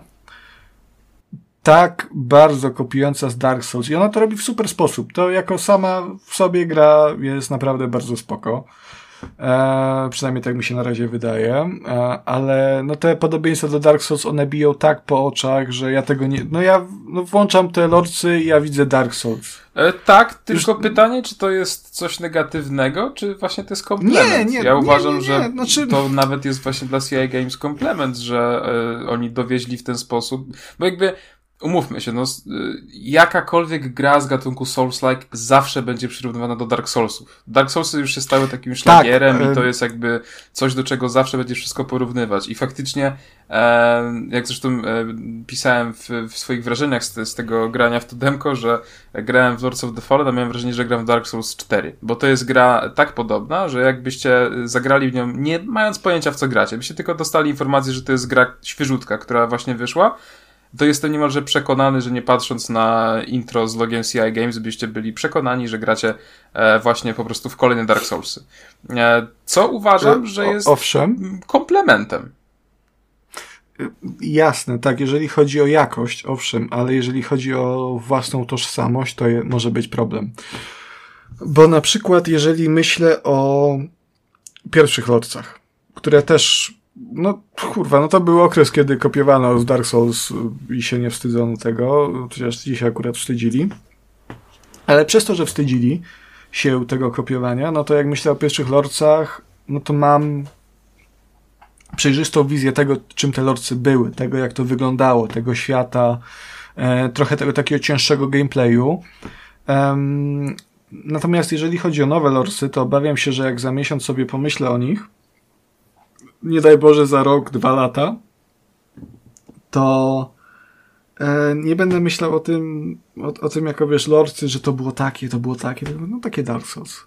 tak bardzo kopiująca z Dark Souls i ona to robi w super sposób. To jako sama w sobie gra jest naprawdę bardzo spoko. E, przynajmniej tak mi się na razie wydaje. E, ale no te podobieństwa do Dark Souls, one biją tak po oczach, że ja tego nie... No ja no włączam te lordsy i ja widzę Dark Souls. E, tak, tylko Już... pytanie, czy to jest coś negatywnego, czy właśnie to jest komplement? Nie, nie, ja uważam, nie, nie, że znaczy... to nawet jest właśnie dla C I Games komplement, że e, oni dowieźli w ten sposób, bo jakby umówmy się, no, jakakolwiek gra z gatunku Souls-like zawsze będzie przyrównywana do Dark Soulsów. Dark Soulsy już się stały takim szlagierem tak, i to jest jakby coś, do czego zawsze będzie wszystko porównywać. I faktycznie, e, jak zresztą e, pisałem w, w swoich wrażeniach z, z tego grania w to demko, że grałem w Lords of the Fallen, a miałem wrażenie, że gram w Dark Souls cztery. Bo to jest gra tak podobna, że jakbyście zagrali w nią, nie mając pojęcia w co gracie, byście tylko dostali informację, że to jest gra świeżutka, która właśnie wyszła, to jestem niemalże przekonany, że nie patrząc na intro z logiem C I Games, byście byli przekonani, że gracie e, właśnie po prostu w kolejne Dark Soulsy. E, co uważam, że jest owszem. komplementem. Jasne, tak, jeżeli chodzi o jakość, owszem, ale jeżeli chodzi o własną tożsamość, to je, może być problem. Bo na przykład, jeżeli myślę o pierwszych lordsach, które też no kurwa, no to był okres, kiedy kopiowano z Dark Souls i się nie wstydzono tego, chociaż dzisiaj akurat wstydzili. Ale przez to, że wstydzili się tego kopiowania, no to jak myślę o pierwszych lordsach, no to mam przejrzystą wizję tego, czym te lordsy były, tego jak to wyglądało, tego świata, e, trochę tego takiego cięższego gameplayu. Um, natomiast jeżeli chodzi o nowe lordsy, to obawiam się, że jak za miesiąc sobie pomyślę o nich, nie daj Boże za rok, dwa lata, to e, nie będę myślał o tym, o, o tym jako wiesz, lordsy, że to było takie, to było takie, no takie Dark Souls.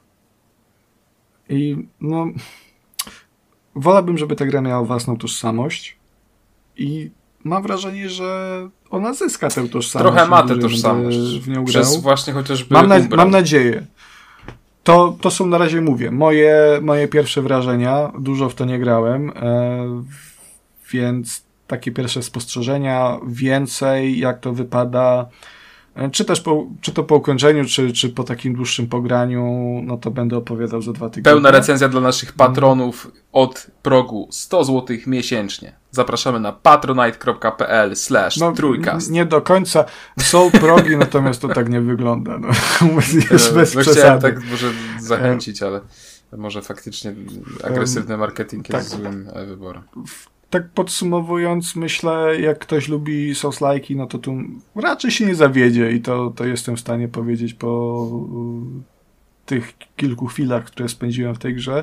I no wolałbym, żeby ta gra miała własną tożsamość i mam wrażenie, że ona zyska tę tożsamość. Trochę ma tę tożsamość. W nią Przez grał. właśnie chociażby mam, na, mam nadzieję. To, to są na razie, mówię, moje, moje pierwsze wrażenia. Dużo w to nie grałem, e, więc takie pierwsze spostrzeżenia, więcej, jak to wypada, e, czy też po, czy to po ukończeniu, czy, czy po takim dłuższym pograniu, no to będę opowiadał za dwa tygodnie. Pełna recenzja dla naszych patronów od progu sto złotych miesięcznie. Zapraszamy na patronite.pl slash trójkast. Nie do końca. Są progi, natomiast to tak nie wygląda. No. Jest bez no, przesady. Chciałem tak może zachęcić, ale może faktycznie agresywny marketing jest tak. złym wyborem. Tak podsumowując, myślę, jak ktoś lubi Souls-like'i, no to tu raczej się nie zawiedzie i to, to jestem w stanie powiedzieć po tych kilku chwilach, które spędziłem w tej grze.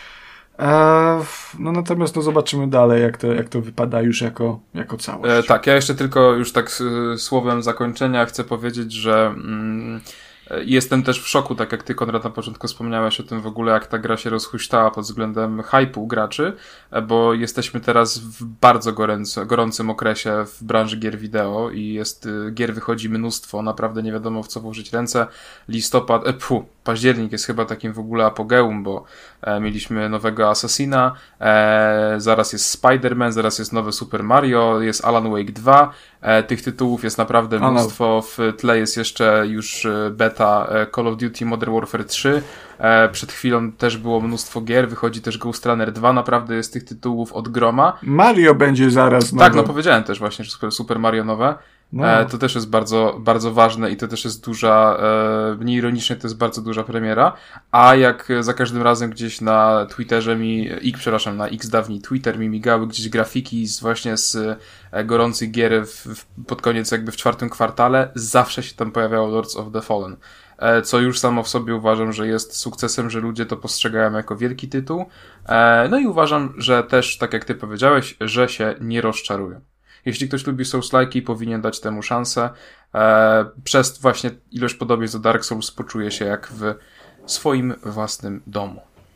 No natomiast no zobaczymy dalej, jak to, jak to wypada już jako, jako całość. E, tak, ja jeszcze tylko już tak słowem zakończenia chcę powiedzieć, że mm, jestem też w szoku, tak jak ty, Konrad, na początku wspomniałeś o tym w ogóle, jak ta gra się rozhuśtała pod względem hype'u graczy, bo jesteśmy teraz w bardzo gorący, gorącym okresie w branży gier wideo i jest, gier wychodzi mnóstwo, naprawdę nie wiadomo w co włożyć ręce. Listopad, e, pfu, październik jest chyba takim w ogóle apogeum, bo e, mieliśmy nowego Assassina, e, zaraz jest Spider-Man, zaraz jest nowy Super Mario, jest Alan Wake dwa, e, tych tytułów jest naprawdę mnóstwo, w tle jest jeszcze już beta Call of Duty Modern Warfare trzy, e, przed chwilą też było mnóstwo gier, wychodzi też Ghost Runner dwa, naprawdę jest tych tytułów od groma. Mario będzie zaraz nowe. Tak, no powiedziałem też właśnie, że Super, Super Mario nowe. No. E, to też jest bardzo, bardzo ważne i to też jest duża, e, nieironicznie to jest bardzo duża premiera, a jak za każdym razem gdzieś na Twitterze mi, ik, przepraszam, na X dawniej Twitter mi migały gdzieś grafiki z, właśnie z e, gorących gier w, w, pod koniec jakby w czwartym kwartale, zawsze się tam pojawiało Lords of the Fallen, e, co już samo w sobie uważam, że jest sukcesem, że ludzie to postrzegają jako wielki tytuł, e, no i uważam, że też, tak jak ty powiedziałeś, że się nie rozczarują. Jeśli ktoś lubi Souls-like'i, powinien dać temu szansę. Eee, przez właśnie ilość podobieństw do Dark Souls poczuje się jak w swoim własnym domu.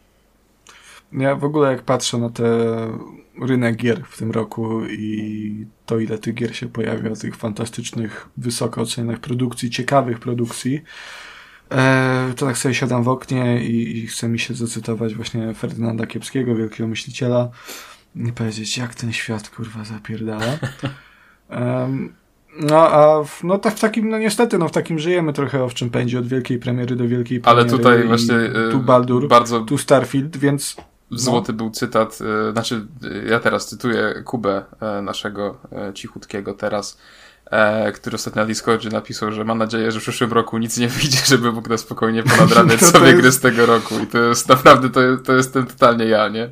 Ja w ogóle jak patrzę na ten rynek gier w tym roku i to ile tych gier się pojawia, tych fantastycznych, wysoko ocenionych produkcji, ciekawych produkcji, eee, to tak sobie siadam w oknie i, i chce mi się zacytować właśnie Ferdynanda Kiepskiego, wielkiego myśliciela, nie powiedzieć, jak ten świat, kurwa, zapierdala. Um, no, a w, no tak w takim, no niestety, no w takim żyjemy trochę owczym pędzie od wielkiej premiery do wielkiej premiery. Ale tutaj właśnie tu Baldur, bardzo tu Starfield, więc złoty no. był cytat, y, znaczy y, ja teraz cytuję Kubę, y, naszego y, cichutkiego teraz, e, który ostatnio na Discordzie napisał, że ma nadzieję, że w przyszłym roku nic nie wyjdzie, żeby mógł na spokojnie ponadrabiać to sobie jest... gry z tego roku i to jest naprawdę, to, to jestem totalnie ja, nie?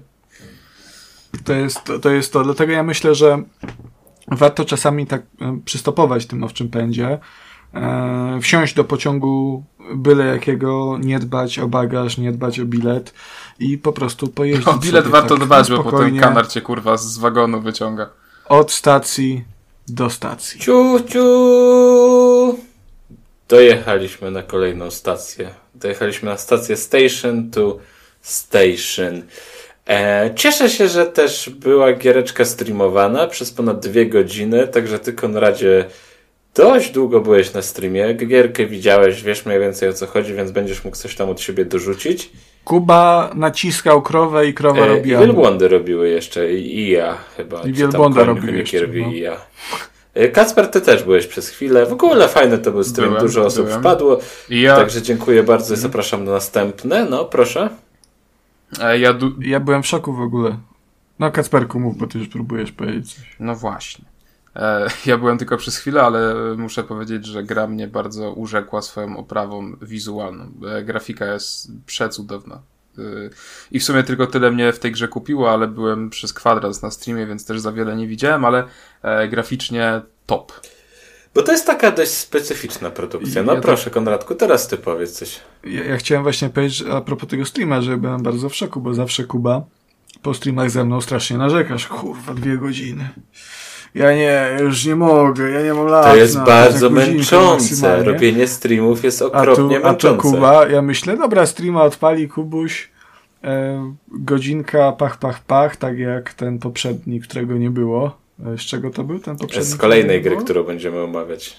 To jest, to jest to. Dlatego ja myślę, że warto czasami tak przystopować tym owczym pędzie, e, wsiąść do pociągu byle jakiego, nie dbać o bagaż, nie dbać o bilet i po prostu pojeździć. O bilet warto tak dbać, bo potem kanar cię kurwa z wagonu wyciąga. Od stacji do stacji. Ciu, ciu. Dojechaliśmy na kolejną stację. Dojechaliśmy na stację Station to Station. E, cieszę się, że też była giereczka streamowana przez ponad dwie godziny, także ty, Konradzie, dość długo byłeś na streamie. Gierkę widziałeś, wiesz mniej więcej o co chodzi, więc będziesz mógł coś tam od siebie dorzucić. Kuba naciskał krowę i krowa e, robiła. I wielbłądy robiły jeszcze, i, i ja chyba. I wielbłąda robił jeszcze. Robi, no. I ja. Kacper, ty też byłeś przez chwilę. W ogóle fajne to był stream, byłem, dużo osób byłem. wpadło. Ja... Także dziękuję bardzo i zapraszam na następne. No, proszę. Ja, du- ja byłem w szoku w ogóle. No Kacperku, mów, bo ty już próbujesz powiedzieć coś. No właśnie. E, ja byłem tylko przez chwilę, ale muszę powiedzieć, że gra mnie bardzo urzekła swoją oprawą wizualną. E, grafika jest przecudowna. E, I w sumie tylko tyle mnie w tej grze kupiło, ale byłem przez kwadrans na streamie, więc też za wiele nie widziałem, ale e, graficznie top. Bo to jest taka dość specyficzna produkcja. No ja proszę, to... Konradku, teraz ty powiedz coś. Ja, ja chciałem właśnie powiedzieć a propos tego streama, że byłem bardzo w szoku, bo zawsze Kuba po streamach ze mną strasznie narzekasz. Kurwa, dwie godziny. Ja nie, ja już nie mogę, ja nie mam lat. To jest na, bardzo męczące. Robienie streamów jest okropnie a tu, męczące. A to Kuba, ja myślę, dobra, streama odpali Kubuś, e, godzinka, pach, pach, pach, tak jak ten poprzedni, którego nie było. E, z czego to był ten poprzedni? Z kolejnej gry, którą będziemy omawiać.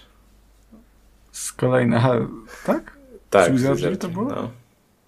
Z kolejnej, aha, tak? Tak, Wizardry to było? No.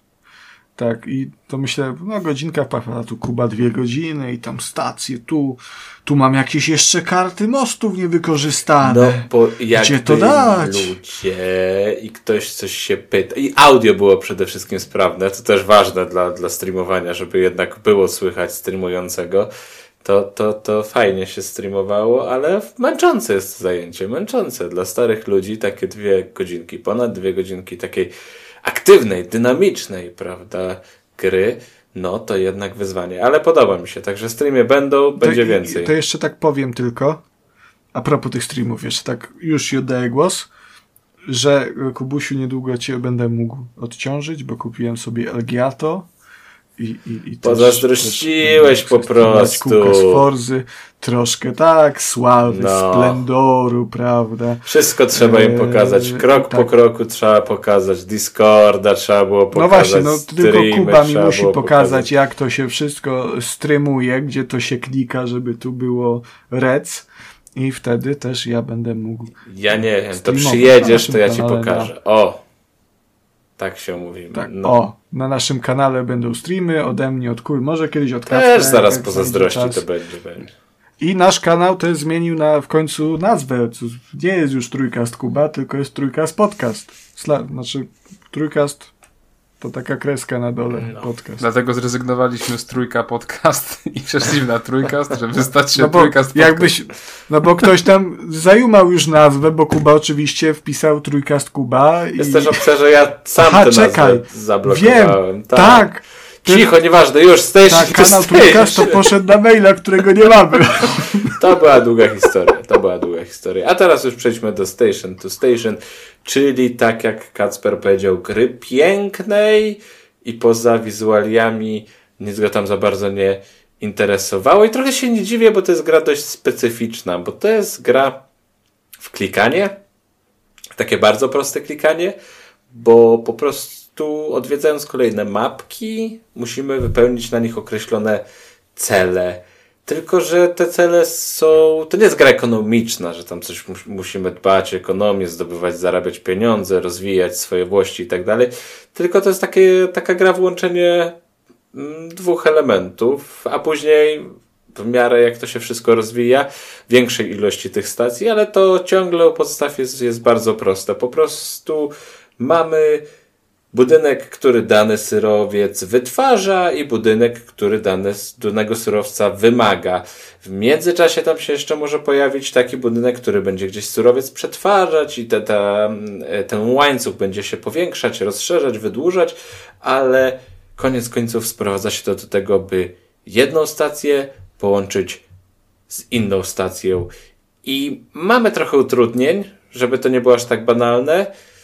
Tak, i to myślę, no godzinka, a tu Kuba dwie godziny i tam stacje, tu, tu mam jakieś jeszcze karty mostów niewykorzystane. No, bo jak gdzie to dać? Ludzie i ktoś coś się pyta. I audio było przede wszystkim sprawne, to też ważne dla, dla streamowania, żeby jednak było słychać streamującego. To, to, to fajnie się streamowało, ale męczące jest to zajęcie, męczące. Dla starych ludzi takie dwie godzinki, ponad dwie godzinki takiej aktywnej, dynamicznej, prawda, gry, no to jednak wyzwanie. Ale podoba mi się, także streamy będą, będzie to, więcej. To jeszcze tak powiem tylko, a propos tych streamów, jeszcze tak już ci oddaję głos, że Kubusiu niedługo cię będę mógł odciążyć, bo kupiłem sobie Elgato. I, i, i Pozazdrościłeś po prostu. Kółka z Forzy, troszkę tak, sławy, no. Splendoru, prawda? Wszystko trzeba im pokazać. Krok e, tak. po kroku trzeba pokazać. Discorda trzeba było pokazać. No właśnie, no streamy, tylko Kuba mi musi pokazać, pokazać, jak to się wszystko strymuje, gdzie to się klika, żeby tu było rec. I wtedy też ja będę mógł. Ja nie wiem, to przyjedziesz, to ja ci pokażę. O! Tak się mówimy. Tak, no. O, na naszym kanale będą streamy ode mnie, od Kuby, może kiedyś od Kacpra. Też zaraz po zazdrości to będzie, będzie. I nasz kanał też zmienił na, w końcu nazwę. Nie jest już Trójkast Kuba, tylko jest Trójkast Podcast. Sla, znaczy Trójkast to taka kreska na dole, no. Podcast. Dlatego zrezygnowaliśmy z Trójka Podcast i przeszliśmy na Trójkast, żeby stać się no bo Trójkast Podcast. Jakbyś, no bo ktoś tam zajumał już nazwę, bo Kuba oczywiście wpisał Trójkast Kuba. Jest i... też opcja, że ja sam Aha, tę czekaj. nazwę zablokowałem. Wiem, tak. tak. Cicho, nieważne, już station tak, kanał Trójkast to poszedł na maila, którego nie mamy. To była długa historia, to była długa historia. A teraz już przejdźmy do Station to Station, czyli tak jak Kacper powiedział, gry pięknej i poza wizualiami nic go tam za bardzo nie interesowało. I trochę się nie dziwię, bo to jest gra dość specyficzna, bo to jest gra w klikanie, takie bardzo proste klikanie, bo po prostu tu odwiedzając kolejne mapki, musimy wypełnić na nich określone cele. Tylko że te cele są... To nie jest gra ekonomiczna, że tam coś mus- musimy dbać o ekonomię, zdobywać, zarabiać pieniądze, rozwijać swoje włości i tak dalej. Tylko to jest takie, taka gra w łączenie mm, dwóch elementów, a później w miarę jak to się wszystko rozwija, większej ilości tych stacji, ale to ciągle u podstaw jest, jest bardzo proste. Po prostu mamy budynek, który dany surowiec wytwarza i budynek, który dane, danego surowca wymaga. W międzyczasie tam się jeszcze może pojawić taki budynek, który będzie gdzieś surowiec przetwarzać i te, te, ten łańcuch będzie się powiększać, rozszerzać, wydłużać, ale koniec końców sprowadza się to do tego, by jedną stację połączyć z inną stacją. I mamy trochę utrudnień, żeby to nie było aż tak banalne,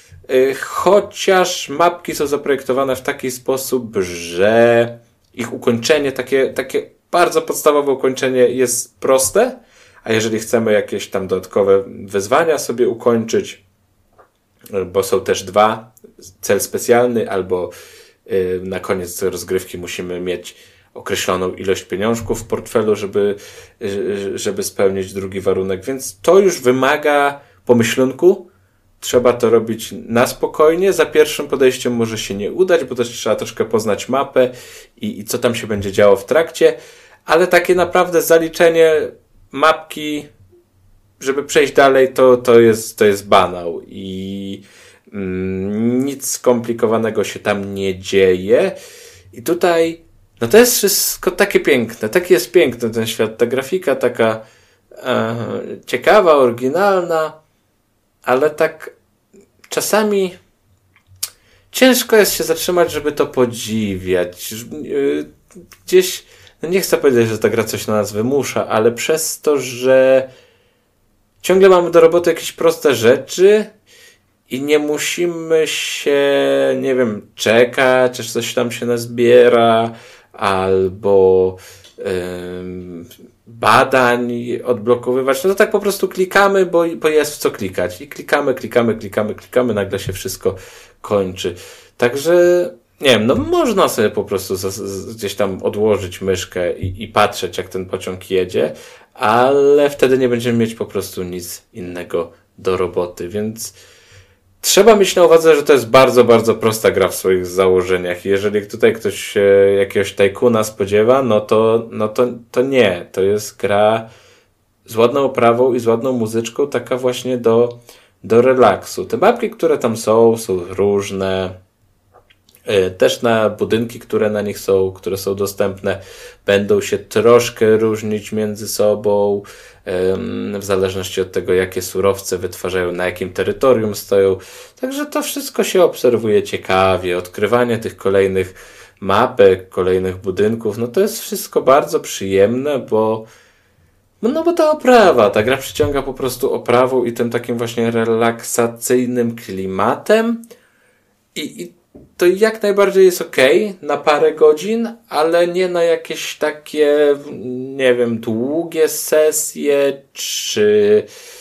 chociaż mapki są zaprojektowane w taki sposób, że ich ukończenie, takie, takie bardzo podstawowe ukończenie jest proste, a jeżeli chcemy jakieś tam dodatkowe wyzwania sobie ukończyć, bo są też dwa, cel specjalny albo yy, na koniec rozgrywki musimy mieć określoną ilość pieniążków w portfelu, żeby, yy, żeby spełnić drugi warunek, więc to już wymaga pomyślunku. Trzeba to robić na spokojnie. Za pierwszym podejściem może się nie udać, bo też trzeba troszkę poznać mapę i, i co tam się będzie działo w trakcie, ale takie naprawdę zaliczenie mapki, żeby przejść dalej, to, to, jest, to jest banał i mm, nic skomplikowanego się tam nie dzieje. I tutaj No to jest wszystko takie piękne, taki jest piękny ten świat, ta grafika taka e, ciekawa, oryginalna, ale tak czasami ciężko jest się zatrzymać, żeby to podziwiać. Gdzieś, no nie chcę powiedzieć, że ta gra coś na nas wymusza, ale przez to, że ciągle mamy do roboty jakieś proste rzeczy i nie musimy się, nie wiem, czekać, aż coś tam się nazbiera, albo ym, badań odblokowywać. No to tak po prostu klikamy, bo, bo jest w co klikać. I klikamy, klikamy, klikamy, klikamy, nagle się wszystko kończy. Także, nie wiem, no można sobie po prostu z, z, gdzieś tam odłożyć myszkę i, i patrzeć, jak ten pociąg jedzie, ale wtedy nie będziemy mieć po prostu nic innego do roboty, więc trzeba mieć na uwadze, że to jest bardzo, bardzo prosta gra w swoich założeniach. Jeżeli tutaj ktoś się jakiegoś tajkuna spodziewa, no to, no to, to nie. To jest gra z ładną oprawą i z ładną muzyczką, taka właśnie do, do relaksu. Te mapki, które tam są, są różne. Też na budynki, które na nich są, które są dostępne, będą się troszkę różnić między sobą, w zależności od tego, jakie surowce wytwarzają, na jakim terytorium stoją. Także to wszystko się obserwuje ciekawie. Odkrywanie tych kolejnych mapek, kolejnych budynków, no to jest wszystko bardzo przyjemne, bo no bo ta oprawa, ta gra przyciąga po prostu oprawą i tym takim właśnie relaksacyjnym klimatem i, i to jak najbardziej jest okej okay na parę godzin, ale nie na jakieś takie, nie wiem, długie sesje, czy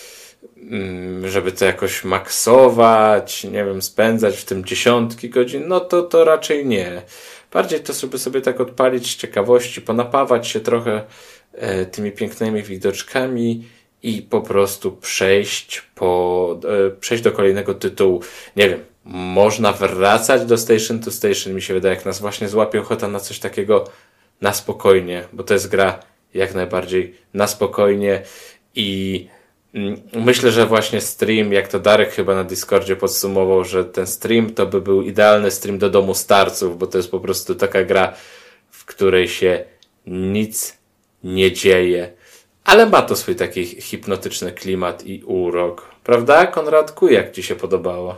żeby to jakoś maksować, nie wiem, spędzać w tym dziesiątki godzin, no to, to raczej nie. Bardziej to sobie sobie tak odpalić z ciekawości, ponapawać się trochę e, tymi pięknymi widoczkami i po prostu przejść po, e, przejść do kolejnego tytułu. Nie wiem, można wracać do Station to Station, mi się wydaje, jak nas właśnie złapie ochota na coś takiego na spokojnie, bo to jest gra jak najbardziej na spokojnie i mm, myślę, że właśnie stream, jak to Darek chyba na Discordzie podsumował, że ten stream to by był idealny stream do domu starców, bo to jest po prostu taka gra, w której się nic nie dzieje, ale ma to swój taki hipnotyczny klimat i urok. Prawda, Konradku? Jak ci się podobało?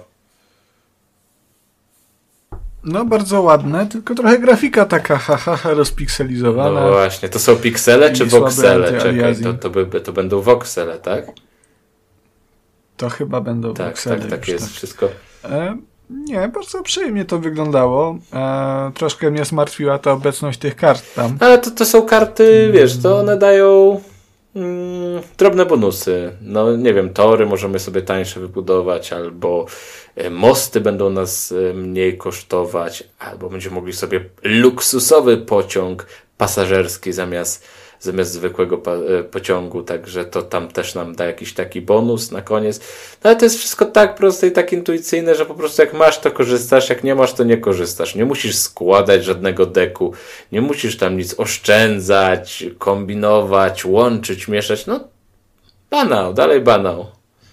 No bardzo ładne, tylko trochę grafika taka haha ha, rozpikselizowana. No właśnie, to są piksele czy voxele? Czekaj, to, to, by, to będą voxele, tak? To chyba będą tak, voxele. Tak, tak, tak jest tak. wszystko. E, nie, bardzo przyjemnie to wyglądało. E, troszkę mnie zmartwiła ta obecność tych kart tam. Ale to, to są karty, hmm. wiesz, to one dają mm, drobne bonusy. No nie wiem, tory możemy sobie tańsze wybudować, albo mosty będą nas mniej kosztować, albo będziemy mogli sobie luksusowy pociąg pasażerski zamiast, zamiast zwykłego pa- pociągu, także to tam też nam da jakiś taki bonus na koniec. No ale to jest wszystko tak proste i tak intuicyjne, że po prostu jak masz, to korzystasz, jak nie masz, to nie korzystasz. Nie musisz składać żadnego deku, nie musisz tam nic oszczędzać, kombinować, łączyć, mieszać. No banał, dalej banał.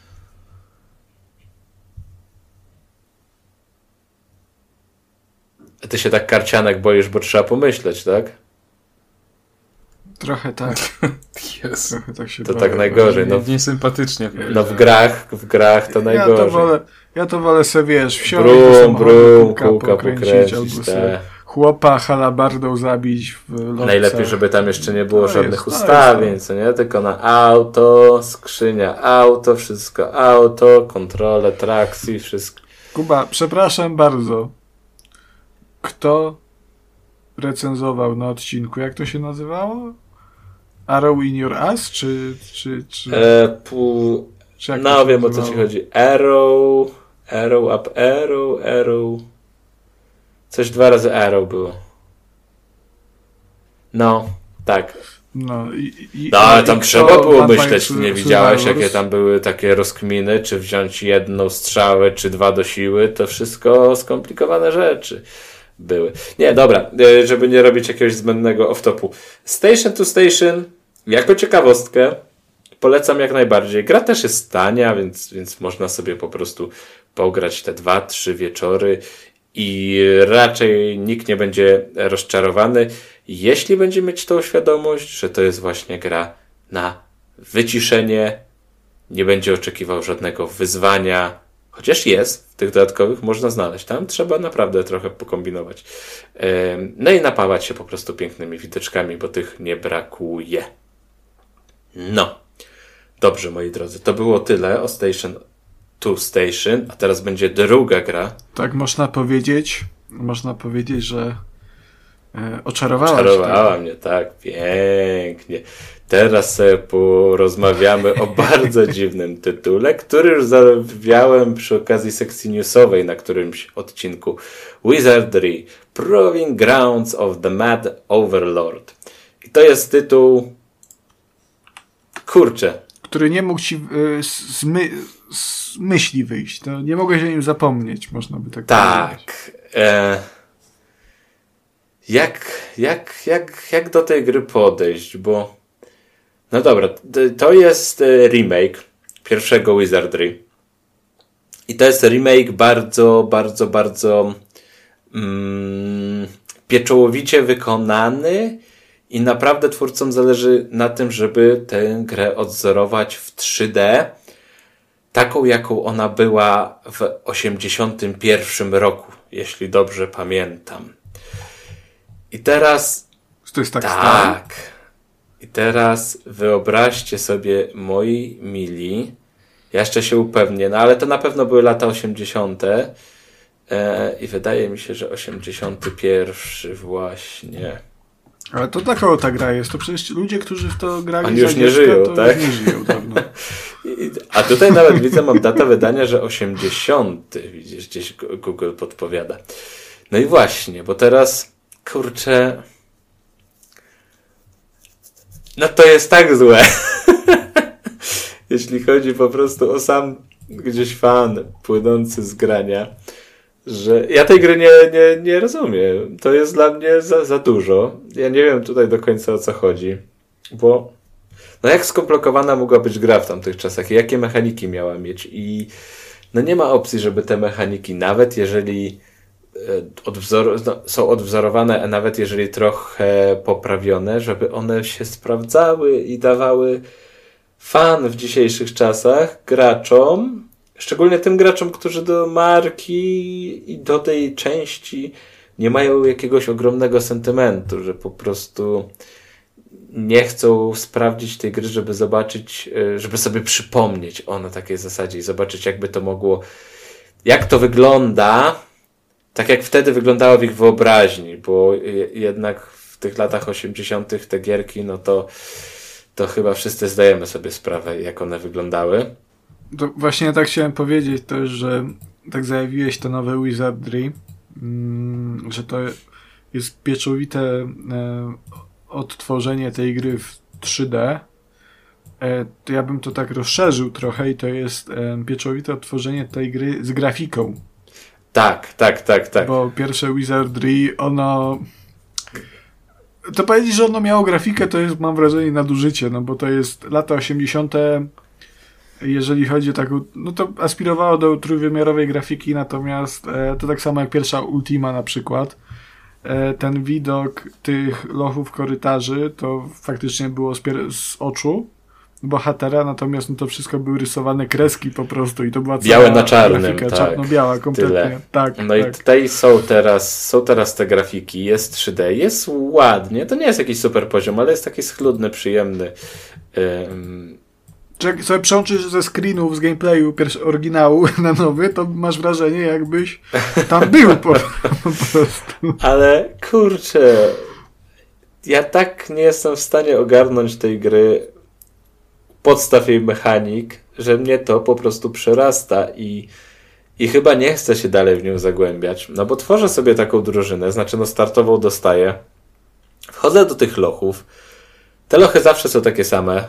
Ty się tak karcianek boisz, bo trzeba pomyśleć, tak? Trochę tak. Jezu. Trochę tak się to boję, tak najgorzej. No, niesympatycznie. No w grach, w grach to najgorzej. Ja to wolę, ja to wolę sobie, wiesz, wsiąść brum, do samochodu, brum, kółka, kółka pokręcić, pokręcić, albo te. sobie chłopa halabardą zabić w lotce. Najlepiej, żeby tam jeszcze nie było to żadnych jest, ustawień, co nie? Tylko na auto, skrzynia auto, wszystko auto, kontrolę, trakcji, wszystko. Kuba, przepraszam bardzo. Kto recenzował na odcinku? Jak to się nazywało? Arrow in your ass? Czy... czy, czy, E, pu... czy jak No wiem, o co ci chodzi. Arrow, arrow up, arrow, arrow. Coś dwa razy arrow było. No, tak. No, i, i, no ale tam i trzeba było Vampire myśleć, Sur- nie widziałeś, Survivors? jakie tam były takie rozkminy, czy wziąć jedną strzałę, czy dwa do siły, to wszystko skomplikowane rzeczy były. Nie, dobra, żeby nie robić jakiegoś zbędnego off-topu. Station to Station, jako ciekawostkę, polecam jak najbardziej. Gra też jest tania, więc, więc można sobie po prostu pograć te dwa, trzy wieczory i raczej nikt nie będzie rozczarowany, jeśli będzie mieć tą świadomość, że to jest właśnie gra na wyciszenie, nie będzie oczekiwał żadnego wyzwania, chociaż jest, w tych dodatkowych można znaleźć. Tam trzeba naprawdę trochę pokombinować. No i napawać się po prostu pięknymi widoczkami, bo tych nie brakuje. No. Dobrze, moi drodzy. To było tyle o Station to Station, a teraz będzie druga gra. Tak można powiedzieć. Można powiedzieć, że e, oczarowała Oczarowała mnie, tak. Pięknie. Teraz sobie porozmawiamy o bardzo dziwnym tytule, który już zawiałem przy okazji sekcji newsowej na którymś odcinku. Wizardry, Proving Grounds of the Mad Overlord. I to jest tytuł... Kurczę. Który nie mógł ci y, z, my, z myśli wyjść. To nie mogłeś o nim zapomnieć, można by tak, tak powiedzieć. E, jak, jak, jak, jak do tej gry podejść, bo no dobra, to jest remake pierwszego Wizardry. I to jest remake bardzo, bardzo, bardzo mm, pieczołowicie wykonany i naprawdę twórcom zależy na tym, żeby tę grę odzorować w trzy D, taką jaką ona była w osiemdziesiątym pierwszym roku, jeśli dobrze pamiętam. I teraz... To jest tak Tak. I teraz wyobraźcie sobie, moi mili, ja jeszcze się upewnię, no ale to na pewno były lata osiemdziesiąte e, i wydaje mi się, że osiemdziesiąty pierwszy właśnie. Ale to dla kogo ta gra jest? To przecież ludzie, którzy w to grali Oni już za nie dziecka, żyją, to tak? już nie żyją dawno. I, a tutaj nawet widzę, mam datę wydania, że osiemdziesiąty, widzisz, gdzieś Google podpowiada. No i właśnie, bo teraz, kurczę, no to jest tak złe. Jeśli chodzi po prostu o sam gdzieś fan płynący z grania, że ja tej gry nie, nie, nie rozumiem. To jest dla mnie za, za dużo. Ja nie wiem tutaj do końca o co chodzi, bo no jak skomplikowana mogła być gra w tamtych czasach i jakie mechaniki miała mieć i no nie ma opcji, żeby te mechaniki, nawet jeżeli odwzor- no, są odwzorowane, a nawet jeżeli trochę poprawione, żeby one się sprawdzały i dawały fan w dzisiejszych czasach graczom, szczególnie tym graczom, którzy do marki i do tej części nie mają jakiegoś ogromnego sentymentu, że po prostu nie chcą sprawdzić tej gry, żeby zobaczyć, żeby sobie przypomnieć o na takiej zasadzie i zobaczyć, jakby to mogło, jak to wygląda, tak jak wtedy wyglądało w ich wyobraźni, bo jednak w tych latach osiemdziesiątych te gierki, no to, to chyba wszyscy zdajemy sobie sprawę, jak one wyglądały. To właśnie tak chciałem powiedzieć też, że tak zajawiłeś to nowe Wizardry, mm, że to jest pieczołowite e, odtworzenie tej gry w trzy D. E, to ja bym to tak rozszerzył trochę i to jest e, pieczołowite odtworzenie tej gry z grafiką. Tak, tak, tak, tak. Bo pierwsze Wizardry, ono... To powiedzieć, że ono miało grafikę, to jest, mam wrażenie, nadużycie, no bo to jest lata osiemdziesiąte. Jeżeli chodzi o taką... No to aspirowało do trójwymiarowej grafiki, natomiast e, to tak samo jak pierwsza Ultima na przykład. E, ten widok tych lochów korytarzy to faktycznie było z, pier- z oczu bohatera, natomiast no to wszystko były rysowane kreski po prostu i to była białe na czarnym, grafika, tak. czarno-biała kompletnie. Tyle. Tak, no tak. i tutaj są teraz, są teraz te grafiki, jest trzy D, jest ładnie, to nie jest jakiś super poziom, ale jest taki schludny, przyjemny. Um... Jak sobie przełączysz ze screenów, z gameplayu pierwszy, oryginału na nowy, to masz wrażenie, jakbyś tam był po, po prostu. Ale kurczę, ja tak nie jestem w stanie ogarnąć tej gry, podstaw jej mechanik, że mnie to po prostu przerasta i, i chyba nie chcę się dalej w nią zagłębiać. No bo tworzę sobie taką drużynę, znaczy no startową dostaję, wchodzę do tych lochów, te lochy zawsze są takie same,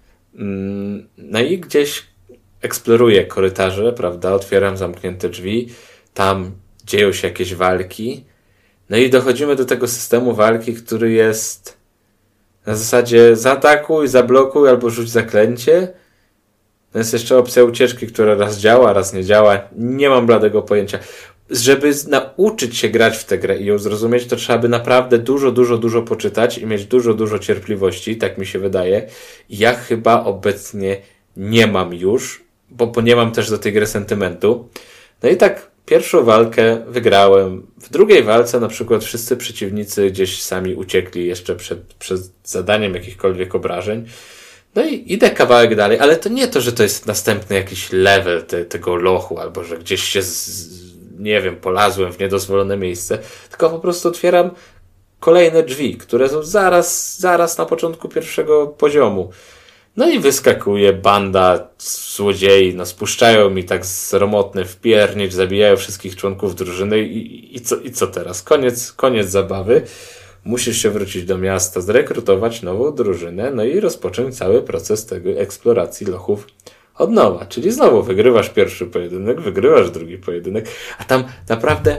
no i gdzieś eksploruję korytarze, prawda, otwieram zamknięte drzwi, tam dzieją się jakieś walki, no i dochodzimy do tego systemu walki, który jest na zasadzie zaatakuj, zablokuj albo rzuć zaklęcie. To jest jeszcze opcja ucieczki, która raz działa, raz nie działa. Nie mam bladego pojęcia. żeby nauczyć się grać w tę grę i ją zrozumieć, to trzeba by naprawdę dużo, dużo, dużo poczytać i mieć dużo, dużo cierpliwości, tak mi się wydaje. Ja chyba obecnie nie mam już, bo, bo nie mam też do tej gry sentymentu. No i tak pierwszą walkę wygrałem. W drugiej walce na przykład wszyscy przeciwnicy gdzieś sami uciekli jeszcze przed, przed zadaniem jakichkolwiek obrażeń. No i idę kawałek dalej, ale to nie to, że to jest następny jakiś level te, tego lochu, albo że gdzieś się, z, nie wiem, polazłem w niedozwolone miejsce, tylko po prostu otwieram kolejne drzwi, które są zaraz, zaraz na początku pierwszego poziomu. No i wyskakuje banda złodziei, no spuszczają mi tak sromotny wpiernicz, zabijają wszystkich członków drużyny i, i, co, i co teraz? Koniec, koniec zabawy. Musisz się wrócić do miasta, zrekrutować nową drużynę, no i rozpocząć cały proces tego eksploracji lochów od nowa. Czyli znowu wygrywasz pierwszy pojedynek, wygrywasz drugi pojedynek, a tam naprawdę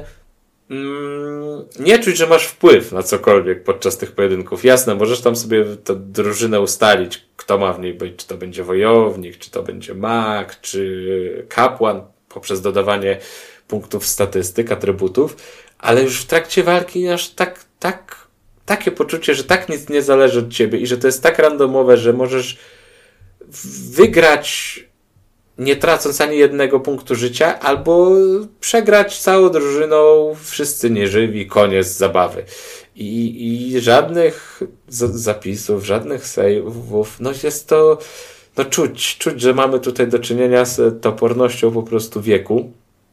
mm, nie czuć, że masz wpływ na cokolwiek podczas tych pojedynków. Jasne, możesz tam sobie tę drużynę ustalić, kto ma w niej być, czy to będzie wojownik, czy to będzie mag, czy kapłan, poprzez dodawanie punktów statystyk, atrybutów, ale już w trakcie walki masz tak, tak takie poczucie, że tak nic nie zależy od ciebie i że to jest tak randomowe, że możesz wygrać nie tracąc ani jednego punktu życia, albo przegrać całą drużyną, wszyscy nieżywi, koniec zabawy. I, i żadnych z- zapisów, żadnych save'ów, no jest to, no czuć, czuć, że mamy tutaj do czynienia z topornością po prostu wieku.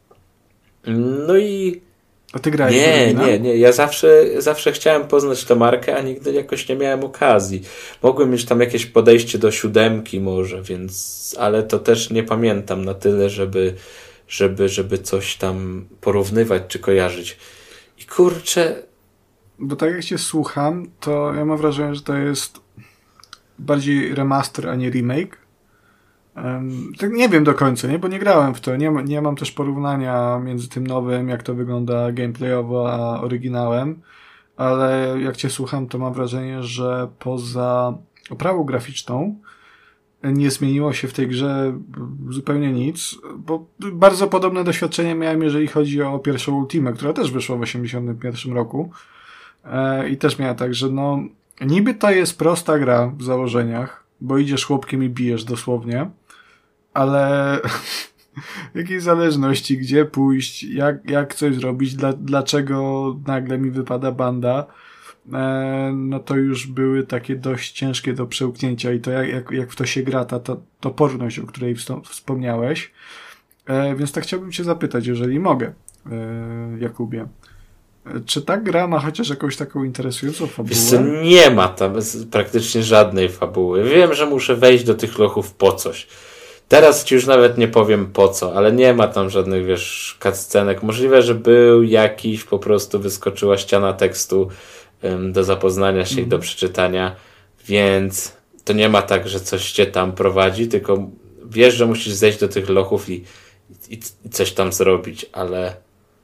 No i A ty grałeś Nie, nie, nie. Ja zawsze, zawsze chciałem poznać tę markę, a nigdy jakoś nie miałem okazji. Mogłem mieć tam jakieś podejście do siódemki może, więc, ale to też nie pamiętam na tyle, żeby, żeby, żeby coś tam porównywać czy kojarzyć. I kurczę... Bo tak jak cię słucham, to ja mam wrażenie, że to jest bardziej remaster, a nie remake. Um, tak nie wiem do końca, nie? Bo nie grałem w to. Nie, nie mam też porównania między tym nowym, jak to wygląda gameplayowo, a oryginałem. Ale jak cię słucham, to mam wrażenie, że poza oprawą graficzną nie zmieniło się w tej grze zupełnie nic, bo bardzo podobne doświadczenie miałem, jeżeli chodzi o pierwszą Ultimę, która też wyszła w osiemdziesiątym pierwszym roku. E, I też miała tak, że no niby to jest prosta gra w założeniach, bo idziesz chłopkiem i bijesz dosłownie, ale jakiej zależności, gdzie pójść, jak, jak coś zrobić, dla, dlaczego nagle mi wypada banda, e, no to już były takie dość ciężkie do przełknięcia i to jak, jak, jak w to się gra, ta to, toporność, o której wspomniałeś. E, więc tak chciałbym cię zapytać, jeżeli mogę, e, Jakubie. Czy ta gra ma chociaż jakąś taką interesującą fabułę? Wiesz, nie ma tam praktycznie żadnej fabuły. Wiem, że muszę wejść do tych lochów po coś. Teraz ci już nawet nie powiem po co, ale nie ma tam żadnych, wiesz, cutscenek. Możliwe, że był jakiś, po prostu wyskoczyła ściana tekstu um, do zapoznania się mm. i do przeczytania, więc to nie ma tak, że coś cię tam prowadzi, tylko wiesz, że musisz zejść do tych lochów i, i, i coś tam zrobić, ale...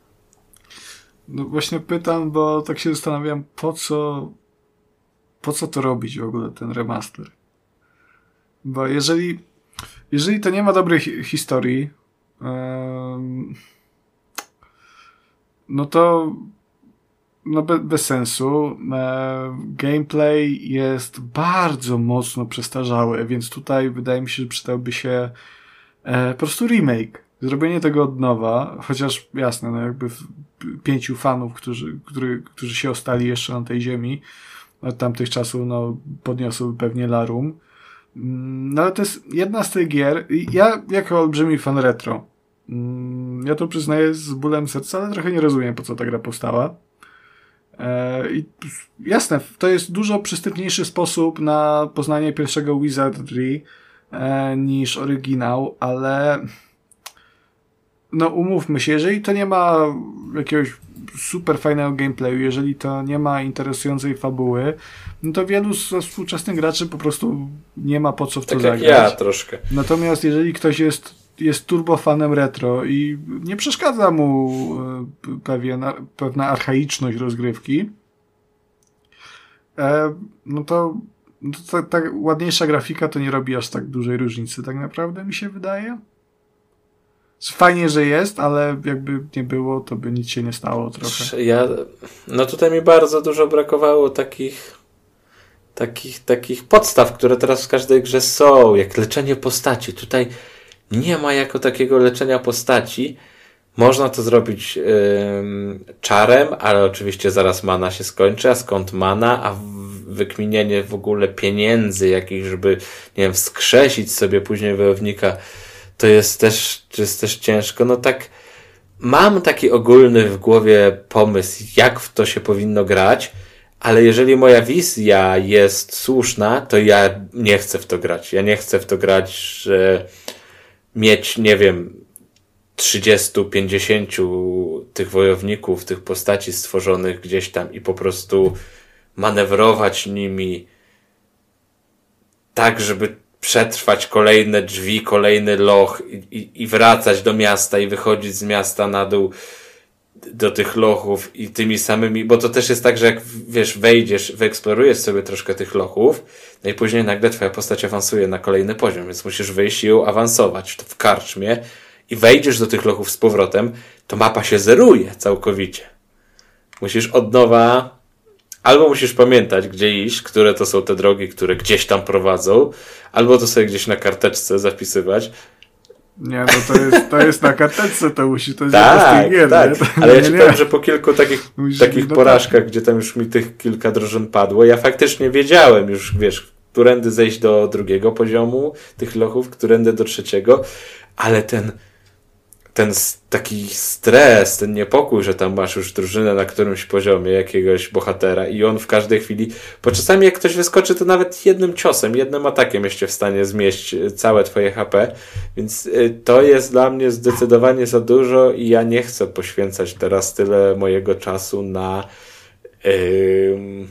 No właśnie pytam, bo tak się zastanawiam, po co po co to robić w ogóle, ten remaster? Bo jeżeli jeżeli to nie ma dobrej hi- historii, um, no to no be, bez sensu. E, gameplay jest bardzo mocno przestarzały, więc tutaj wydaje mi się, że przydałby się e, po prostu remake. Zrobienie tego od nowa, chociaż jasne, no jakby pięciu fanów, którzy, który, którzy się ostali jeszcze na tej ziemi od tamtych czasów, no podniosły pewnie larum. No ale to jest jedna z tych gier. Ja jako olbrzymi fan retro, ja to przyznaję z bólem serca, ale trochę nie rozumiem, po co ta gra powstała. I jasne, to jest dużo przystępniejszy sposób na poznanie pierwszego Wizardry niż oryginał, ale no umówmy się, jeżeli to nie ma jakiegoś super fajnego gameplayu, jeżeli to nie ma interesującej fabuły, no to wielu ze współczesnych graczy po prostu nie ma po co w to tak zagrać. Jak ja troszkę. Natomiast jeżeli ktoś jest, jest turbofanem retro i nie przeszkadza mu pewien, pewna archaiczność rozgrywki, no to, no to ta, ta ładniejsza grafika to nie robi aż tak dużej różnicy, tak naprawdę mi się wydaje. Fajnie, że jest, ale jakby nie było, to by nic się nie stało trochę. Ja, no tutaj mi bardzo dużo brakowało takich takich, takich podstaw, które teraz w każdej grze są, jak leczenie postaci. Tutaj nie ma jako takiego leczenia postaci. Można to zrobić yy, czarem, ale oczywiście zaraz mana się skończy, a skąd mana, a wykminienie w ogóle pieniędzy jakichś, żeby, nie wiem, wskrzesić sobie później wojownika, to jest też, to jest też ciężko. No tak, mam taki ogólny w głowie pomysł, jak w to się powinno grać, ale jeżeli moja wizja jest słuszna, to ja nie chcę w to grać. Ja nie chcę w to grać, że mieć, nie wiem, trzydziestu, pięćdziesięciu tych wojowników, tych postaci stworzonych gdzieś tam i po prostu manewrować nimi tak, żeby przetrwać kolejne drzwi, kolejny loch i, i, i wracać do miasta i wychodzić z miasta na dół do tych lochów i tymi samymi, bo to też jest tak, że jak wiesz, wejdziesz, wyeksplorujesz sobie troszkę tych lochów, no i później nagle twoja postać awansuje na kolejny poziom, więc musisz wyjść i ją awansować w karczmie i wejdziesz do tych lochów z powrotem, to mapa się zeruje całkowicie. Musisz od nowa, albo musisz pamiętać, gdzie iść, które to są te drogi, które gdzieś tam prowadzą, albo to sobie gdzieś na karteczce zapisywać. Nie, no to jest, to jest na karteczce, to musi, to jest tak, gier, tak, nie? ale ja nie, ci nie. powiem, że po kilku takich, takich no porażkach, gdzie tam już mi tych kilka drużyn padło, ja faktycznie wiedziałem już, wiesz, którędy zejść do drugiego poziomu tych lochów, którędy do trzeciego, ale ten ten taki stres, ten niepokój, że tam masz już drużynę na którymś poziomie jakiegoś bohatera i on w każdej chwili, bo czasami jak ktoś wyskoczy, to nawet jednym ciosem, jednym atakiem jest w stanie zmieść całe twoje H P, więc to jest dla mnie zdecydowanie za dużo i ja nie chcę poświęcać teraz tyle mojego czasu na yy,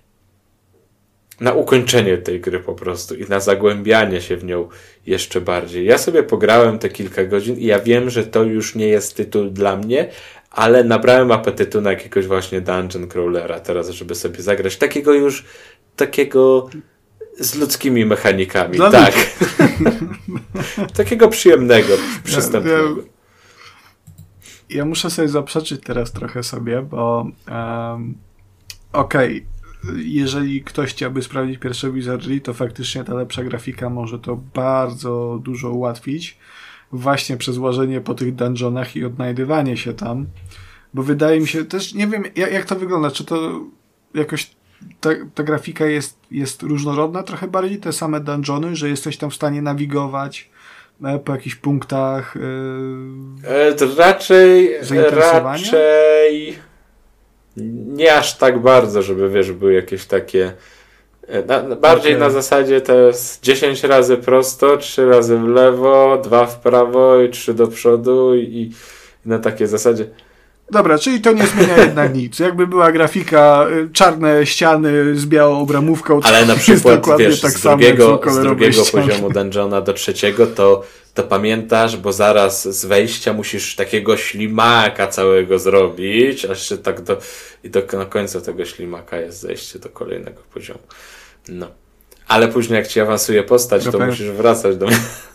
na ukończenie tej gry po prostu i na zagłębianie się w nią jeszcze bardziej. Ja sobie pograłem te kilka godzin i ja wiem, że to już nie jest tytuł dla mnie, ale nabrałem apetytu na jakiegoś właśnie dungeon crawlera teraz, żeby sobie zagrać. Takiego już, takiego z ludzkimi mechanikami. Dla tak. Takiego przyjemnego, przystępnego. Ja, ja, ja muszę sobie zaprzeczyć teraz trochę sobie, bo um, okej, okay. Jeżeli ktoś chciałby sprawdzić pierwsze Wizardry, to faktycznie ta lepsza grafika może to bardzo dużo ułatwić. Właśnie przez łażenie po tych dungeonach i odnajdywanie się tam. Bo wydaje mi się, też nie wiem jak, jak to wygląda, czy to jakoś ta, ta grafika jest, jest różnorodna trochę bardziej, te same dungeony, że jesteś tam w stanie nawigować po jakichś punktach yy, e, raczej raczej nie aż tak bardzo, żeby wiesz, były jakieś takie na, bardziej okay. Na zasadzie to jest dziesięć razy prosto, trzy razy w lewo, dwa w prawo i trzy do przodu i, i na takiej zasadzie. Dobra, czyli to nie zmienia jednak nic. Jakby była grafika, czarne ściany z białą obramówką, to ale na przykład, wiesz, tak z drugiego, z drugiego poziomu dungeona do trzeciego, to, to pamiętasz, bo zaraz z wejścia musisz takiego ślimaka całego zrobić, aż się tak do, i do, na końcu tego ślimaka jest zejście do kolejnego poziomu. No. Ale później jak ci awansuje postać, to pamię... musisz wracać do mnie.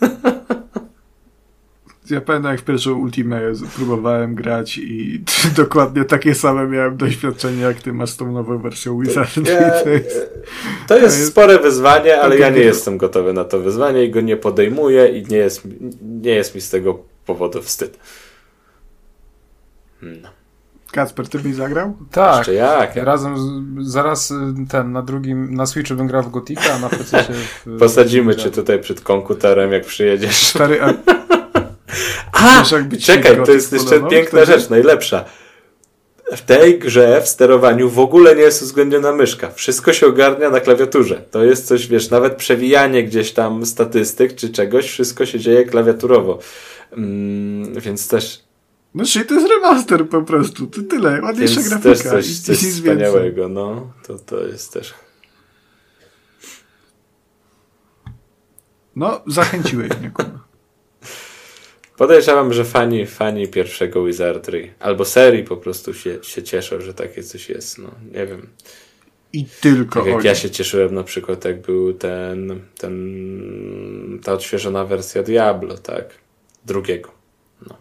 Ja pamiętam, jak w pierwszą Ultimę próbowałem grać i dokładnie takie same miałem doświadczenie, jak ty masz z tą nową wersją Wizardry. To, ja, to, jest, to jest spore wyzwanie, ale ja nie jestem gotowy na to wyzwanie i go nie podejmuję i nie jest, nie jest mi z tego powodu wstyd. No. Kacper, ty byś zagrał? Tak. Jeszcze jak? Ja razem z, zaraz ten na drugim, na Switchu bym grał w Gothica, a na P C w... Posadzimy w cię tutaj przed komputerem, jak przyjedziesz. Stary, a... A, czekaj, to jest jeszcze podobał? Piękna Wtedy? rzecz, najlepsza. W tej grze w sterowaniu w ogóle nie jest uwzględniona myszka. Wszystko się ogarnia na klawiaturze. To jest coś, wiesz, nawet przewijanie gdzieś tam statystyk czy czegoś, wszystko się dzieje klawiaturowo. Mm, więc też... No czyli to jest remaster po prostu. To tyle. Ładniejsza więc grafika. Też coś, coś wspaniałego. No, to, to jest też... No, zachęciłeś mnie, kurwa. Podejrzewam, że fani, fani pierwszego Wizardry albo serii po prostu się, się cieszą, że takie coś jest. No, nie wiem. I tylko tak jak oni. ja się cieszyłem na przykład, jak był ten, ten ta odświeżona wersja Diablo, tak? Drugiego. No.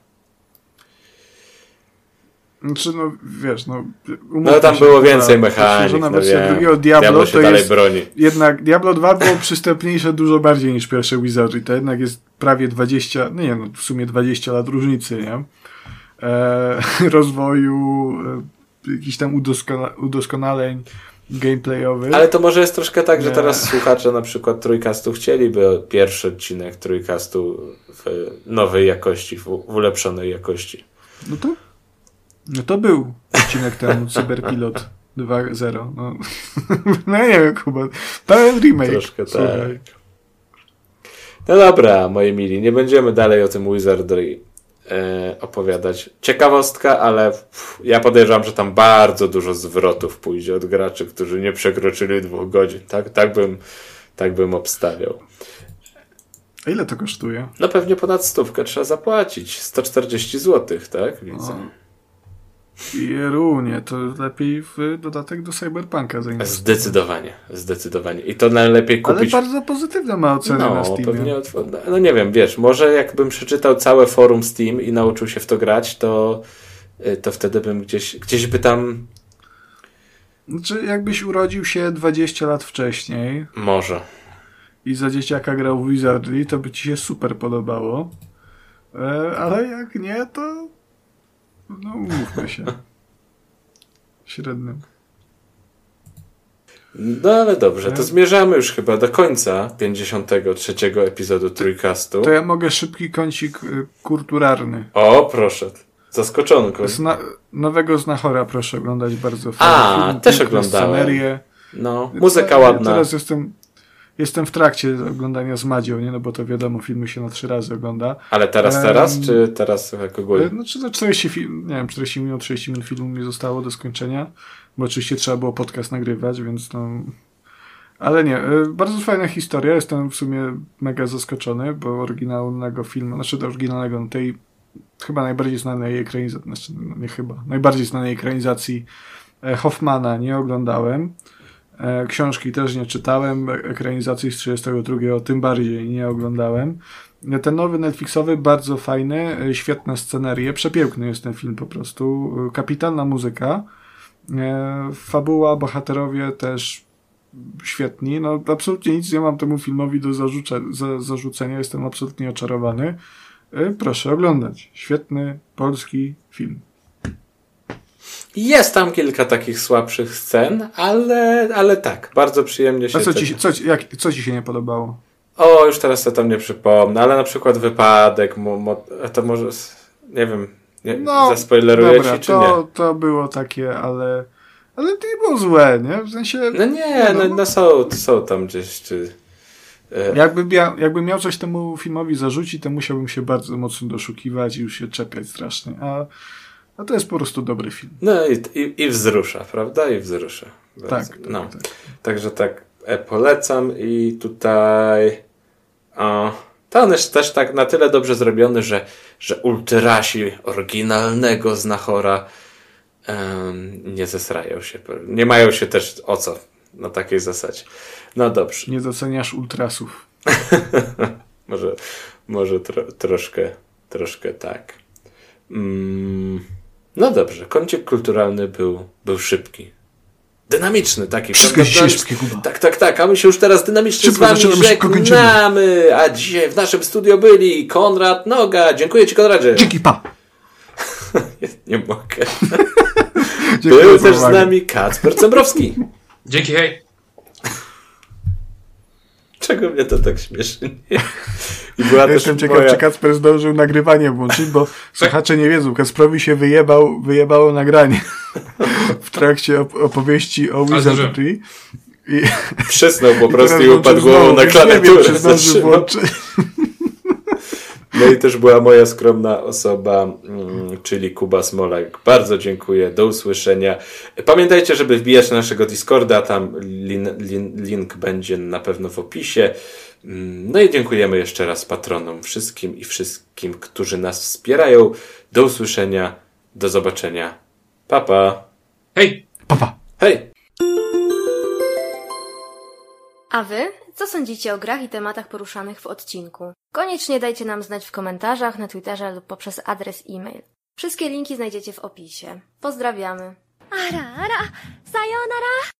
Znaczy, no wiesz, no... No tam było więcej mechanik, no wersja wiem. drugiego Diablo, Diablo się to dalej jest broni. jednak Diablo dwa było przystępniejsze dużo bardziej niż pierwsze Wizardry. To jednak jest prawie dwadzieścia, no nie no, w sumie dwadzieścia lat różnicy, nie? E, rozwoju, e, jakichś tam udoskona- udoskonaleń gameplayowych. Ale to może jest troszkę tak, że Nie. teraz słuchacze na przykład Trójkastu chcieliby pierwszy odcinek Trójkastu w nowej jakości, w w ulepszonej jakości. No to no to był odcinek temu, Cyberpilot dwa zero. No, no nie wiem, Kuba. Pełen remake. Troszkę Słuchaj. tak. No dobra, moi mili, nie będziemy dalej o tym Wizardry e, opowiadać. Ciekawostka, ale pff, ja podejrzewam, że tam bardzo dużo zwrotów pójdzie od graczy, którzy nie przekroczyli dwóch godzin. Tak, tak bym, tak bym obstawiał. A ile to kosztuje? No pewnie ponad stówkę trzeba zapłacić. sto czterdzieści złotych, tak? Widzę. O. Jerunie, to lepiej w dodatek do Cyberpunka zainwestować. Zdecydowanie, zdecydowanie. I to najlepiej Ale kupić... bardzo pozytywne ma oceny no, na Steamie. pewnie od... No nie wiem, wiesz, może jakbym przeczytał całe forum Steam i nauczył się w to grać, to, to wtedy bym gdzieś, gdzieś by tam... Znaczy, jakbyś urodził się dwadzieścia lat wcześniej Może. i za dzieciaka grał w Wizardry, to by ci się super podobało. E, ale jak nie, to no umówmy się. Średnio. No ale dobrze, to Nie? zmierzamy już chyba do końca pięćdziesiątego trzeciego epizodu Trójkastu. To ja mogę szybki kącik y, kulturalny. O, proszę. Zaskoczonko. Zna- nowego Znachora proszę oglądać, bardzo A, fajny film, też piękne oglądałem. scenerie. No, muzyka Ja ładna. Teraz jestem, jestem w trakcie oglądania z Madzią, nie? No bo to wiadomo, filmy się na trzy razy ogląda. Ale teraz, Em, teraz, czy teraz jak ogólnie? E, Znaczy za czterdzieści film, nie wiem, czterdzieści minut, trzydzieści minut filmu mi zostało do skończenia, bo oczywiście trzeba było podcast nagrywać, więc no... Ale nie, e, bardzo fajna historia, jestem w sumie mega zaskoczony, bo oryginalnego filmu, znaczy do oryginalnego, no tej chyba najbardziej znanej ekranizacji, znaczy no nie chyba, najbardziej znanej ekranizacji e, Hoffmana nie oglądałem. E, Książki też nie czytałem, ekranizacji z trzydziestego drugiego tym bardziej nie oglądałem. Ten nowy Netflixowy, bardzo fajny, e, świetne scenerie, przepiękny jest ten film po prostu, e, kapitalna muzyka, e, fabuła, bohaterowie też świetni, no absolutnie nic nie mam temu filmowi do zarzuce, za, zarzucenia, jestem absolutnie oczarowany. E, proszę oglądać, świetny polski film. Jest tam kilka takich słabszych scen, ale, ale tak, bardzo przyjemnie się... A co te- ci, co, ci- jak, co ci się nie podobało? O, już teraz to tam nie przypomnę, ale na przykład wypadek, mo, mo, a to może, nie wiem, nie, zaspoileruję dobra, ci, czy to, nie? to było takie, ale ale to nie było złe, nie? W sensie... No nie, no, no są, są tam gdzieś, czy... e, Jakby miał, jakby miał coś temu filmowi zarzucić, to musiałbym się bardzo mocno doszukiwać i już się czepiać strasznie. A, a to jest po prostu dobry film. No i, i, i wzrusza, prawda? I wzrusza. Tak, Bardzo, tak, no. tak. Także tak e, polecam i tutaj o, to on jest też tak na tyle dobrze zrobiony, że, że ultrasi oryginalnego Znachora em, nie zesrają się. Nie mają się też o co na takiej zasadzie. No dobrze. Nie doceniasz ultrasów. Może, może tro, troszkę, troszkę tak. Mm, no dobrze, kącik kulturalny był, był szybki. Dynamiczny taki. Wszystko prawda? dzisiaj szybkie, Kuba. Tak, tak, tak. A my się już teraz dynamicznie Szybko z wami zaczynamy, szybko kończymy. żegnamy. A dzisiaj w naszym studio byli Konrad Noga. Dziękuję ci, Konradzie. Dzięki, pa! Nie mogę. Dziękuję Był za też z uwagę. nami Kacper Cembrowski. Dzięki, hej. Czego mnie to tak śmieszy? Nie? I była Ja też jestem ciekaw, moja... czy Kacper zdążył nagrywanie włączyć, bo słuchacze nie wiedzą, Kacprowi się wyjebał, wyjebało nagranie w trakcie op- opowieści o Ale Wizardry. I, Przysnął po i prostu teraz i włączył upadł głową znowu, na więc nie wiem, klawiaturę. czy zdążył Zatrzymał. włączyć. No i też była moja skromna osoba, mm, czyli Kuba Smolak. Bardzo dziękuję, do usłyszenia. Pamiętajcie, żeby wbijać na naszego Discorda, tam lin, lin, link będzie na pewno w opisie. Mm, No i dziękujemy jeszcze raz patronom wszystkim i wszystkim, którzy nas wspierają. Do usłyszenia, do zobaczenia. Pa, pa. Hej. Papa. Hej! A wy? Co sądzicie o grach i tematach poruszanych w odcinku? Koniecznie dajcie nam znać w komentarzach, na Twitterze lub poprzez adres e-mail. Wszystkie linki znajdziecie w opisie. Pozdrawiamy. あらあら、さようなら。